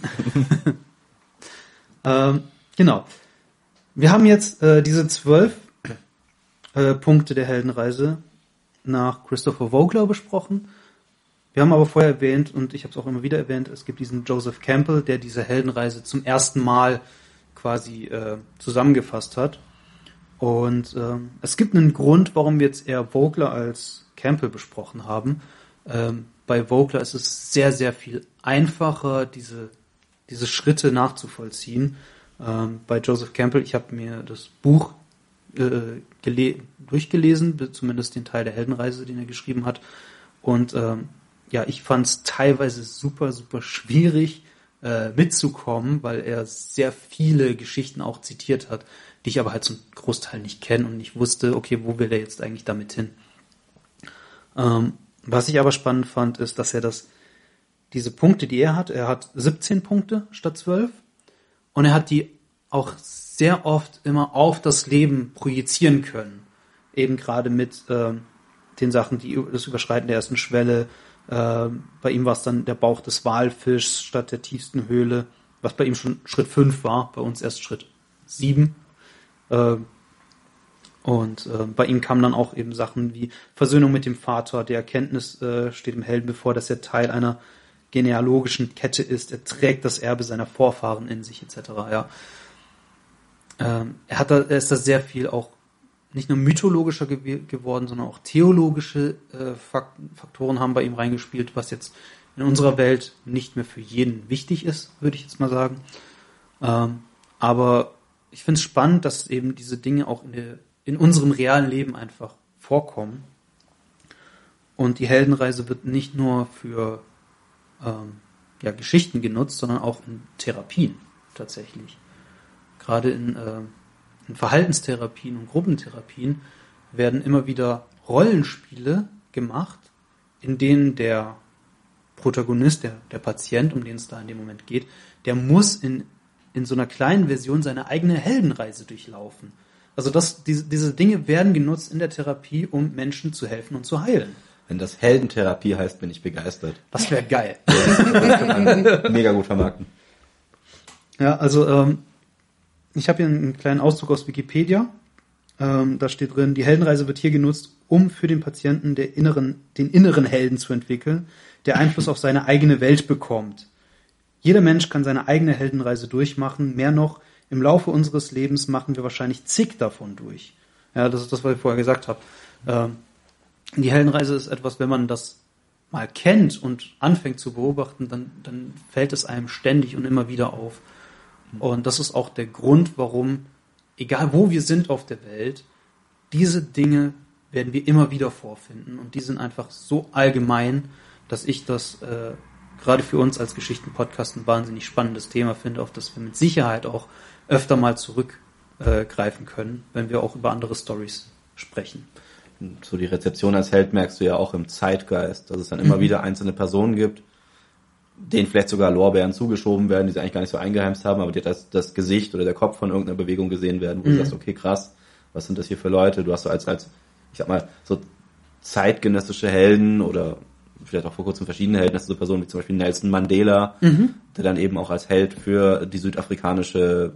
Genau. Wir haben jetzt diese 12 Punkte der Heldenreise nach Christopher Vogler besprochen. Wir haben aber vorher erwähnt, und ich habe es auch immer wieder erwähnt, es gibt diesen Joseph Campbell, der diese Heldenreise zum ersten Mal quasi zusammengefasst hat. Und es gibt einen Grund, warum wir jetzt eher Vogler als Campbell besprochen haben. Bei Vogler ist es sehr, sehr viel einfacher, diese Schritte nachzuvollziehen. Bei Joseph Campbell, ich habe mir das Buch durchgelesen, zumindest den Teil der Heldenreise, den er geschrieben hat. Und ich fand es teilweise super, super schwierig mitzukommen, weil er sehr viele Geschichten auch zitiert hat, die ich aber halt zum Großteil nicht kenne und nicht wusste, okay, wo will er jetzt eigentlich damit hin? Was ich aber spannend fand, ist, dass er diese Punkte, die er hat 17 Punkte statt 12 und er hat die auch sehr oft immer auf das Leben projizieren können. Eben gerade mit den Sachen, das Überschreiten der ersten Schwelle. Bei ihm war es dann der Bauch des Walfischs statt der tiefsten Höhle, was bei ihm schon Schritt 5 war, bei uns erst Schritt 7. Bei ihm kamen dann auch eben Sachen wie Versöhnung mit dem Vater, die Erkenntnis steht dem Helden bevor, dass er Teil einer genealogischen Kette ist, er trägt das Erbe seiner Vorfahren in sich, etc. Ja. Er ist da sehr viel auch nicht nur mythologischer geworden, sondern auch theologische Faktoren haben bei ihm reingespielt, was jetzt in unserer Welt nicht mehr für jeden wichtig ist, würde ich jetzt mal sagen. Aber ich finde es spannend, dass eben diese Dinge auch in unserem realen Leben einfach vorkommen. Und die Heldenreise wird nicht nur für Geschichten genutzt, sondern auch in Therapien tatsächlich. Gerade in Verhaltenstherapien und Gruppentherapien werden immer wieder Rollenspiele gemacht, in denen der Protagonist, der Patient, um den es da in dem Moment geht, der muss in so einer kleinen Version seine eigene Heldenreise durchlaufen. Also diese Dinge werden genutzt in der Therapie, um Menschen zu helfen und zu heilen. Wenn das Heldentherapie heißt, bin ich begeistert. Das wäre geil. Mega gut vermarkten. Ja, also ich habe hier einen kleinen Auszug aus Wikipedia. Da steht drin, die Heldenreise wird hier genutzt, um für den Patienten den inneren Helden zu entwickeln, der Einfluss auf seine eigene Welt bekommt. Jeder Mensch kann seine eigene Heldenreise durchmachen. Mehr noch, im Laufe unseres Lebens machen wir wahrscheinlich zig davon durch. Ja, das ist das, was ich vorher gesagt habe. Die Heldenreise ist etwas, wenn man das mal kennt und anfängt zu beobachten, dann fällt es einem ständig und immer wieder auf. Und das ist auch der Grund, warum, egal wo wir sind auf der Welt, diese Dinge werden wir immer wieder vorfinden. Und die sind einfach so allgemein, dass ich das gerade für uns als Geschichten-Podcast ein wahnsinnig spannendes Thema finde, auf das wir mit Sicherheit auch öfter mal zurückgreifen können, wenn wir auch über andere Storys sprechen. So die Rezeption als Held merkst du ja auch im Zeitgeist, dass es dann immer wieder einzelne Personen gibt, denen vielleicht sogar Lorbeeren zugeschoben werden, die sie eigentlich gar nicht so eingeheimst haben, aber die das Gesicht oder der Kopf von irgendeiner Bewegung gesehen werden, wo du sagst, okay, krass, was sind das hier für Leute? Du hast so als ich sag mal, so zeitgenössische Helden oder vielleicht auch vor kurzem verschiedene Helden, das sind so Personen wie zum Beispiel Nelson Mandela, der dann eben auch als Held für die südafrikanische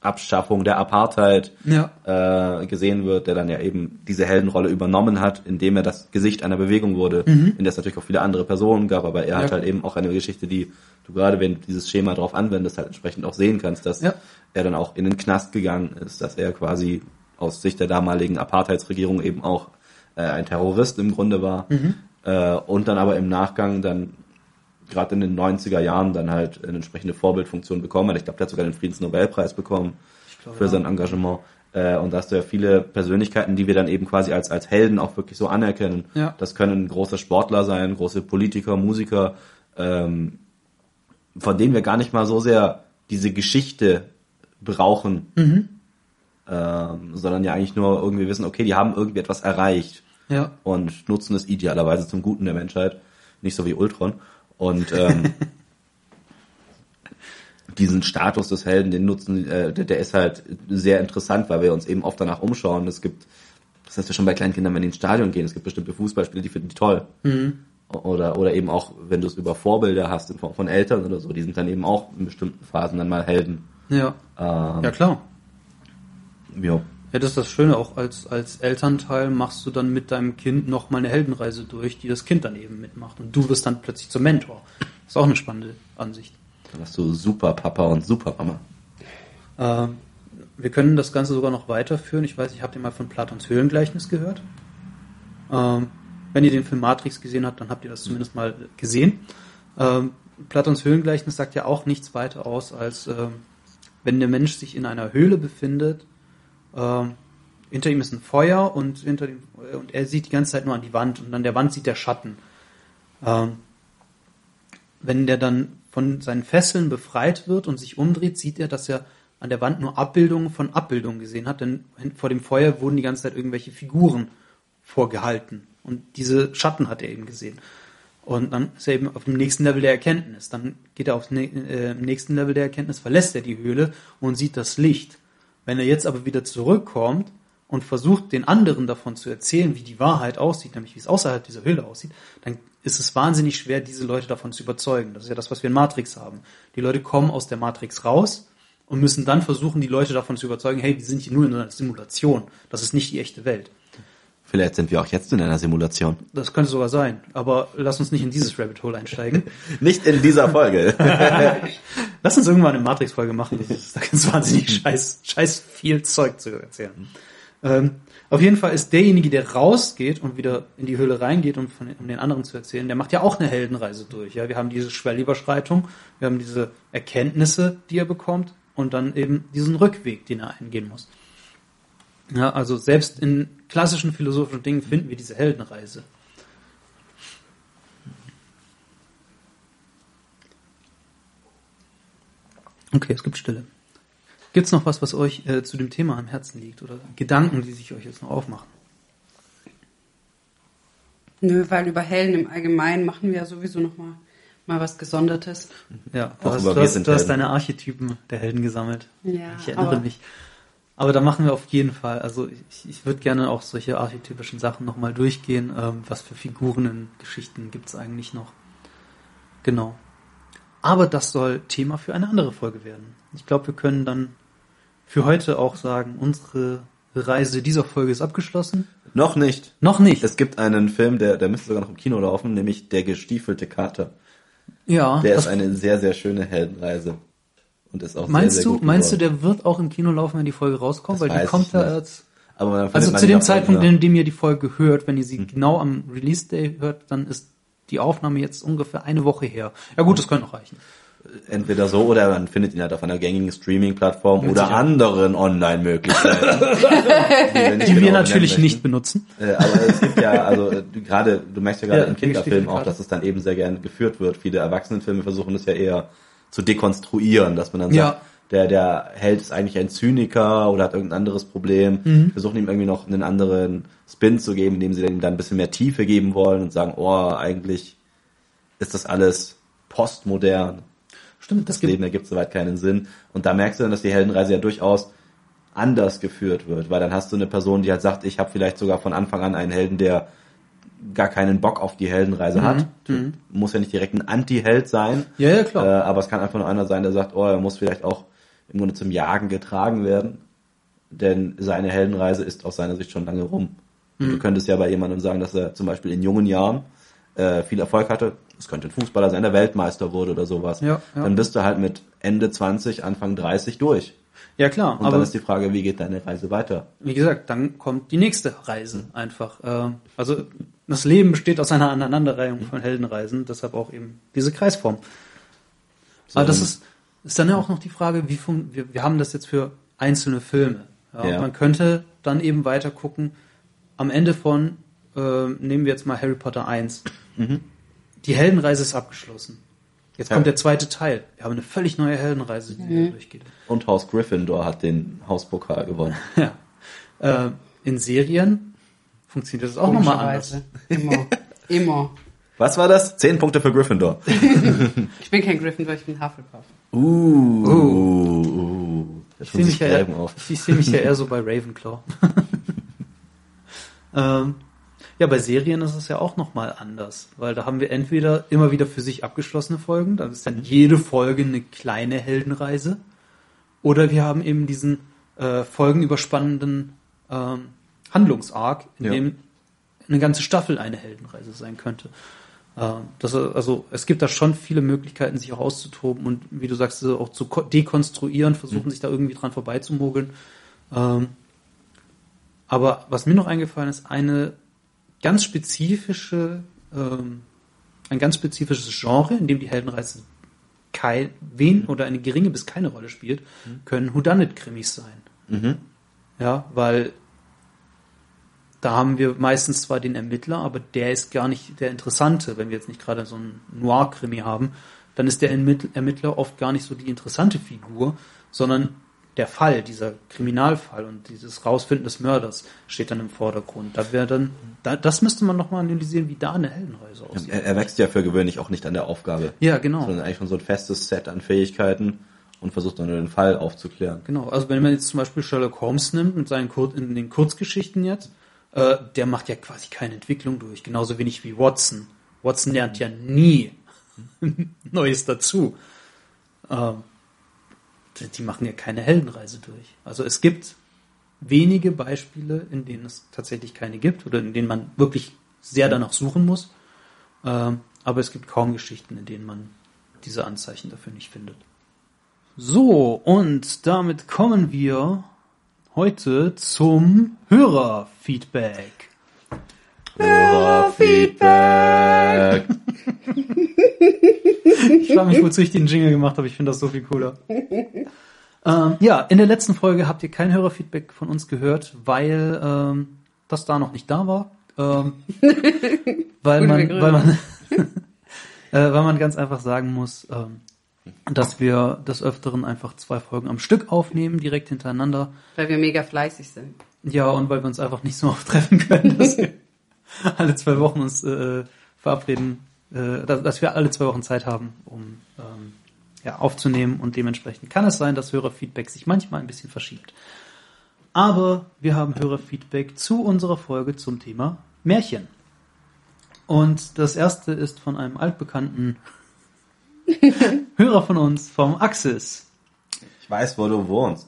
Abschaffung der Apartheid gesehen wird, der dann ja eben diese Heldenrolle übernommen hat, indem er das Gesicht einer Bewegung wurde, in der es natürlich auch viele andere Personen gab, aber er hat halt eben auch eine Geschichte, die du gerade, wenn du dieses Schema drauf anwendest, halt entsprechend auch sehen kannst, dass er dann auch in den Knast gegangen ist, dass er quasi aus Sicht der damaligen Apartheidsregierung eben auch ein Terrorist im Grunde war, und dann aber im Nachgang dann gerade in den 90er Jahren dann halt eine entsprechende Vorbildfunktion bekommen hat. Ich glaube, der hat sogar den Friedensnobelpreis bekommen für sein Engagement. Und da hast du ja viele Persönlichkeiten, die wir dann eben quasi als Helden auch wirklich so anerkennen. Ja. Das können große Sportler sein, große Politiker, Musiker, von denen wir gar nicht mal so sehr diese Geschichte brauchen, sondern ja eigentlich nur irgendwie wissen, okay, die haben irgendwie etwas erreicht und nutzen es idealerweise zum Guten der Menschheit. Nicht so wie Ultron. Und diesen Status des Helden, den nutzen, der ist halt sehr interessant, weil wir uns eben oft danach umschauen. Das heißt ja schon bei kleinen Kindern, wenn die ins Stadion gehen, es gibt bestimmte Fußballspiele, die finden die toll. Oder eben auch, wenn du es über Vorbilder hast, in Form von Eltern oder so, die sind dann eben auch in bestimmten Phasen dann mal Helden. Ja, ja klar. Ja, das ist das Schöne, auch als Elternteil machst du dann mit deinem Kind noch mal eine Heldenreise durch, die das Kind dann eben mitmacht. Und du wirst dann plötzlich zum Mentor. Das ist auch eine spannende Ansicht. Dann hast du Super Papa und Super Mama. Wir können das Ganze sogar noch weiterführen. Ich weiß, ich habe mal von Platons Höhlengleichnis gehört. Wenn ihr den Film Matrix gesehen habt, dann habt ihr das zumindest mal gesehen. Platons Höhlengleichnis sagt ja auch nichts weiter aus, als wenn der Mensch sich in einer Höhle befindet, hinter ihm ist ein Feuer und er sieht die ganze Zeit nur an die Wand und an der Wand sieht er Schatten. Wenn der dann von seinen Fesseln befreit wird und sich umdreht, sieht er, dass er an der Wand nur Abbildungen von Abbildungen gesehen hat, denn vor dem Feuer wurden die ganze Zeit irgendwelche Figuren vorgehalten und diese Schatten hat er eben gesehen. Und dann ist er eben auf dem nächsten Level der Erkenntnis. Dann geht er im nächsten Level der Erkenntnis, verlässt er die Höhle und sieht das Licht. Wenn er jetzt aber wieder zurückkommt und versucht, den anderen davon zu erzählen, wie die Wahrheit aussieht, nämlich wie es außerhalb dieser Höhle aussieht, dann ist es wahnsinnig schwer, diese Leute davon zu überzeugen. Das ist ja das, was wir in Matrix haben. Die Leute kommen aus der Matrix raus und müssen dann versuchen, die Leute davon zu überzeugen, hey, wir sind hier nur in einer Simulation. Das ist nicht die echte Welt. Vielleicht sind wir auch jetzt in einer Simulation. Das könnte sogar sein, aber lass uns nicht in dieses Rabbit Hole einsteigen. Nicht in dieser Folge. Lass uns irgendwann eine Matrix-Folge machen. Da gibt es wahnsinnig scheiß viel Zeug zu erzählen. Auf jeden Fall ist derjenige, der rausgeht und wieder in die Höhle reingeht, um den anderen zu erzählen, der macht ja auch eine Heldenreise durch. Ja, wir haben diese Schwellüberschreitung, wir haben diese Erkenntnisse, die er bekommt und dann eben diesen Rückweg, den er eingehen muss. Ja, also selbst in klassischen philosophischen Dingen finden wir diese Heldenreise. Okay, es gibt Stille. Gibt es noch was euch zu dem Thema am Herzen liegt oder Gedanken, die sich euch jetzt noch aufmachen? Nö, weil über Helden im Allgemeinen machen wir ja sowieso noch mal was Gesondertes. Ja, du hast deine Archetypen der Helden gesammelt. Ja, ich erinnere mich. Aber da machen wir auf jeden Fall, also ich würde gerne auch solche archetypischen Sachen nochmal durchgehen. Was für Figuren in Geschichten gibt es eigentlich noch? Genau. Aber das soll Thema für eine andere Folge werden. Ich glaube, wir können dann für heute auch sagen, unsere Reise dieser Folge ist abgeschlossen. Noch nicht. Noch nicht. Es gibt einen Film, der müsste sogar noch im Kino laufen, nämlich Der gestiefelte Kater. Ja. Der ist eine sehr, sehr schöne Heldenreise. Und ist auch meinst sehr, sehr gut gut Meinst du, der wird auch im Kino laufen, wenn die Folge rauskommt? Das weil die kommt ja jetzt. Aber also zu dem Zeitpunkt, in dem ihr die Folge hört, wenn ihr sie genau am Release-Day hört, dann ist die Aufnahme jetzt ungefähr eine Woche her. Ja gut, das könnte noch reichen. Entweder so oder man findet ihn halt auf einer gängigen Streaming-Plattform oder anderen Online-Möglichkeiten. die wir natürlich nicht benutzen. Aber es gibt ja, also gerade, du merkst ja gerade im Kinderfilm auch, dass es dann eben sehr gerne geführt wird. Viele Erwachsenenfilme versuchen das ja eher zu dekonstruieren, dass man dann sagt, der Held ist eigentlich ein Zyniker oder hat irgendein anderes Problem. Versuchen ihm irgendwie noch einen anderen Spin zu geben, indem sie ihm dann ein bisschen mehr Tiefe geben wollen und sagen, eigentlich ist das alles postmodern. Stimmt, das Leben ergibt soweit keinen Sinn. Und da merkst du dann, dass die Heldenreise ja durchaus anders geführt wird, weil dann hast du eine Person, die halt sagt, ich habe vielleicht sogar von Anfang an einen Helden, der gar keinen Bock auf die Heldenreise hat. Muss ja nicht direkt ein Anti-Held sein. Ja, klar. Aber es kann einfach nur einer sein, der sagt, er muss vielleicht auch im Grunde zum Jagen getragen werden, denn seine Heldenreise ist aus seiner Sicht schon lange rum. Und du könntest ja bei jemandem sagen, dass er zum Beispiel in jungen Jahren viel Erfolg hatte. Es könnte ein Fußballer sein, der Weltmeister wurde oder sowas. Ja. Dann bist du halt mit Ende 20, Anfang 30 durch. Ja, klar. Und aber dann ist die Frage, wie geht deine Reise weiter? wie gesagt, dann kommt die nächste Reise einfach. Also das Leben besteht aus einer Aneinanderreihung von Heldenreisen, deshalb auch eben diese Kreisform. Aber das ist dann ja auch noch die Frage, wir haben das jetzt für einzelne Filme. Ja. Man könnte dann eben weiter gucken, am Ende von, nehmen wir jetzt mal Harry Potter 1. Die Heldenreise ist abgeschlossen. Jetzt kommt der zweite Teil. Wir haben eine völlig neue Heldenreise, die durchgeht. Und Haus Gryffindor hat den Hauspokal gewonnen. Ja. In Serien funktioniert das auch nochmal anders. Immer. Was war das? 10 Punkte für Gryffindor. Ich bin kein Gryffindor, ich bin Hufflepuff. Ich sehe mich ja eher so bei Ravenclaw. Ja, bei Serien ist es ja auch nochmal anders, weil da haben wir entweder immer wieder für sich abgeschlossene Folgen, da ist dann jede Folge eine kleine Heldenreise, oder wir haben eben diesen folgenüberspannenden Handlungsarc, in dem eine ganze Staffel eine Heldenreise sein könnte. Es gibt da schon viele Möglichkeiten, sich auch auszutoben und, wie du sagst, auch zu dekonstruieren, versuchen sich da irgendwie dran vorbeizumogeln. Aber was mir noch eingefallen ist, ein ganz spezifisches Genre, in dem die Heldenreise oder eine geringe bis keine Rolle spielt, können Whodunit-Krimis sein. Ja, weil da haben wir meistens zwar den Ermittler, aber der ist gar nicht der Interessante. Wenn wir jetzt nicht gerade so einen Noir-Krimi haben, dann ist der Ermittler oft gar nicht so die interessante Figur, sondern der Fall, dieser Kriminalfall und dieses Rausfinden des Mörders steht dann im Vordergrund. Das müsste man nochmal analysieren, wie da eine Heldenreise aussieht. Er wächst ja für gewöhnlich auch nicht an der Aufgabe. Ja, genau. Sondern eigentlich schon so ein festes Set an Fähigkeiten und versucht dann nur den Fall aufzuklären. Genau, also wenn man jetzt zum Beispiel Sherlock Holmes nimmt mit seinen in den Kurzgeschichten jetzt, der macht ja quasi keine Entwicklung durch, genauso wenig wie Watson. Watson lernt ja nie Neues dazu. Die machen ja keine Heldenreise durch. Also es gibt wenige Beispiele, in denen es tatsächlich keine gibt oder in denen man wirklich sehr danach suchen muss. Aber es gibt kaum Geschichten, in denen man diese Anzeichen dafür nicht findet. So, und damit kommen wir heute zum Hörerfeedback. Hörerfeedback! Ich frage mich, wozu ich den Jingle gemacht habe. Ich finde das so viel cooler. In der letzten Folge habt ihr kein Hörerfeedback von uns gehört, weil das da noch nicht da war. Weil man ganz einfach sagen muss, dass wir des Öfteren einfach 2 Folgen am Stück aufnehmen, direkt hintereinander. Weil wir mega fleißig sind. Ja, und weil wir uns einfach nicht so oft treffen können, dass wir alle 2 Wochen uns verabreden, dass wir alle 2 Wochen Zeit haben, um aufzunehmen, und dementsprechend kann es sein, dass Hörerfeedback sich manchmal ein bisschen verschiebt. Aber wir haben Hörerfeedback zu unserer Folge zum Thema Märchen. Und das erste ist von einem altbekannten Hörer von uns, vom Axis. Ich weiß, wo du wohnst.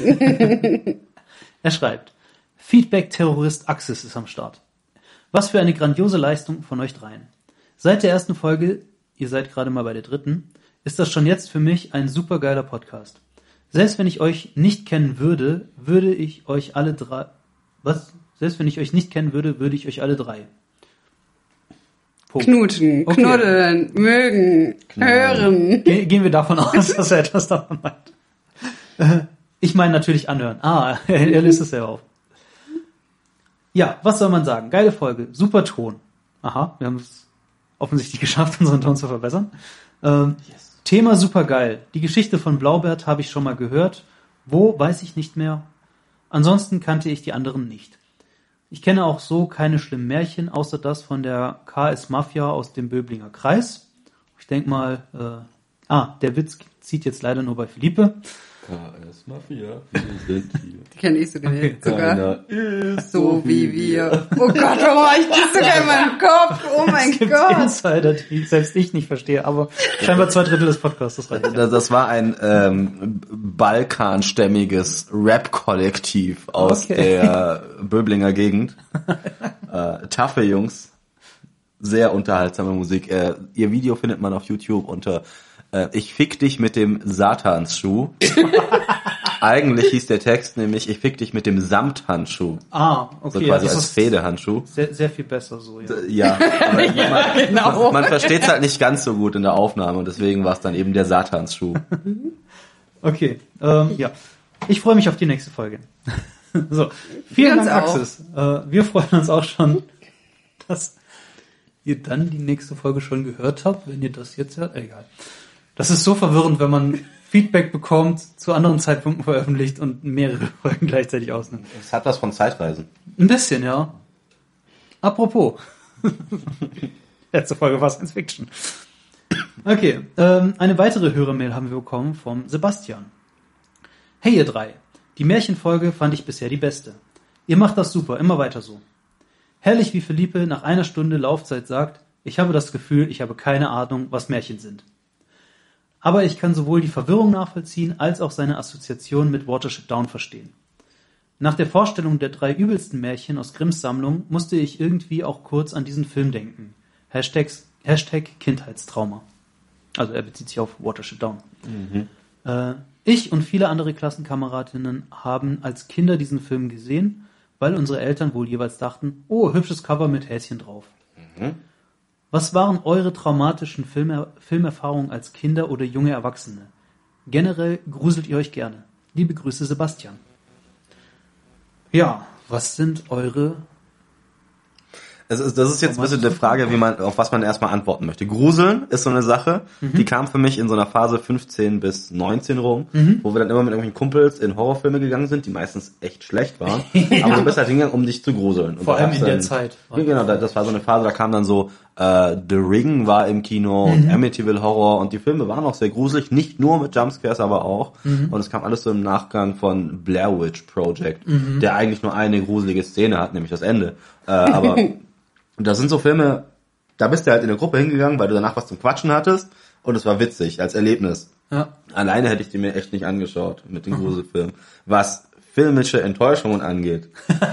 Er schreibt: Feedback-Terrorist Axis ist am Start. Was für eine grandiose Leistung von euch dreien. Seit der ersten Folge, ihr seid gerade mal bei der 3., ist das schon jetzt für mich ein supergeiler Podcast. Selbst wenn ich euch nicht kennen würde, würde ich euch alle 3... Was? Selbst wenn ich euch nicht kennen würde, würde ich euch alle 3... Punkt. Knutschen, okay. Knuddeln, mögen, hören. Gehen wir davon aus, dass er etwas davon meint. Ich meine natürlich anhören. Er löst es selber auf. Ja, was soll man sagen? Geile Folge, super Ton. Aha, wir haben es offensichtlich geschafft, unseren Ton zu verbessern. Yes. Thema super geil. Die Geschichte von Blaubert habe ich schon mal gehört. Wo, weiß ich nicht mehr. Ansonsten kannte ich die anderen nicht. Ich kenne auch so keine schlimmen Märchen, außer das von der KS Mafia aus dem Böblinger Kreis. Ich denke mal, der Witz zieht jetzt leider nur bei Philippe. KS Mafia, wir sind hier. Die kenne ich sogar. Keiner ist So wie wir. Oh Gott, warum habe ich das sogar in meinem Kopf? Oh mein Es gibt Gott. Insider, die selbst ich nicht verstehe, aber scheinbar 2/3 des Podcasts, das reicht. Das war ein balkanstämmiges Rap-Kollektiv aus der Böblinger Gegend. Taffe Jungs. Sehr unterhaltsame Musik. Ihr Video findet man auf YouTube unter Ich fick dich mit dem Satansschuh. Eigentlich hieß der Text nämlich Ich fick dich mit dem Samthandschuh. Ah, okay. So quasi das als ist Fehdehandschuh. sehr, sehr viel besser so, ja. Ja, aber Genau. man versteht es halt nicht ganz so gut in der Aufnahme und deswegen war es dann eben der Satansschuh. Okay, ja. Ich freue mich auf die nächste Folge. So, vielen uns Dank, auch. Axis. Wir freuen uns auch schon, dass ihr dann die nächste Folge schon gehört habt, wenn ihr das jetzt hört. Egal. Das ist so verwirrend, wenn man Feedback bekommt, zu anderen Zeitpunkten veröffentlicht und mehrere Folgen gleichzeitig ausnimmt. Es hat was von Zeitreisen. Ein bisschen, ja. Apropos. Letzte Folge war Science Fiction. Okay, eine weitere Hörermail haben wir bekommen vom Sebastian. Hey ihr drei, die Märchenfolge fand ich bisher die beste. Ihr macht das super, immer weiter so. Herrlich, wie Felipe nach einer Stunde Laufzeit sagt, ich habe das Gefühl, ich habe keine Ahnung, was Märchen sind. Aber ich kann sowohl die Verwirrung nachvollziehen, als auch seine Assoziation mit Watership Down verstehen. Nach der Vorstellung der 3 übelsten Märchen aus Grimms Sammlung musste ich irgendwie auch kurz an diesen Film denken. Hashtag Kindheitstrauma. Also er bezieht sich auf Watership Down. Ich und viele andere Klassenkameradinnen haben als Kinder diesen Film gesehen, weil unsere Eltern wohl jeweils dachten, oh, hübsches Cover mit Häschen drauf. Was waren eure traumatischen Filmerfahrungen als Kinder oder junge Erwachsene? Generell gruselt ihr euch gerne. Liebe Grüße, Sebastian. Ja, was sind eure... Das ist jetzt ein bisschen die Frage, auf was man erstmal antworten möchte. Gruseln ist so eine Sache, die kam für mich in so einer Phase 15 bis 19 rum, wo wir dann immer mit irgendwelchen Kumpels in Horrorfilme gegangen sind, die meistens echt schlecht waren. Aber du bist halt hingegangen, um dich zu gruseln. Und Vor allem in der dann, Zeit. Ja, genau, das war so eine Phase, da kam dann so The Ring war im Kino und Amityville Horror und die Filme waren auch sehr gruselig, nicht nur mit Jumpscares, aber auch. Und es kam alles so im Nachgang von Blair Witch Project, der eigentlich nur eine gruselige Szene hat, nämlich das Ende. Aber und das sind so Filme, da bist du halt in der Gruppe hingegangen, weil du danach was zum Quatschen hattest und es war witzig als Erlebnis. Ja. Alleine hätte ich die mir echt nicht angeschaut mit den Gruselfilmen. Was filmische Enttäuschungen angeht,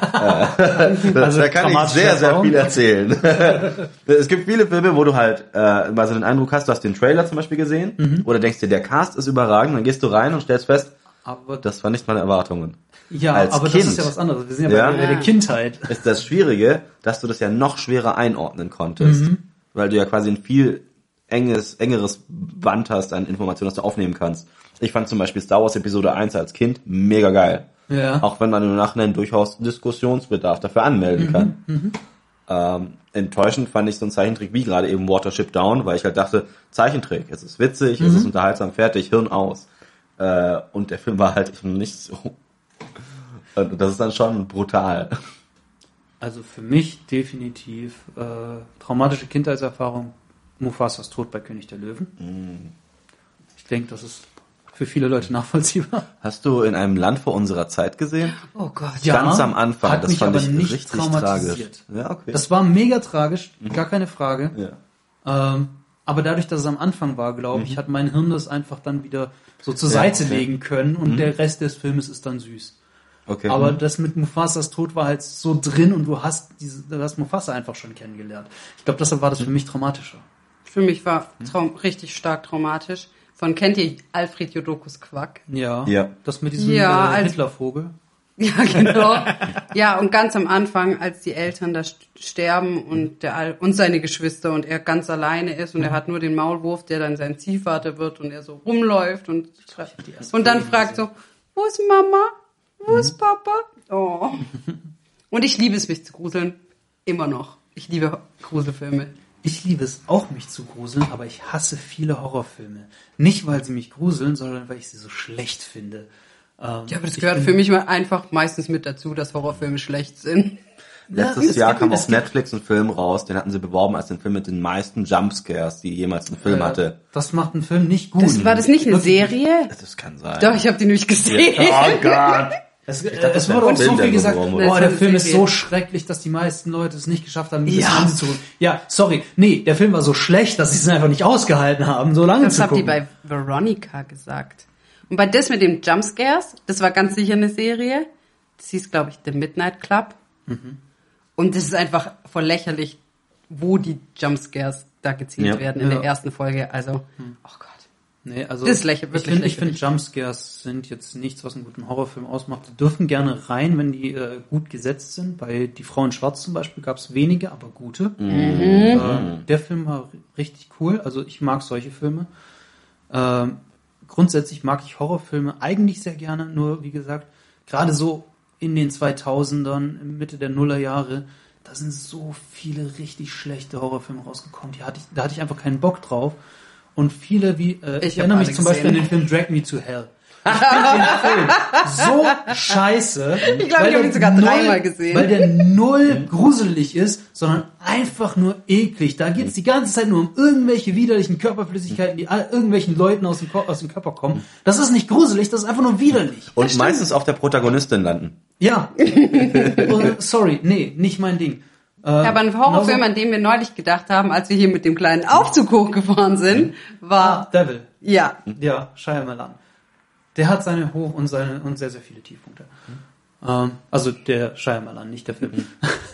Also da kann ich sehr, sehr viel erzählen. Es gibt viele Filme, wo du halt mal so den Eindruck hast, du hast den Trailer zum Beispiel gesehen oder denkst dir, der Cast ist überragend, dann gehst du rein und stellst fest, Aber das war nicht meine Erwartungen. ja, als aber Kind. das ist ja was anderes. Wir sind ja bei der Kindheit. Ist das Schwierige, dass du das ja noch schwerer einordnen konntest, weil du ja quasi ein viel engeres Band hast an Informationen, das du aufnehmen kannst. Ich fand zum Beispiel Star Wars Episode 1 als Kind mega geil. Ja. Auch wenn man im Nachhinein durchaus Diskussionsbedarf dafür anmelden kann. Enttäuschend fand ich so ein Zeichentrick wie gerade eben Watership Down, weil ich halt dachte, Zeichentrick, es ist witzig, es ist unterhaltsam, fertig, Hirn aus. Und der Film war halt nicht so. Und das ist dann schon brutal. Also für mich definitiv traumatische Kindheitserfahrung, Mufasas Tod bei König der Löwen. Ich denke, das ist für viele Leute nachvollziehbar. Hast du in einem Land vor unserer Zeit gesehen? Oh Gott. Ja, Ganz am Anfang, hat das mich fand aber ich nicht richtig traumatisiert. tragisch. Ja, okay. Das war mega tragisch, gar keine Frage. Ja. Aber dadurch, dass es am Anfang war, glaube ich, hat mein Hirn das einfach dann wieder so zur Seite legen können und der Rest des Filmes ist dann süß. Okay. Aber das mit Mufasas Tod war halt so drin und du hast Mufasa einfach schon kennengelernt. Ich glaube, deshalb war das für mich traumatischer. Für mich war richtig stark traumatisch. Kennt ihr Alfred Jodokus Quack? Ja. Ja. Das mit diesem als Hitlervogel. Ja, genau. Ja, und ganz am Anfang, als die Eltern da sterben und seine Geschwister und er ganz alleine ist und er hat nur den Maulwurf, der dann sein Ziehvater wird und er so rumläuft und dann fragt so, wo ist Mama? Wo ist Papa? Oh. Und ich liebe es, mich zu gruseln. Immer noch. Ich liebe Gruselfilme. Ich liebe es auch, mich zu gruseln, aber ich hasse viele Horrorfilme. Nicht, weil sie mich gruseln, sondern weil ich sie so schlecht finde. Ja, aber das gehört für mich mal einfach meistens mit dazu, dass Horrorfilme schlecht sind. Letztes Jahr kam auf Netflix ein Film raus, den hatten sie beworben als den Film mit den meisten Jumpscares, die jemals ein Film hatte. Das macht einen Film nicht gut. War das nicht eine Serie? Das kann sein. Doch, ich habe die nämlich gesehen. Oh Gott. Es wurde uns so viel gesagt, der Film ist so schrecklich, dass die meisten Leute es nicht geschafft haben, das anzugucken. Ja, sorry. Nee, der Film war so schlecht, dass sie es einfach nicht ausgehalten haben, so lange zu gucken. Das habt ihr bei Veronica gesagt. Und bei das mit den Jumpscares, das war ganz sicher eine Serie. Das hieß, glaube ich, The Midnight Club. Mhm. Und das ist einfach voll lächerlich, wo die Jumpscares da gezielt werden in der ersten Folge. Also, oh Gott. Nee, also das ist wirklich ich finde Jumpscares sind jetzt nichts, was einen guten Horrorfilm ausmacht. Die dürfen gerne rein, wenn die gut gesetzt sind. Bei Die Frau in Schwarz zum Beispiel gab es wenige, aber gute. Der Film war richtig cool. Also ich mag solche Filme. Grundsätzlich mag ich Horrorfilme eigentlich sehr gerne. Nur, wie gesagt, gerade so in den 2000ern, Mitte der Nullerjahre, da sind so viele richtig schlechte Horrorfilme rausgekommen. Da hatte ich einfach keinen Bock drauf. Und viele ich erinnere mich zum Beispiel an den Film Drag Me to Hell. Ich finde den Film so scheiße. Ich glaube, ich habe ihn sogar 3-mal gesehen. Weil der null gruselig ist, sondern einfach nur eklig. Da geht es die ganze Zeit nur um irgendwelche widerlichen Körperflüssigkeiten, die irgendwelchen Leuten aus dem Körper kommen. Das ist nicht gruselig, das ist einfach nur widerlich. Und meistens auf der Protagonistin landen. Ja. Sorry, nee, nicht mein Ding. Aber ein Horrorfilm, an dem wir neulich gedacht haben, als wir hier mit dem kleinen Aufzug hochgefahren sind, war... Devil. Ja. Ja, Shyamalan. Der hat seine Hoch- und sehr, sehr viele Tiefpunkte. Also der Shyamalan, nicht der Film.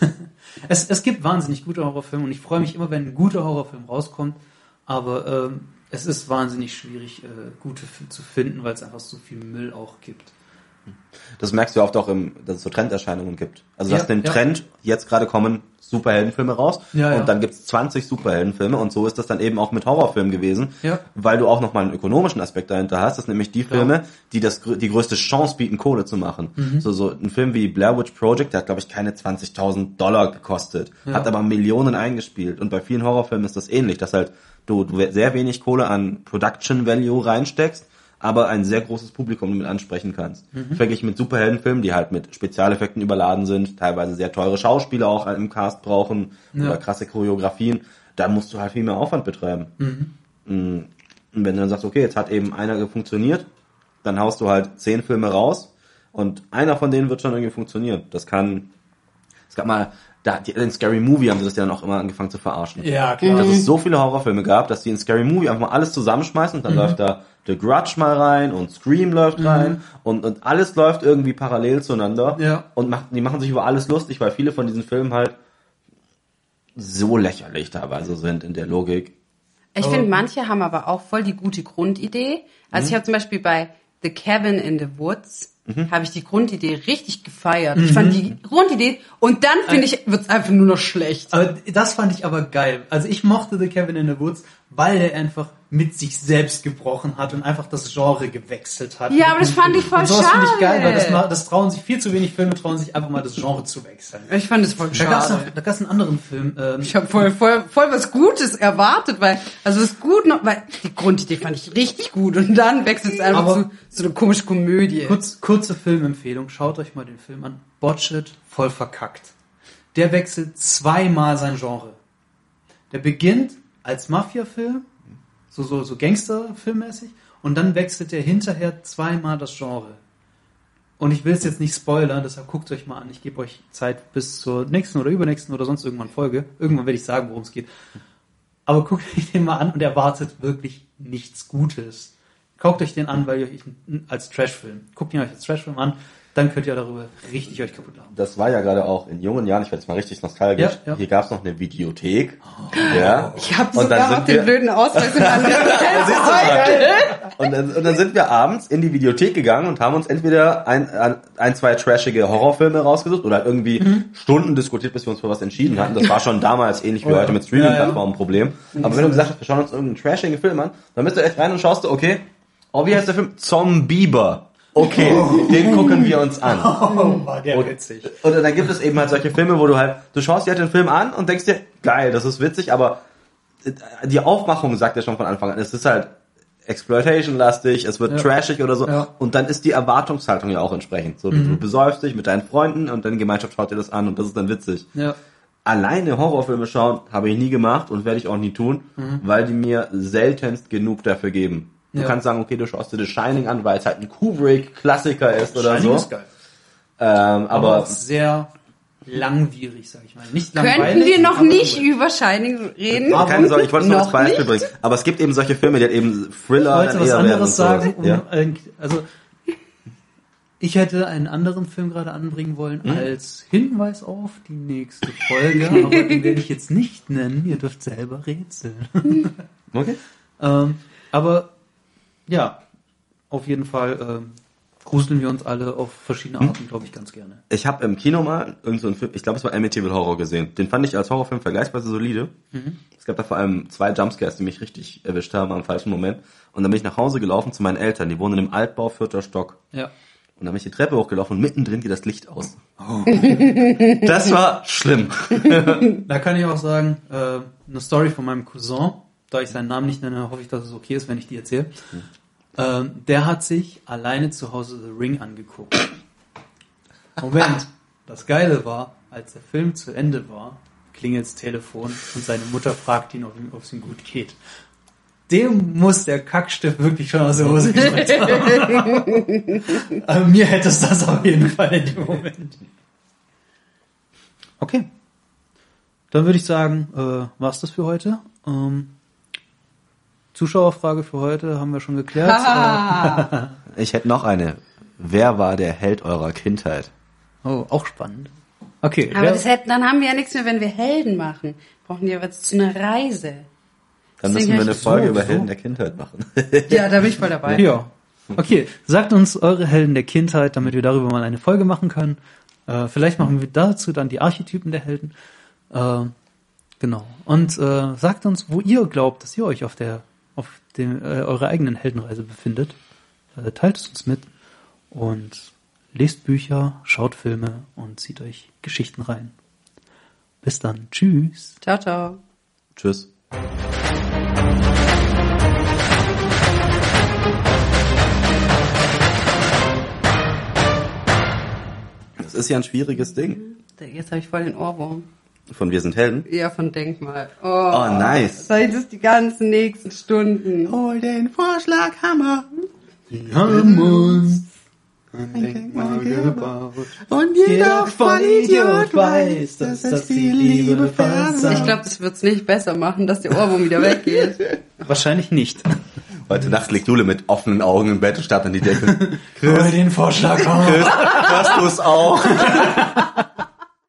Es gibt wahnsinnig gute Horrorfilme und ich freue mich immer, wenn ein guter Horrorfilm rauskommt, aber es ist wahnsinnig schwierig, gute zu finden, weil es einfach so viel Müll auch gibt. Das merkst du oft auch, dass es so Trenderscheinungen gibt. Also dass den Trend, jetzt gerade kommen Superheldenfilme raus und dann gibt's 20 Superheldenfilme und so ist das dann eben auch mit Horrorfilmen gewesen, weil du auch nochmal einen ökonomischen Aspekt dahinter hast. Das sind nämlich die Filme, die die größte Chance bieten, Kohle zu machen. So ein Film wie Blair Witch Project, der hat, glaube ich, keine $20.000 gekostet, hat aber Millionen eingespielt. Und bei vielen Horrorfilmen ist das ähnlich, dass halt du sehr wenig Kohle an Production Value reinsteckst, aber ein sehr großes Publikum damit ansprechen kannst. Verglichen mit Superheldenfilmen, die halt mit Spezialeffekten überladen sind, teilweise sehr teure Schauspieler auch im Cast brauchen oder krasse Choreografien, da musst du halt viel mehr Aufwand betreiben. Und wenn du dann sagst, okay, jetzt hat eben einer funktioniert, dann haust du halt 10 Filme raus und einer von denen wird schon irgendwie funktionieren. Es gab mal, in Scary Movie haben sie das ja dann auch immer angefangen zu verarschen. Ja, klar. Dass es so viele Horrorfilme gab, dass die in Scary Movie einfach mal alles zusammenschmeißen und dann läuft da The Grudge mal rein und Scream läuft rein und alles läuft irgendwie parallel zueinander und die machen sich über alles lustig, weil viele von diesen Filmen halt so lächerlich teilweise sind in der Logik. Ich finde, manche haben aber auch voll die gute Grundidee. Also ich habe zum Beispiel bei The Cabin in the Woods habe ich die Grundidee richtig gefeiert. Ich fand die Grundidee und dann finde ich, wird's einfach nur noch schlecht. Aber das fand ich aber geil. Also ich mochte The Cabin in the Woods, weil er einfach mit sich selbst gebrochen hat und einfach das Genre gewechselt hat. Ja, aber das fand ich voll schade. Und sowas finde ich geil, weil das trauen sich viel zu wenig Filme, trauen sich einfach mal das Genre zu wechseln. Ich fand es voll schade. Da gab's einen anderen Film. Ich habe voll was Gutes erwartet, weil die Grundidee fand ich richtig gut und dann wechselt es einfach zu so eine komische Komödie. Kurze Filmempfehlung, schaut euch mal den Film an. Botch It, voll verkackt. Der wechselt 2-mal sein Genre. Der beginnt als Mafia-Film, so Gangster-Filmmäßig, und dann wechselt er hinterher 2-mal das Genre. Und ich will es jetzt nicht spoilern, deshalb guckt euch mal an. Ich gebe euch Zeit bis zur nächsten oder übernächsten oder sonst irgendwann Folge. Irgendwann werde ich sagen, worum es geht. Aber guckt euch den mal an und erwartet wirklich nichts Gutes. Guckt euch den an, weil ihr euch als Trashfilm. Guckt ihn euch als Trashfilm an, dann könnt ihr darüber richtig euch kaputt machen. Das war ja gerade auch in jungen Jahren, ich werde jetzt mal richtig nostalgisch, hier gab es noch eine Videothek. Ich habe sogar noch den blöden Ausweis in meinem und dann sind wir abends in die Videothek gegangen und haben uns entweder ein, zwei trashige Horrorfilme rausgesucht oder irgendwie Stunden diskutiert, bis wir uns für was entschieden hatten. Das war schon damals ähnlich wie heute mit Streaming-Plattformen ein Problem. Aber wenn du gesagt hast, wir schauen uns irgendeinen trashigen Film an, dann bist du echt rein und schaust du, okay, wie heißt der Film? Zombieber. Okay, den gucken wir uns an. War der witzig. Und dann gibt es eben halt solche Filme, wo du schaust dir halt den Film an und denkst dir, geil, das ist witzig, aber die Aufmachung sagt ja schon von Anfang an, es ist halt Exploitation-lastig, es wird trashig oder so. Ja. Und dann ist die Erwartungshaltung ja auch entsprechend. So, du besäufst dich mit deinen Freunden und deine Gemeinschaft schaut dir das an und das ist dann witzig. Ja. Alleine Horrorfilme schauen habe ich nie gemacht und werde ich auch nie tun, weil die mir seltenst genug dafür geben. Du kannst sagen, okay, du schaust dir The Shining an, weil es halt ein Kubrick-Klassiker ist oder Shining so. ist geil. Aber auch sehr langwierig, sag ich mal. Nicht langweilig. Könnten wir noch aber nicht gut. über Shining reden? keine Sorge, ich wollte es nur als Noch Beispiel nicht? bringen. Aber es gibt eben solche Filme, die halt eben Thriller Ich wollte dann was eher werden und anderes so. sagen. Ja? Also ich hätte einen anderen Film gerade anbringen wollen als Hinweis auf die nächste Folge, aber den werde ich jetzt nicht nennen. Ihr dürft selber rätseln. Okay. Aber ja, auf jeden Fall gruseln wir uns alle auf verschiedene Arten, glaube ich, ganz gerne. Ich habe im Kino mal irgend so einen Film, ich glaube es war Amityville Horror gesehen. Den fand ich als Horrorfilm vergleichsweise solide. Es gab da vor allem 2 Jumpscares, die mich richtig erwischt haben am falschen Moment. Und dann bin ich nach Hause gelaufen zu meinen Eltern. Die wohnen in einem Altbau, 4. Stock. Ja. Und dann bin ich die Treppe hochgelaufen und mittendrin geht das Licht aus. Das war schlimm. Da kann ich auch sagen, eine Story von meinem Cousin, da ich seinen Namen nicht nenne, hoffe ich, dass es okay ist, wenn ich die erzähle. Der hat sich alleine zu Hause The Ring angeguckt. Moment, das Geile war, als der Film zu Ende war, klingelt's Telefon und seine Mutter fragt ihn, ob es ihm gut geht. Dem muss der Kackstift wirklich schon aus der Hose geschmeckt haben. Aber mir hätte es das auf jeden Fall in dem Moment. Okay. Dann würde ich sagen, war's das für heute. Zuschauerfrage für heute haben wir schon geklärt. Ich hätte noch eine. Wer war der Held eurer Kindheit? Oh, auch spannend. Okay. Aber dann haben wir ja nichts mehr, wenn wir Helden machen. Brauchen wir jetzt zu einer Reise. Dann müssen wir eine Folge über Helden der Kindheit machen. Ja, da bin ich voll dabei. Ja. Okay, sagt uns eure Helden der Kindheit, damit wir darüber mal eine Folge machen können. Vielleicht machen wir dazu dann die Archetypen der Helden. Genau. Und sagt uns, wo ihr glaubt, dass ihr euch auf eurer eigenen Heldenreise befindet. Teilt es uns mit und lest Bücher, schaut Filme und zieht euch Geschichten rein. Bis dann. Tschüss. Ciao, ciao. Tschüss. Das ist ja ein schwieriges Ding. Jetzt habe ich voll den Ohrwurm. Von Wir sind Helden? Ja, von Denkmal. Oh, nice. Soll ich das die ganzen nächsten Stunden? Hol den Vorschlaghammer. Wir haben uns ein Denkmal gebaut. Und jeder Vollidiot weiß, dass das die Liebe versagt. Ich glaube, das wird's nicht besser machen, dass der Ohrwurm wieder weggeht. Wahrscheinlich nicht. Heute Nacht liegt Jule mit offenen Augen im Bett und starrt an die Decke. Hol den Vorschlag. Hörst du es auch?